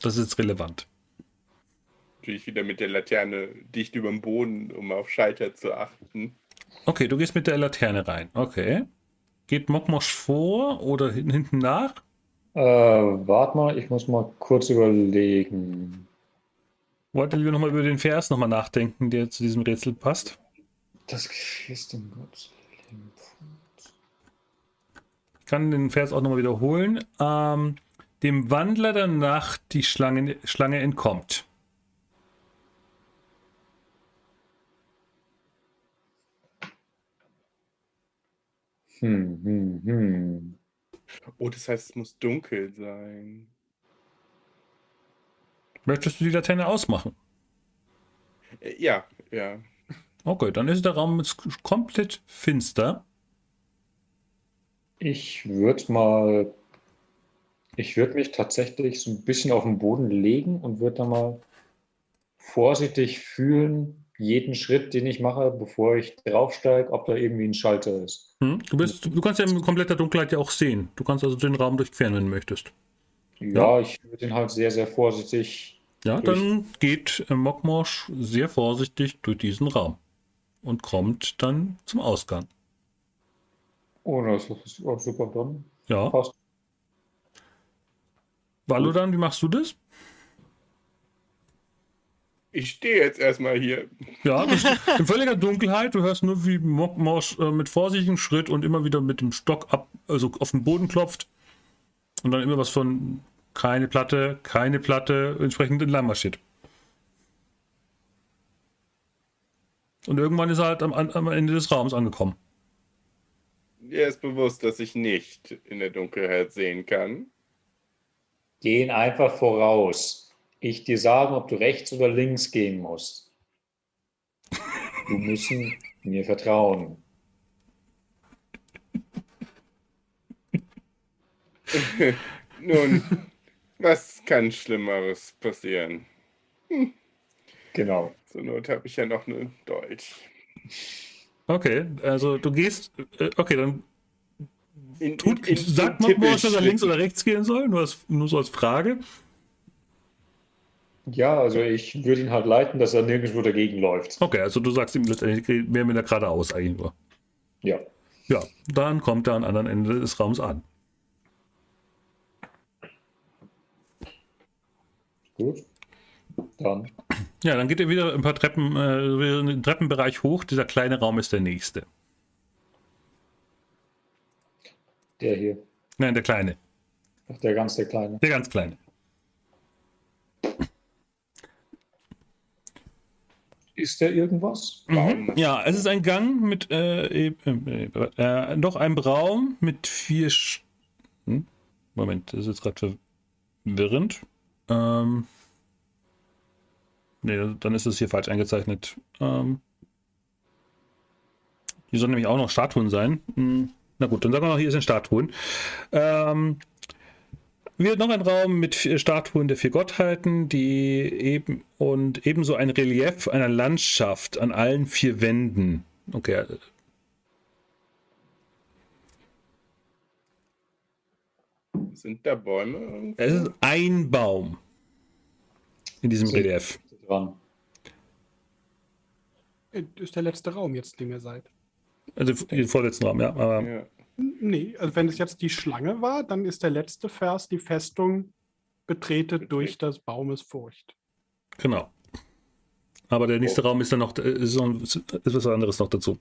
Das ist relevant. Natürlich wieder mit der Laterne dicht über dem Boden, um auf Schalter zu achten. Okay, du gehst mit der Laterne rein. Okay. Geht Mokmosch vor oder hinten nach? Warte mal, ich muss mal kurz überlegen. Wollt ihr nochmal über den Vers nochmal nachdenken, der zu diesem Rätsel passt? Das ist dem Gott. Ich kann den Vers auch nochmal wiederholen. Dem Wandler der Nacht die Schlange entkommt. Oh, das heißt, es muss dunkel sein. Möchtest du die Laterne ausmachen? Ja. Okay, dann ist der Raum jetzt komplett finster. Ich würde mich tatsächlich so ein bisschen auf den Boden legen und würde dann mal vorsichtig fühlen, jeden Schritt, den ich mache, bevor ich draufsteige, ob da irgendwie ein Schalter ist. Du kannst ja in kompletter Dunkelheit ja auch sehen. Du kannst also den Raum durchqueren, wenn du möchtest. Ja, ich würde ihn halt sehr, sehr vorsichtig. Ja, dann geht Mokmosch sehr vorsichtig durch diesen Raum und kommt dann zum Ausgang. Oh, das ist super dann. Ja. Passt. Valodan, wie machst du das? Ich stehe jetzt erstmal hier. Ja, das ist in völliger Dunkelheit. Du hörst nur, wie Mokmosch mit vorsichtigem Schritt und immer wieder mit dem Stock also auf den Boden klopft und dann immer was von keine Platte entsprechend entlang marschiert. Und irgendwann ist er halt am Ende des Raums angekommen. Dir ist bewusst, dass ich nicht in der Dunkelheit sehen kann. Gehen einfach voraus. Ich dir sagen, ob du rechts oder links gehen musst. Du müssen mir vertrauen. Nun, was kann Schlimmeres passieren? Genau. Zur Not habe ich ja noch eine Dolch. Okay, also du gehst. Okay, dann. Sagt in Mokmosch, dass er Tippelschritten. links oder rechts gehen soll? Nur so als Frage. Ja, also ich würde ihn halt leiten, dass er nirgendwo dagegen läuft. Okay, also du sagst ihm letztendlich mehr mit der geradeaus eigentlich nur. Ja. Ja, dann kommt er am anderen Ende des Raums an. Gut. Dann. Ja, dann geht er wieder ein paar Treppen, in den Treppenbereich hoch. Dieser kleine Raum ist der nächste. Der hier. Nein, der kleine. Ach, der ganz kleine. Der ganz kleine. Ist der irgendwas? Ja, es ist ein Gang mit noch einem Raum mit 4 Moment, das ist jetzt gerade verwirrend. Nee, dann ist es hier falsch eingezeichnet. Hier sollen nämlich auch noch Statuen sein. Na gut, dann sagen wir noch, hier sind Statuen. Wird noch ein Raum mit 4 Statuen der 4 Gottheiten, die ebenso ein Relief einer Landschaft an allen 4 Wänden. Okay. Sind da Bäume irgendwo? Es ist ein Baum in diesem Relief. Dran. Das ist der letzte Raum jetzt, den ihr seid. Also den vorletzten Raum, ja. Aber Ja. Nee, also wenn es jetzt die Schlange war, dann ist der letzte Vers die Festung betretet durch das Baumes Furcht. genau. Aber der nächste Raum ist dann noch, ist was anderes noch dazu.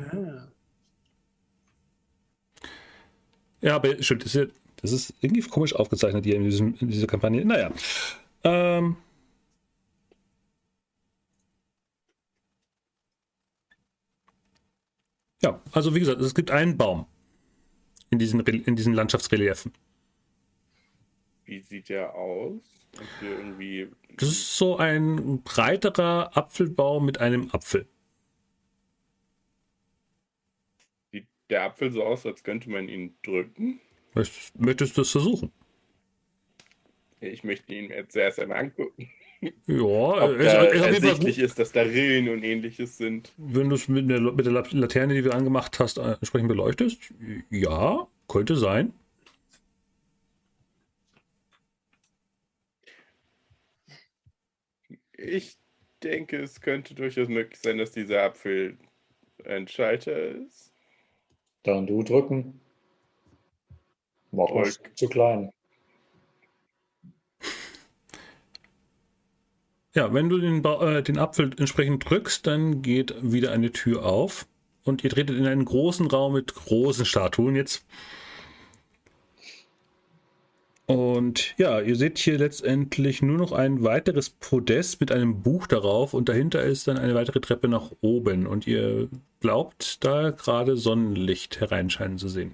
Ja, aber stimmt, das ist irgendwie komisch aufgezeichnet hier in dieser Kampagne. Naja. Ja, also wie gesagt, es gibt einen Baum in diesen Landschaftsreliefen. Wie sieht der aus? Habt ihr irgendwie... Das ist so ein breiterer Apfelbaum mit einem Apfel. Sieht der Apfel so aus, als könnte man ihn drücken? Möchtest du es versuchen? Ich möchte ihn mir zuerst einmal angucken. Ja, Ob ist da auf jeden Fall ersichtlich gut. ist, dass da Rillen und ähnliches sind. Wenn du es mit der Laterne, die du angemacht hast, entsprechend beleuchtest, ja, könnte sein. Ich denke, es könnte durchaus möglich sein, dass dieser Apfel ein Schalter ist. Dann du drücken. Morgen ist zu klein. Ja, wenn du den Apfel entsprechend drückst, dann geht wieder eine Tür auf und ihr tretet in einen großen Raum mit großen Statuen jetzt. Und ja, ihr seht hier letztendlich nur noch ein weiteres Podest mit einem Buch darauf und dahinter ist dann eine weitere Treppe nach oben und ihr glaubt, da gerade Sonnenlicht hereinscheinen zu sehen.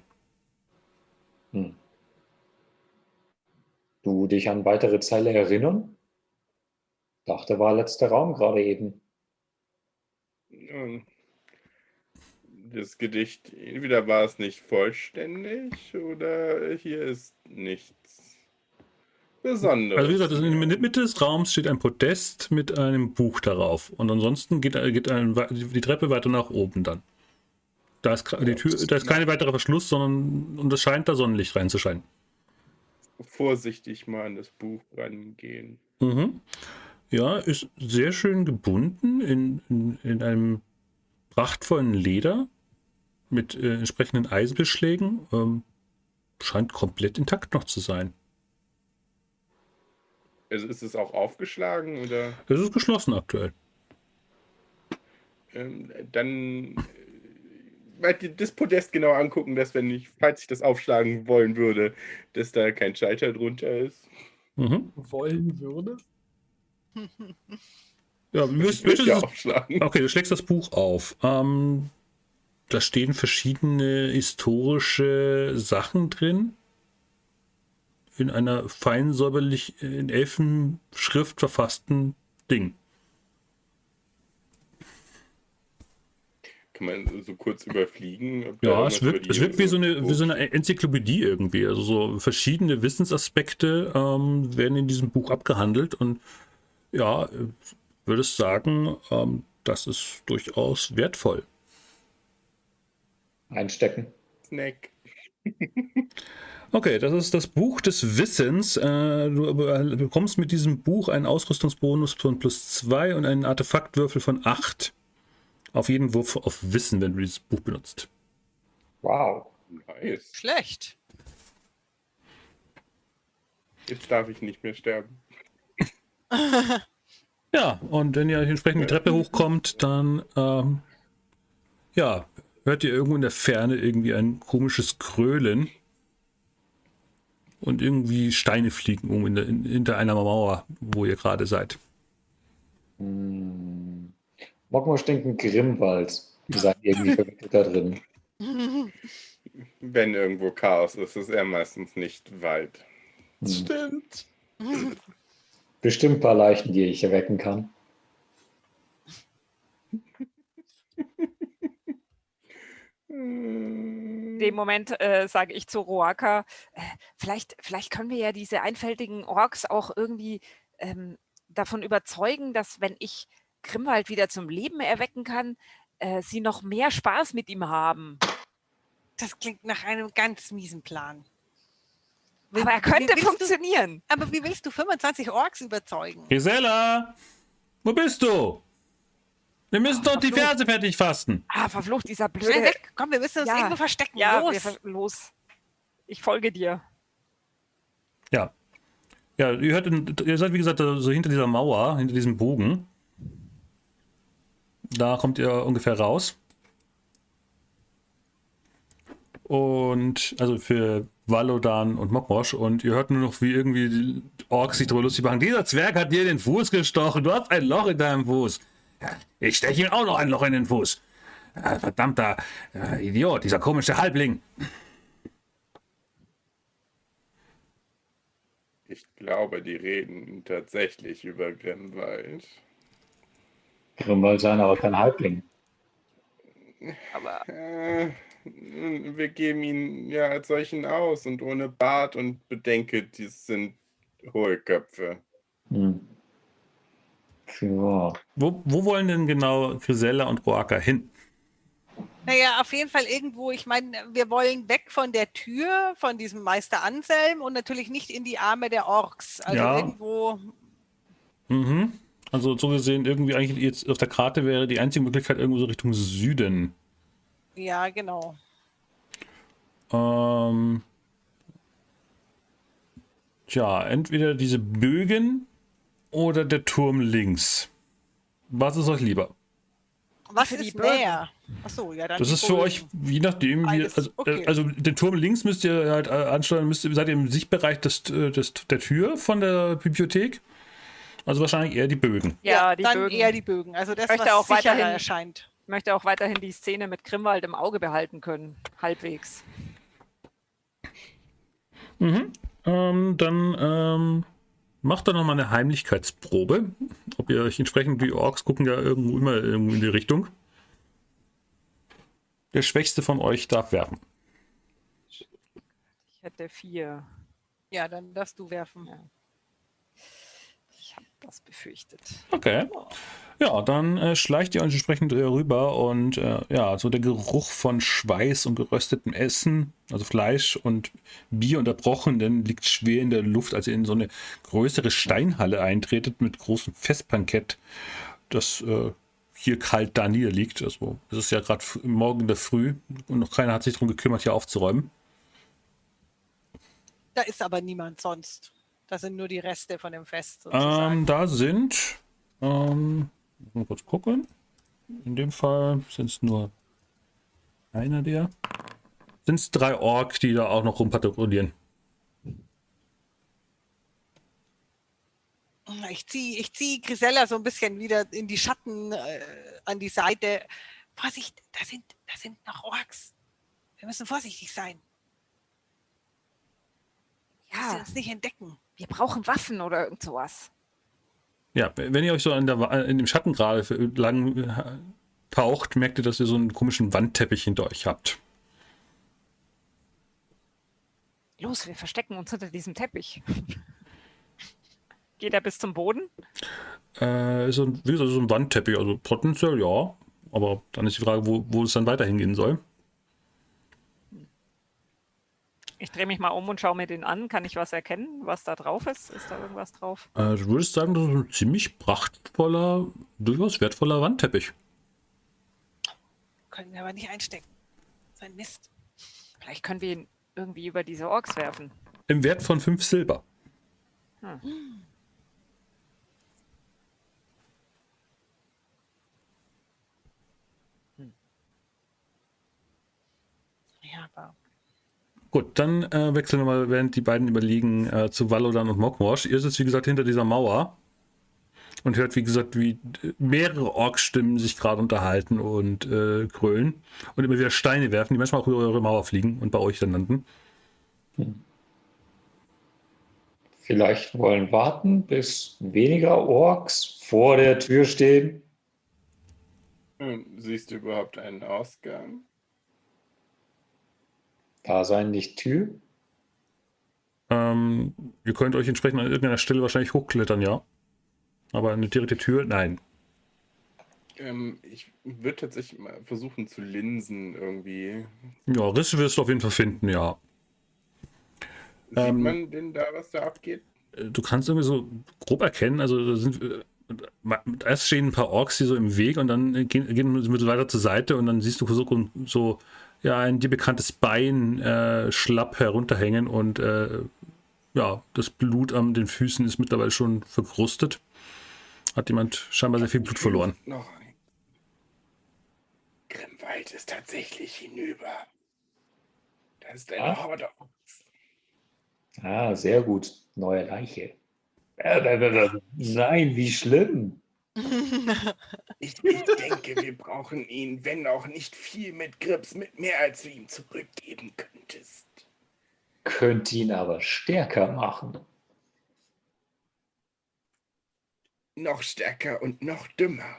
Du dich an weitere Zeile erinnern? Dachte, war letzter Raum gerade eben. Das Gedicht, entweder war es nicht vollständig oder hier ist nichts Besonderes. Also wie gesagt, in der Mitte des Raums steht ein Podest mit einem Buch darauf und ansonsten geht die Treppe weiter nach oben dann. Da ist keine weitere Verschluss, und es scheint da Sonnenlicht reinzuscheinen. Vorsichtig mal an das Buch rangehen. Mhm. Ja, ist sehr schön gebunden in einem prachtvollen Leder mit entsprechenden Eisenbeschlägen. Scheint komplett intakt noch zu sein. Also ist es auch aufgeschlagen oder? Es ist geschlossen aktuell. Dann das Podest genau angucken, dass falls ich das aufschlagen wollen würde, dass da kein Schalter drunter ist. Mhm. Wollen würde? Ja, aufschlagen. Okay, du schlägst das Buch auf. Da stehen verschiedene historische Sachen drin. In einer fein säuberlich in Elfenschrift verfassten Ding. Kann man so kurz überfliegen? Ja, es wirkt wie so eine Enzyklopädie irgendwie. Also so verschiedene Wissensaspekte werden in diesem Buch abgehandelt und ja, würdest sagen, das ist durchaus wertvoll. Einstecken. Snack. Okay, das ist das Buch des Wissens. Du bekommst mit diesem Buch einen Ausrüstungsbonus von +2 und einen Artefaktwürfel von 8. Auf jeden Wurf auf Wissen, wenn du dieses Buch benutzt. Wow. Nice. Schlecht. Jetzt darf ich nicht mehr sterben. Ja, und wenn ihr entsprechend die Treppe hochkommt, dann hört ihr irgendwo in der Ferne irgendwie ein komisches Gröhlen. Und irgendwie Steine fliegen hinter einer Mauer, wo ihr gerade seid. Mogmos denken Grimwald. Die seid irgendwie verwickelt da drin. Wenn irgendwo Chaos ist, ist er meistens nicht Wald. Stimmt. Bestimmt ein paar Leichen, die ich erwecken kann. In dem Moment sage ich zu Roaka, vielleicht können wir ja diese einfältigen Orks auch irgendwie davon überzeugen, dass wenn ich Grimwald wieder zum Leben erwecken kann, sie noch mehr Spaß mit ihm haben. Das klingt nach einem ganz miesen Plan. Aber er könnte funktionieren. Aber wie willst du 25 Orks überzeugen? Gisela, wo bist du? Wir müssen doch die Verse fertig fasten. Verflucht, dieser blöde... Schnell weg, komm, wir müssen uns irgendwo verstecken. Ja, los. Los. Ich folge dir. Ja. Ja, ihr seid wie gesagt so hinter dieser Mauer, hinter diesem Bogen. Da kommt ihr ungefähr raus. Und also für Valodan und Mokmosch und ihr hört nur noch, wie irgendwie die Orks sich darüber lustig machen. Dieser Zwerg hat dir den Fuß gestochen, du hast ein Loch in deinem Fuß. Ich steche ihm auch noch ein Loch in den Fuß. Verdammter Idiot, dieser komische Halbling. Ich glaube, die reden tatsächlich über Grimwald. Grimwald sein, aber kein Halbling. Aber wir geben ihn ja als solchen aus und ohne Bart und bedenke, die sind Hohlköpfe. Ja. Wo wollen denn genau Grisella und Roaka hin? Naja, auf jeden Fall irgendwo, ich meine, wir wollen weg von der Tür, von diesem Meister Anselm und natürlich nicht in die Arme der Orks. Also Ja. irgendwo... Also so gesehen, irgendwie eigentlich jetzt auf der Karte wäre die einzige Möglichkeit irgendwo so Richtung Süden. Ja, genau. Tja, entweder diese Bögen oder der Turm links. Was ist euch lieber? Was Für die ist Bögen. näher? Achso, ja, dann Das die ist für Bögen. euch, je nachdem, wie, Beides, okay. also den Turm links müsst ihr halt ansteuern, seid ihr im Sichtbereich der Tür von der Bibliothek. Also wahrscheinlich eher die Bögen. Ja, die dann Bögen. eher die Bögen. Also das, Möchte was auch sicherer weiterhin- erscheint. Ich möchte auch weiterhin die Szene mit Grimwald im Auge behalten können. Halbwegs. Dann macht doch nochmal eine Heimlichkeitsprobe. Ob ihr euch entsprechend, die Orks gucken ja immer irgendwo in die Richtung. Der Schwächste von euch darf werfen. Ich hätte 4. Ja, dann darfst du werfen. Ja. Ich habe das befürchtet. Okay. Ja, dann schleicht ihr euch entsprechend rüber und ja, so der Geruch von Schweiß und geröstetem Essen, also Fleisch und Bier und Erbrochenen liegt schwer in der Luft, als ihr in so eine größere Steinhalle eintretet mit großem Festbankett, das hier kalt da niederliegt. Also es ist ja gerade morgen in der Früh und noch keiner hat sich darum gekümmert, hier aufzuräumen. Da ist aber niemand sonst. Das sind nur die Reste von dem Fest sozusagen. Da sind, mal kurz gucken. In dem Fall sind es nur einer der. Sind es 3 Ork, die da auch noch rumpatrouillieren. Ich zieh Grisella so ein bisschen wieder in die Schatten an die Seite. Vorsicht, da sind noch Orks. Wir müssen vorsichtig sein. Dass sie Ja, uns nicht entdecken. wir brauchen Waffen oder irgend sowas. Ja, wenn ihr euch so in dem Schatten gerade lang taucht, merkt ihr, dass ihr so einen komischen Wandteppich hinter euch habt. Los, wir verstecken uns hinter diesem Teppich. Geht er bis zum Boden? Ist wie gesagt, so ein Wandteppich, also potenziell ja. Aber dann ist die Frage, wo es dann weiter hingehen soll. Ich drehe mich mal um und schaue mir den an. Kann ich was erkennen, was da drauf ist? Ist da irgendwas drauf? Du würdest sagen, das ist ein ziemlich prachtvoller, durchaus wertvoller Wandteppich. Können wir aber nicht einstecken. Sein Mist. Vielleicht können wir ihn irgendwie über diese Orks werfen. Im Wert von 5 Silber. Ja, aber Gut, dann wechseln wir mal, während die beiden überlegen, zu Valodan und Mokmosh. Ihr sitzt, wie gesagt, hinter dieser Mauer und hört, wie gesagt, wie mehrere Orkstimmen sich gerade unterhalten und grölen und immer wieder Steine werfen, die manchmal auch über eure Mauer fliegen und bei euch dann landen. Vielleicht wollen warten, bis weniger Orks vor der Tür stehen. Siehst du überhaupt einen Ausgang? Da sein nicht Tür. Ihr könnt euch entsprechend an irgendeiner Stelle wahrscheinlich hochklettern, ja. Aber eine direkte Tür, nein. Ich würde tatsächlich mal versuchen zu linsen irgendwie. Ja, Risse wirst du auf jeden Fall finden, ja. Sieht man denn da, was da abgeht? Du kannst irgendwie so grob erkennen, also da sind erst stehen ein paar Orks, die so im Weg und dann gehen sie weiter zur Seite und dann siehst du so ja, ein dir bekanntes Bein schlapp herunterhängen und ja, das Blut an den Füßen ist mittlerweile schon verkrustet. Hat jemand scheinbar sehr viel Blut verloren. Noch ein. Grimwald ist tatsächlich hinüber. Da ist eine Horde. Ah, sehr gut. Neue Leiche. Nein, wie schlimm. Ich denke, wir brauchen ihn, wenn auch nicht viel mit Grips, mit mehr als du ihm zurückgeben könntest. Könnt ihn aber stärker machen. Noch stärker und noch dümmer.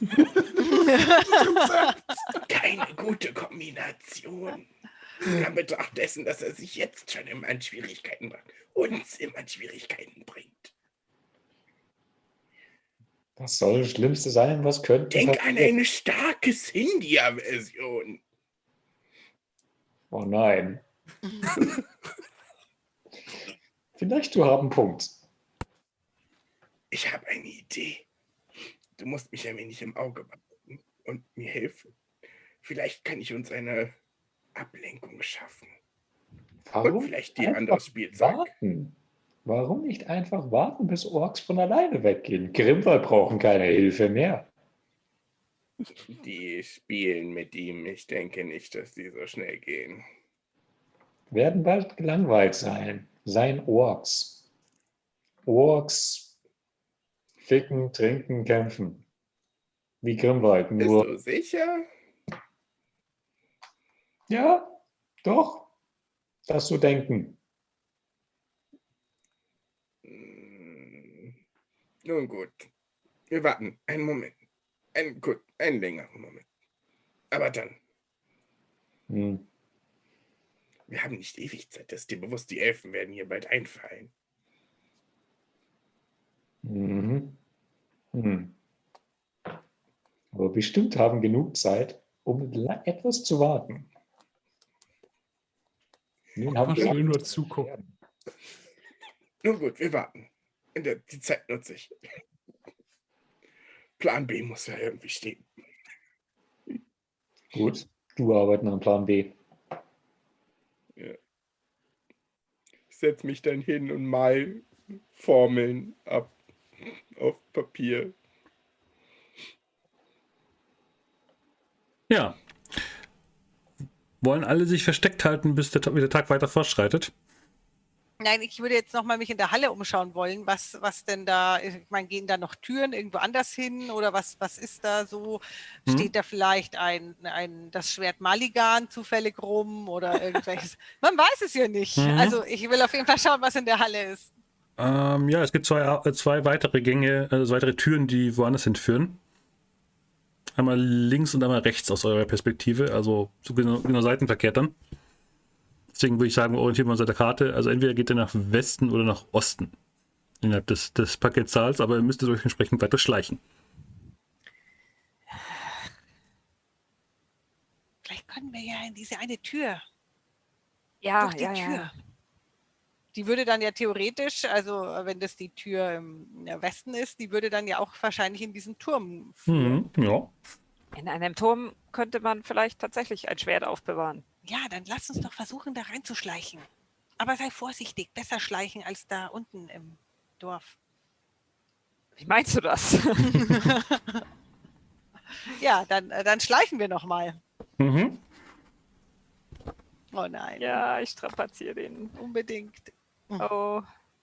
Keine gute Kombination. In Anbetracht dessen, dass er sich jetzt schon immer in Schwierigkeiten bringt. Uns immer in Schwierigkeiten bringt. Was soll das Schlimmste sein? Was könnte Denk an passieren? eine starke Cynthia-Version. Oh nein. Vielleicht du haben einen Punkt. Ich habe eine Idee. du musst mich ein wenig im Auge behalten und mir helfen. Vielleicht kann ich uns eine Ablenkung schaffen. Warum Und vielleicht dir einfach anderes Spielzeug. warten? Warum nicht einfach warten, bis Orks von alleine weggehen? Grimwald brauchen keine Hilfe mehr. Die spielen mit ihm. Ich denke nicht, dass die so schnell gehen. Werden bald gelangweilt sein. Seien Orks. Orks ficken, trinken, kämpfen. Wie Grimwald, Bist nur... du sicher? Ja, doch. Das so denken. Nun gut. Wir warten. Einen Moment. Einen längeren Moment. Aber dann. Hm. Wir haben nicht ewig Zeit. Das ist dir bewusst, die Elfen werden hier bald einfallen. Mhm. Hm. Aber bestimmt haben genug Zeit, um etwas zu warten. Nun haben Man wir will nur zugucken. Nun gut, wir warten. Die Zeit nutze ich. Plan B muss ja irgendwie stehen. Gut, du arbeitest am Plan B. Ja. Ich setze mich dann hin und mal Formeln ab auf Papier. Ja. Wollen alle sich versteckt halten, bis der Tag weiter fortschreitet? Nein, ich würde jetzt nochmal mich in der Halle umschauen wollen, was denn da, ich meine, gehen da noch Türen irgendwo anders hin oder was ist da so? Steht da vielleicht das Schwert Maligan zufällig rum oder irgendwelches? Man weiß es ja nicht. Also ich will auf jeden Fall schauen, was in der Halle ist. Ja, es gibt zwei weitere Gänge, also weitere Türen, die woanders hinführen. Einmal links und einmal rechts aus eurer Perspektive, also so genau seitenverkehrt dann. Deswegen würde ich sagen, orientieren wir uns an der Karte. Also entweder geht ihr nach Westen oder nach Osten innerhalb des Paketsaals, aber ihr müsst euch entsprechend weiter schleichen. Vielleicht können wir ja in diese eine Tür. Ja, Durch die Tür. Die würde dann ja theoretisch, also wenn das die Tür im Westen ist, die würde dann ja auch wahrscheinlich in diesen Turm führen. Ja. In einem Turm könnte man vielleicht tatsächlich ein Schwert aufbewahren. Ja, dann lass uns doch versuchen, da reinzuschleichen. Aber sei vorsichtig, besser schleichen als da unten im Dorf. Wie meinst du das? Ja, dann schleichen wir noch mal. Mhm. Oh nein. Ja, ich strapaziere den. Unbedingt. Oh.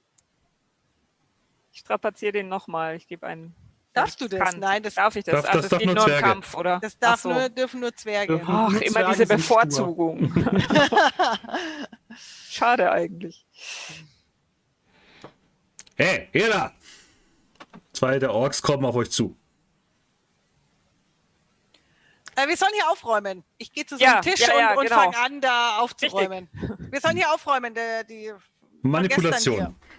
Ich strapaziere den nochmal. Ich gebe einen. Darfst du das? Nein, das darf ich das. Das darf geht nur nur im Zwerge. Kampf, oder? Das dürfen nur Zwerge. Ach, Nur immer Zwerge diese sind stur. Bevorzugung. Schade eigentlich. Hey, ihr da! Zwei der Orks kommen auf euch zu. Wir sollen hier aufräumen. Ich gehe zu so einem Tisch und genau. fange an, da aufzuräumen. Wir sollen hier aufräumen. Die Manipulation. von gestern hier.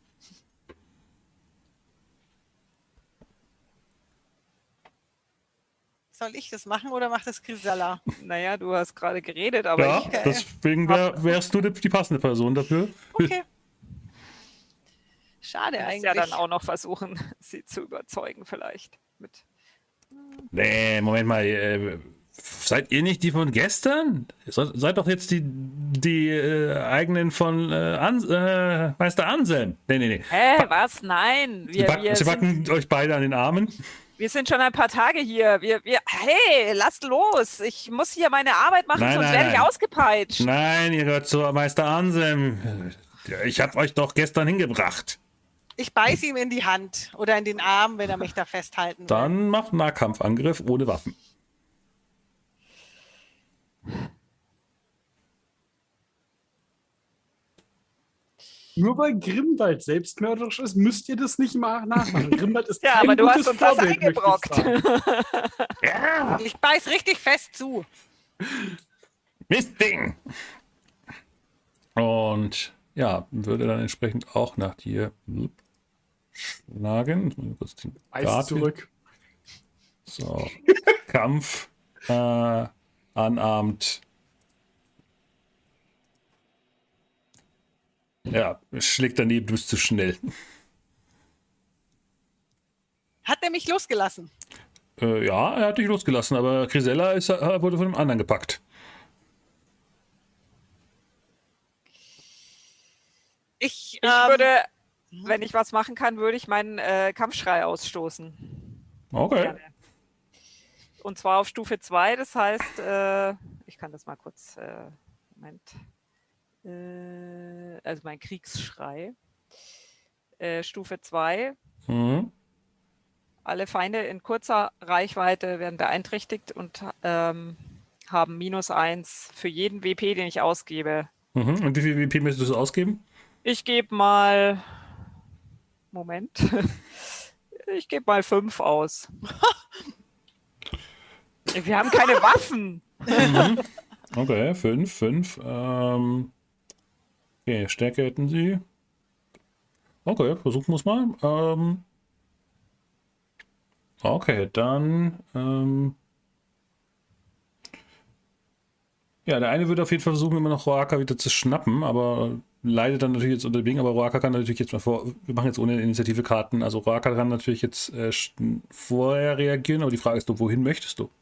Soll ich das machen oder macht das Grisella? Naja, du hast gerade geredet, aber Ja, ich. deswegen wärst du die passende Person dafür. Okay. Schade muss eigentlich. ja dann auch noch versuchen, sie zu überzeugen, vielleicht. Nee, Moment mal. Seid ihr nicht die von gestern? Seid doch jetzt die eigenen von Meister Anselm. Nee. Hä, was? Nein. Sie packen euch beide an den Armen. Wir sind schon ein paar Tage hier. Hey, lasst los. Ich muss hier meine Arbeit machen, sonst werde ich ausgepeitscht. Nein, ihr gehört zu Meister Anselm. Ich habe euch doch gestern hingebracht. Ich beiß ihm in die Hand oder in den Arm, wenn er mich da festhalten will. Dann macht Nahkampfangriff ohne Waffen. Nur weil Grimwald selbstmörderisch ist, müsst ihr das nicht nachmachen. Grimwald ist ja, kein aber du gutes hast uns das Vorbild, möchte ich eingebrockt. sagen. Ja, Ich beiß richtig fest zu. Mistding. Und ja, würde dann entsprechend auch nach dir schlagen. Beiß zurück. So, Kampf, unarmed. Ja, schlägt daneben, du bist zu schnell. Hat er mich losgelassen? Ja, er hat dich losgelassen, aber Grisella wurde von dem anderen gepackt. Ich würde, wenn ich was machen kann, würde ich meinen Kampfschrei ausstoßen. Okay. Gerne. Und zwar auf Stufe 2, das heißt, ich kann das mal kurz, Moment, also mein Kriegsschrei. Stufe 2. Mhm. Alle Feinde in kurzer Reichweite werden beeinträchtigt und haben -1 für jeden WP, den ich ausgebe. Mhm. Und wie viel WP möchtest du ausgeben? Ich gebe mal, Moment, ich gebe mal 5 aus. Wir haben keine Waffen. Mhm. Okay, 5. Okay, Stärke hätten sie. Okay, versuchen wir es mal. Okay, dann. Ja, der eine würde auf jeden Fall versuchen, immer noch Roaka wieder zu schnappen, aber leidet dann natürlich jetzt unter Bing. Aber Roaka kann natürlich jetzt mal wir machen jetzt ohne Initiative-Karten. Also Roaka kann natürlich jetzt vorher reagieren, aber die Frage ist nur, wohin möchtest du?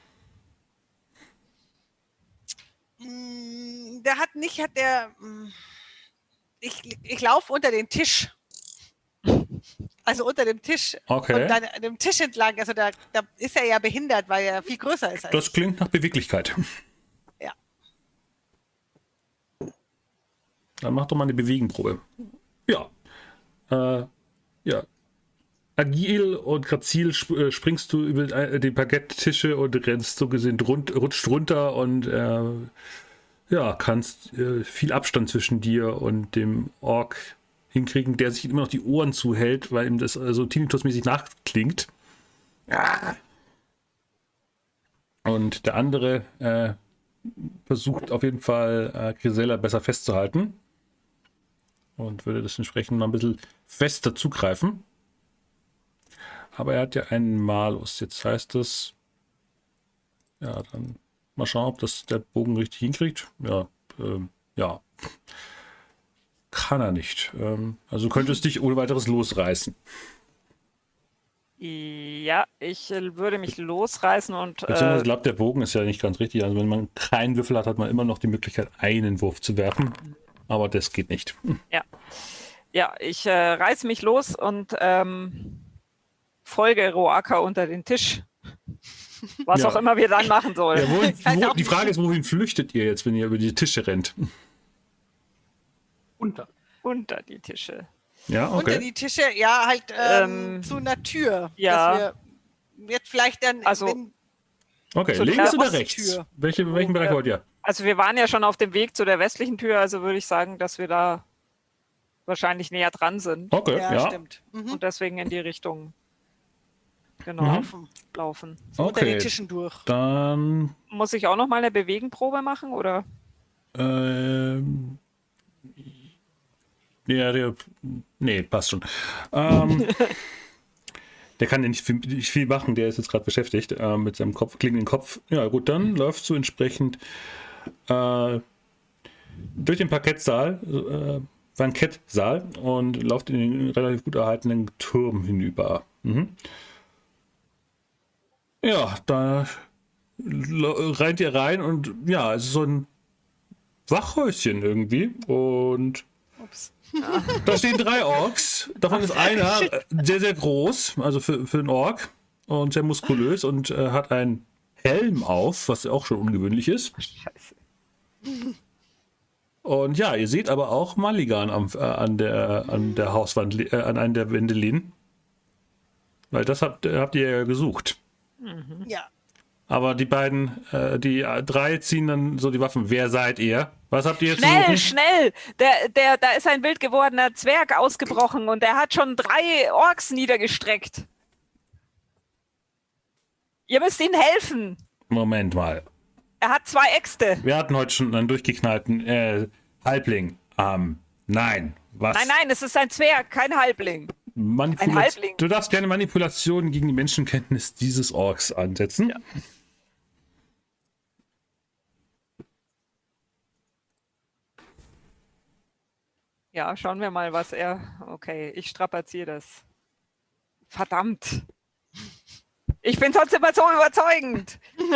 Ich laufe unter den Tisch. Also unter dem Tisch. Okay. Und dann an dem Tisch entlang. Also da ist er ja behindert, weil er viel größer ist als Das ich. klingt nach Beweglichkeit. Ja. Dann mach doch mal eine Bewegenprobe. Ja. Ja. Agil und grazil springst du über die Parketttische und rennst so gesehen rutscht runter und ja, kannst viel Abstand zwischen dir und dem Ork hinkriegen, der sich immer noch die Ohren zuhält, weil ihm das so tinnitusmäßig nachklingt. Und der andere versucht auf jeden Fall Grisella besser festzuhalten und würde das entsprechend mal ein bisschen fester zugreifen. Aber er hat ja einen Malus. Jetzt heißt es, ja, dann mal schauen, ob das der Bogen richtig hinkriegt. Ja, ja. Kann er nicht. Also du könntest dich ohne weiteres losreißen. Ja, ich würde mich losreißen und. Beziehungsweise ich glaube, der Bogen ist ja nicht ganz richtig. Also wenn man keinen Würfel hat, hat man immer noch die Möglichkeit, einen Wurf zu werfen. Aber das geht nicht. Ja, ich reiße mich los und folge Roaka unter den Tisch. Was Ja. auch immer wir dann machen sollen. Ja, die Frage ist, wohin flüchtet ihr jetzt, wenn ihr über die Tische rennt? Unter die Tische. Ja, okay. Unter die Tische, ja, halt zu einer Tür. Ja. Dass wir jetzt vielleicht dann, Also, Okay, zu links der oder rechts? Osttür. Welchen Bereich wollt ihr? Also wir waren ja schon auf dem Weg zu der westlichen Tür, also würde ich sagen, dass wir da wahrscheinlich näher dran sind Okay, ja. stimmt. Mhm. und deswegen in die Richtung genau laufen. So unter den Okay, Tischen durch. dann Muss ich auch noch mal eine Bewegenprobe machen, oder? ja, nee, passt schon. Der kann ja nicht viel machen, der ist jetzt gerade beschäftigt mit seinem klingenden Kopf. Ja, gut, dann läufst du entsprechend durch den Bankettsaal und lauft in den relativ gut erhaltenen Turm hinüber. Ja, da rennt ihr rein und ja, es ist so ein Wachhäuschen irgendwie und Ups. da stehen 3 Orks. Davon ist einer sehr, sehr groß, also für einen Ork und sehr muskulös und hat einen Helm auf, was auch schon ungewöhnlich ist. Scheiße. Und ja, ihr seht aber auch Maligan an der Hauswand, an einer der Wände lehnen. Weil das habt ihr ja gesucht. Ja. Aber die beiden, die 3 ziehen dann so die Waffen. Wer seid ihr? Was habt ihr jetzt zu Schnell, suchen? schnell! Da ist ein wild gewordener Zwerg ausgebrochen und der hat schon 3 Orks niedergestreckt. Ihr müsst ihnen helfen. Moment mal. Er hat 2 Äxte. Wir hatten heute schon einen durchgeknallten Halbling. Nein. Was? Nein, es ist ein Zwerg, kein Halbling. Ein Halbling. Du darfst gerne Manipulation gegen die Menschenkenntnis dieses Orks ansetzen. Ja. Ja, schauen wir mal, was er... Okay, ich strapaziere das. Verdammt. Ich bin sonst immer so überzeugend.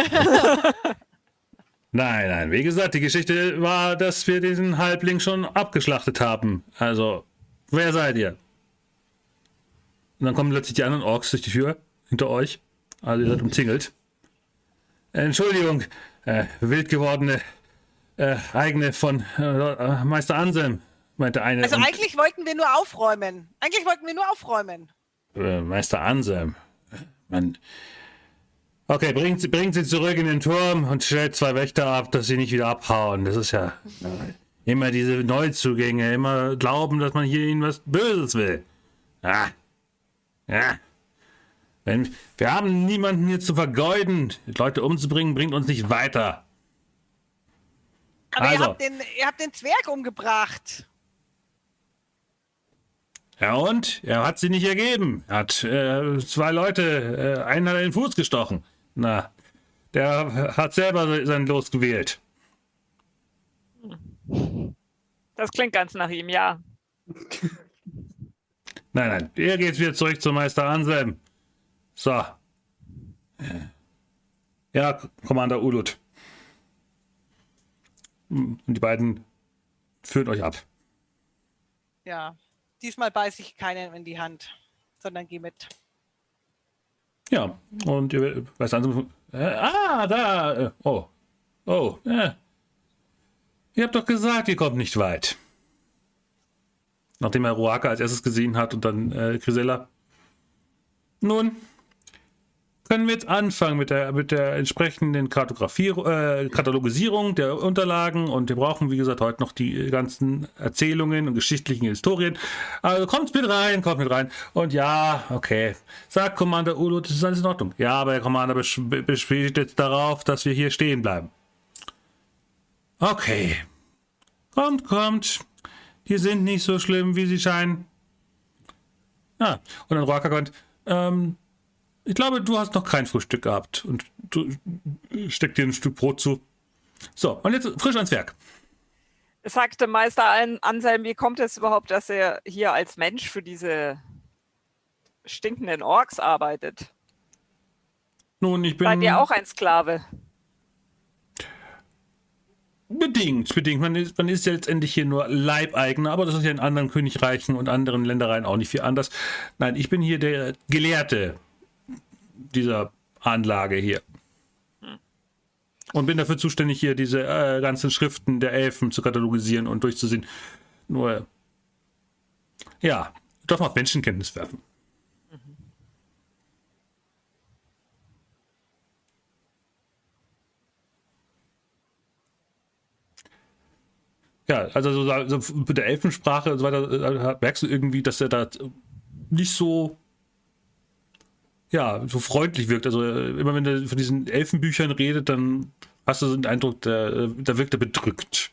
Nein, wie gesagt, die Geschichte war, dass wir diesen Halbling schon abgeschlachtet haben. Also, wer seid ihr? Und dann kommen plötzlich die anderen Orks durch die Tür, hinter euch. Also ihr seid umzingelt. Entschuldigung, wild gewordene eigene von Meister Anselm, meinte eine. Also eigentlich wollten wir nur aufräumen. Meister Anselm. Mann. Okay, bringt sie zurück in den Turm und stellt 2 Wächter ab, dass sie nicht wieder abhauen. Das ist ja immer diese Neuzugänge, immer glauben, dass man hier ihnen was Böses will. Ja. Wir haben niemanden hier zu vergeuden. Die Leute umzubringen, bringt uns nicht weiter. Aber also, ihr habt den Zwerg umgebracht. Ja und? Er hat sie nicht ergeben. Er hat 2 Leute, einen hat er in den Fuß gestochen. Na, der hat selber sein Los gewählt. Das klingt ganz nach ihm, ja. Nein, er geht wieder zurück zum Meister Anselm. So. Ja, Commander Ulut. Und die beiden führen euch ab. Ja, diesmal beiße ich keinen in die Hand, sondern geh mit. Ja, und ihr weißt Anselm. Da. Ihr habt doch gesagt, ihr kommt nicht weit. Nachdem er Ruaka als erstes gesehen hat und dann Grisella. Nun, können wir jetzt anfangen mit der entsprechenden Katalogisierung der Unterlagen und wir brauchen, wie gesagt, heute noch die ganzen Erzählungen und geschichtlichen Historien. Also kommt mit rein. Und ja, okay. Sagt Commander Ulut, das ist alles in Ordnung. Ja, aber der Commander besteht jetzt darauf, dass wir hier stehen bleiben. Okay. Kommt. Die sind nicht so schlimm, wie sie scheinen. Ah, und dann Ruaka kommt, ich glaube, du hast noch kein Frühstück gehabt. Und du steckst dir ein Stück Brot zu. So, und jetzt frisch ans Werk. Sagte Meister Anselm, wie kommt es überhaupt, dass er hier als Mensch für diese stinkenden Orks arbeitet? Nun, ich bin... Seid ihr auch ein Sklave? Bedingt. Man ist ja letztendlich hier nur Leibeigener, aber das ist ja in anderen Königreichen und anderen Ländereien auch nicht viel anders. Nein, ich bin hier der Gelehrte dieser Anlage hier. Und bin dafür zuständig, hier diese ganzen Schriften der Elfen zu katalogisieren und durchzusehen. Nur, ja, darf man auf Menschenkenntnis werfen. Ja, also so mit der Elfensprache und so weiter, merkst du irgendwie, dass er da nicht so, ja, so freundlich wirkt. Also immer wenn er von diesen Elfenbüchern redet, dann hast du so den Eindruck, da wirkt er bedrückt.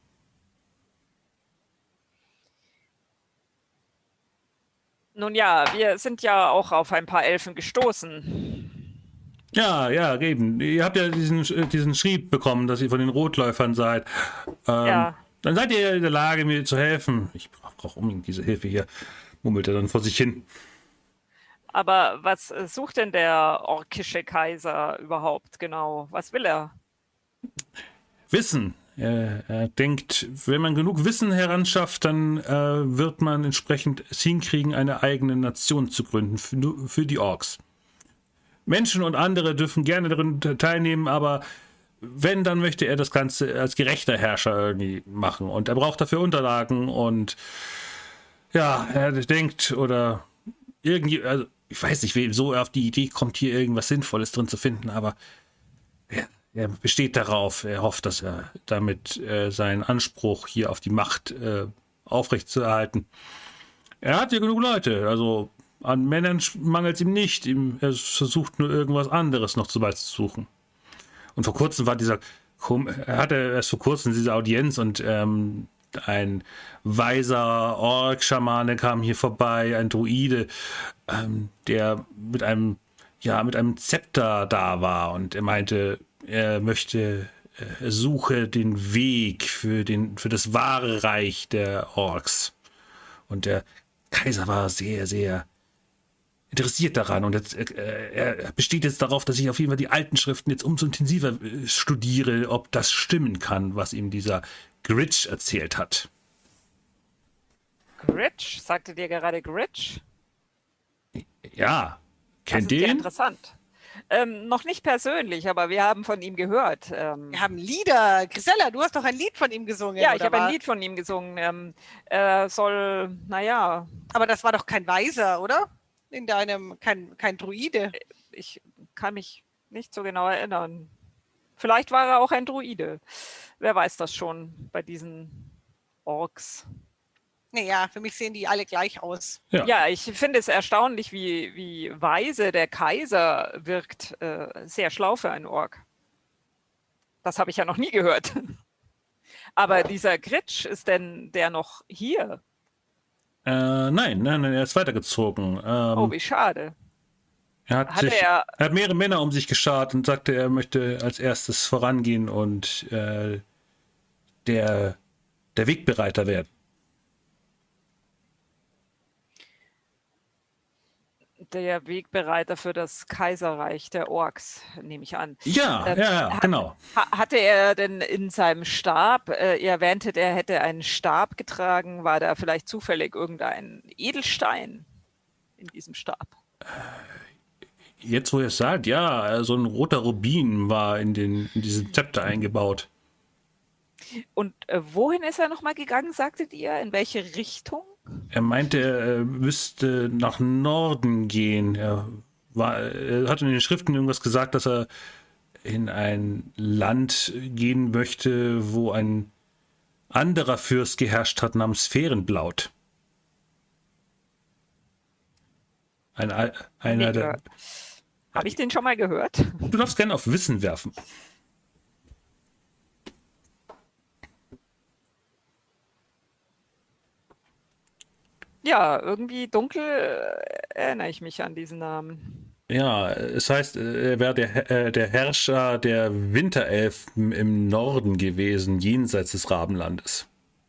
Nun ja, wir sind ja auch auf ein paar Elfen gestoßen. Ja, eben. Ihr habt ja diesen Schrieb bekommen, dass ihr von den Rotläufern seid. Ja. Dann seid ihr in der Lage, mir zu helfen. Ich brauche unbedingt diese Hilfe hier, murmelt er dann vor sich hin. Aber was sucht denn der orkische Kaiser überhaupt genau? Was will er? Wissen. Er denkt, wenn man genug Wissen heranschafft, dann wird man entsprechend es hinkriegen, eine eigene Nation zu gründen für die Orks. Menschen und andere dürfen gerne darin teilnehmen, aber wenn, dann möchte er das Ganze als gerechter Herrscher irgendwie machen. Und er braucht dafür Unterlagen und ja, er denkt oder irgendwie, also ich weiß nicht, wieso er auf die Idee kommt, hier irgendwas Sinnvolles drin zu finden, aber er besteht darauf, er hofft, dass er damit seinen Anspruch hier auf die Macht aufrechtzuerhalten. Er hat ja genug Leute, also an Männern mangelt es ihm nicht, er versucht nur irgendwas anderes noch zu suchen. Und vor kurzem war er hatte erst vor kurzem diese Audienz und ein weiser Ork-Schamane kam hier vorbei, ein Druide, der mit einem Zepter da war und er meinte, er suche den Weg für das wahre Reich der Orks. Und der Kaiser war sehr, sehr interessiert daran und er besteht jetzt darauf, dass ich auf jeden Fall die alten Schriften jetzt umso intensiver studiere, ob das stimmen kann, was ihm dieser Gritch erzählt hat. Gritch? Sagte dir gerade Gritch? Ja, kennt Das ist ja den? interessant. Noch nicht persönlich, aber wir haben von ihm gehört. Wir haben Lieder. Grisella, du hast doch ein Lied von ihm gesungen. Ja, ich oder habe ein was? Lied von ihm gesungen. Er soll, naja, Aber das war doch kein Weiser, oder? In deinem, kein Druide. ich kann mich nicht so genau erinnern. Vielleicht war er auch ein Druide. Wer weiß das schon bei diesen Orks. Naja, für mich sehen die alle gleich aus. Ja. Ja, ich finde es erstaunlich, wie weise der Kaiser wirkt. Sehr schlau für einen Ork. Das habe ich ja noch nie gehört. Aber dieser Gritsch, ist denn der noch hier? Nein, er ist weitergezogen. Oh, wie schade. Er Hatte er hat mehrere Männer um sich geschart und sagte, er möchte als erstes vorangehen und der Wegbereiter werden. Der Wegbereiter für das Kaiserreich der Orks, nehme ich an. Ja, genau. Hatte er denn in seinem Stab, er erwähnte, er hätte einen Stab getragen, war da vielleicht zufällig irgendein Edelstein in diesem Stab? Jetzt, wo ihr es sagt, ja, so ein roter Rubin war in diesen Zepter eingebaut. Und wohin ist er nochmal gegangen, sagtet ihr? In welche Richtung? Er meinte, er müsste nach Norden gehen. Er hat in den Schriften irgendwas gesagt, dass er in ein Land gehen möchte, wo ein anderer Fürst geherrscht hat namens Fehrenblaut. Einer der. Habe ich den schon mal gehört? Du darfst gerne auf Wissen werfen. Ja, irgendwie dunkel erinnere ich mich an diesen Namen. Ja, es heißt, er wäre der Herrscher der Winterelfen im Norden gewesen, jenseits des Rabenlandes.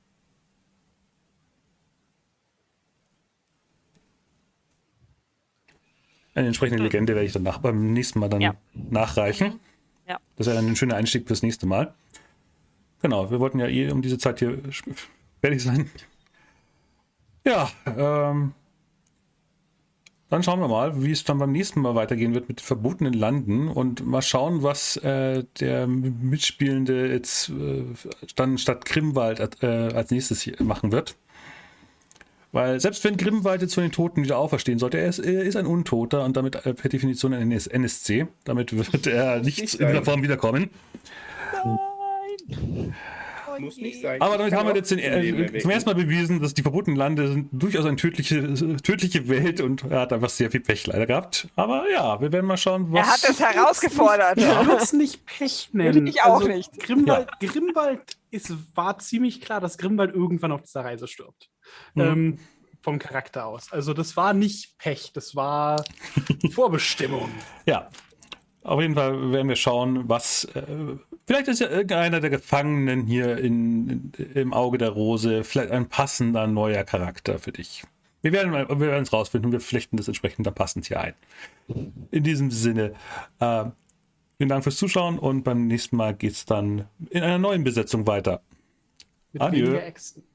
Eine entsprechende Legende werde ich dann beim nächsten Mal dann nachreichen. Ja. Das wäre dann ein schöner Einstieg fürs nächste Mal. Genau, wir wollten ja um diese Zeit hier fertig sein. Ja, dann schauen wir mal, wie es dann beim nächsten Mal weitergehen wird mit den verbotenen Landen und mal schauen, was der Mitspielende jetzt dann statt Grimwald als nächstes hier machen wird. Weil selbst wenn Grimwald jetzt von den Toten wieder auferstehen sollte, er ist ein Untoter und damit per Definition ein NSC. Damit wird er nicht in dieser Form wiederkommen. Nein! Muss nicht sein. Aber damit haben wir jetzt zum ersten Mal bewiesen, dass die verbotenen Lande sind durchaus eine tödliche Welt und er hat einfach sehr viel Pech leider gehabt. Aber ja, wir werden mal schauen, was... Er hat es herausgefordert. Ich würde es nicht Pech nennen. Ich auch nicht. Grimwald war ziemlich klar, dass Grimwald irgendwann auf dieser Reise stirbt. Vom Charakter aus. Also das war nicht Pech, das war Vorbestimmung. Ja, auf jeden Fall werden wir schauen, was... vielleicht ist ja irgendeiner der Gefangenen hier im Auge der Rose vielleicht ein passender neuer Charakter für dich. Wir werden es rausfinden und wir flechten das entsprechend dann passend hier ein. In diesem Sinne, vielen Dank fürs Zuschauen und beim nächsten Mal geht es dann in einer neuen Besetzung weiter. Mit Adieu. weniger Äxten.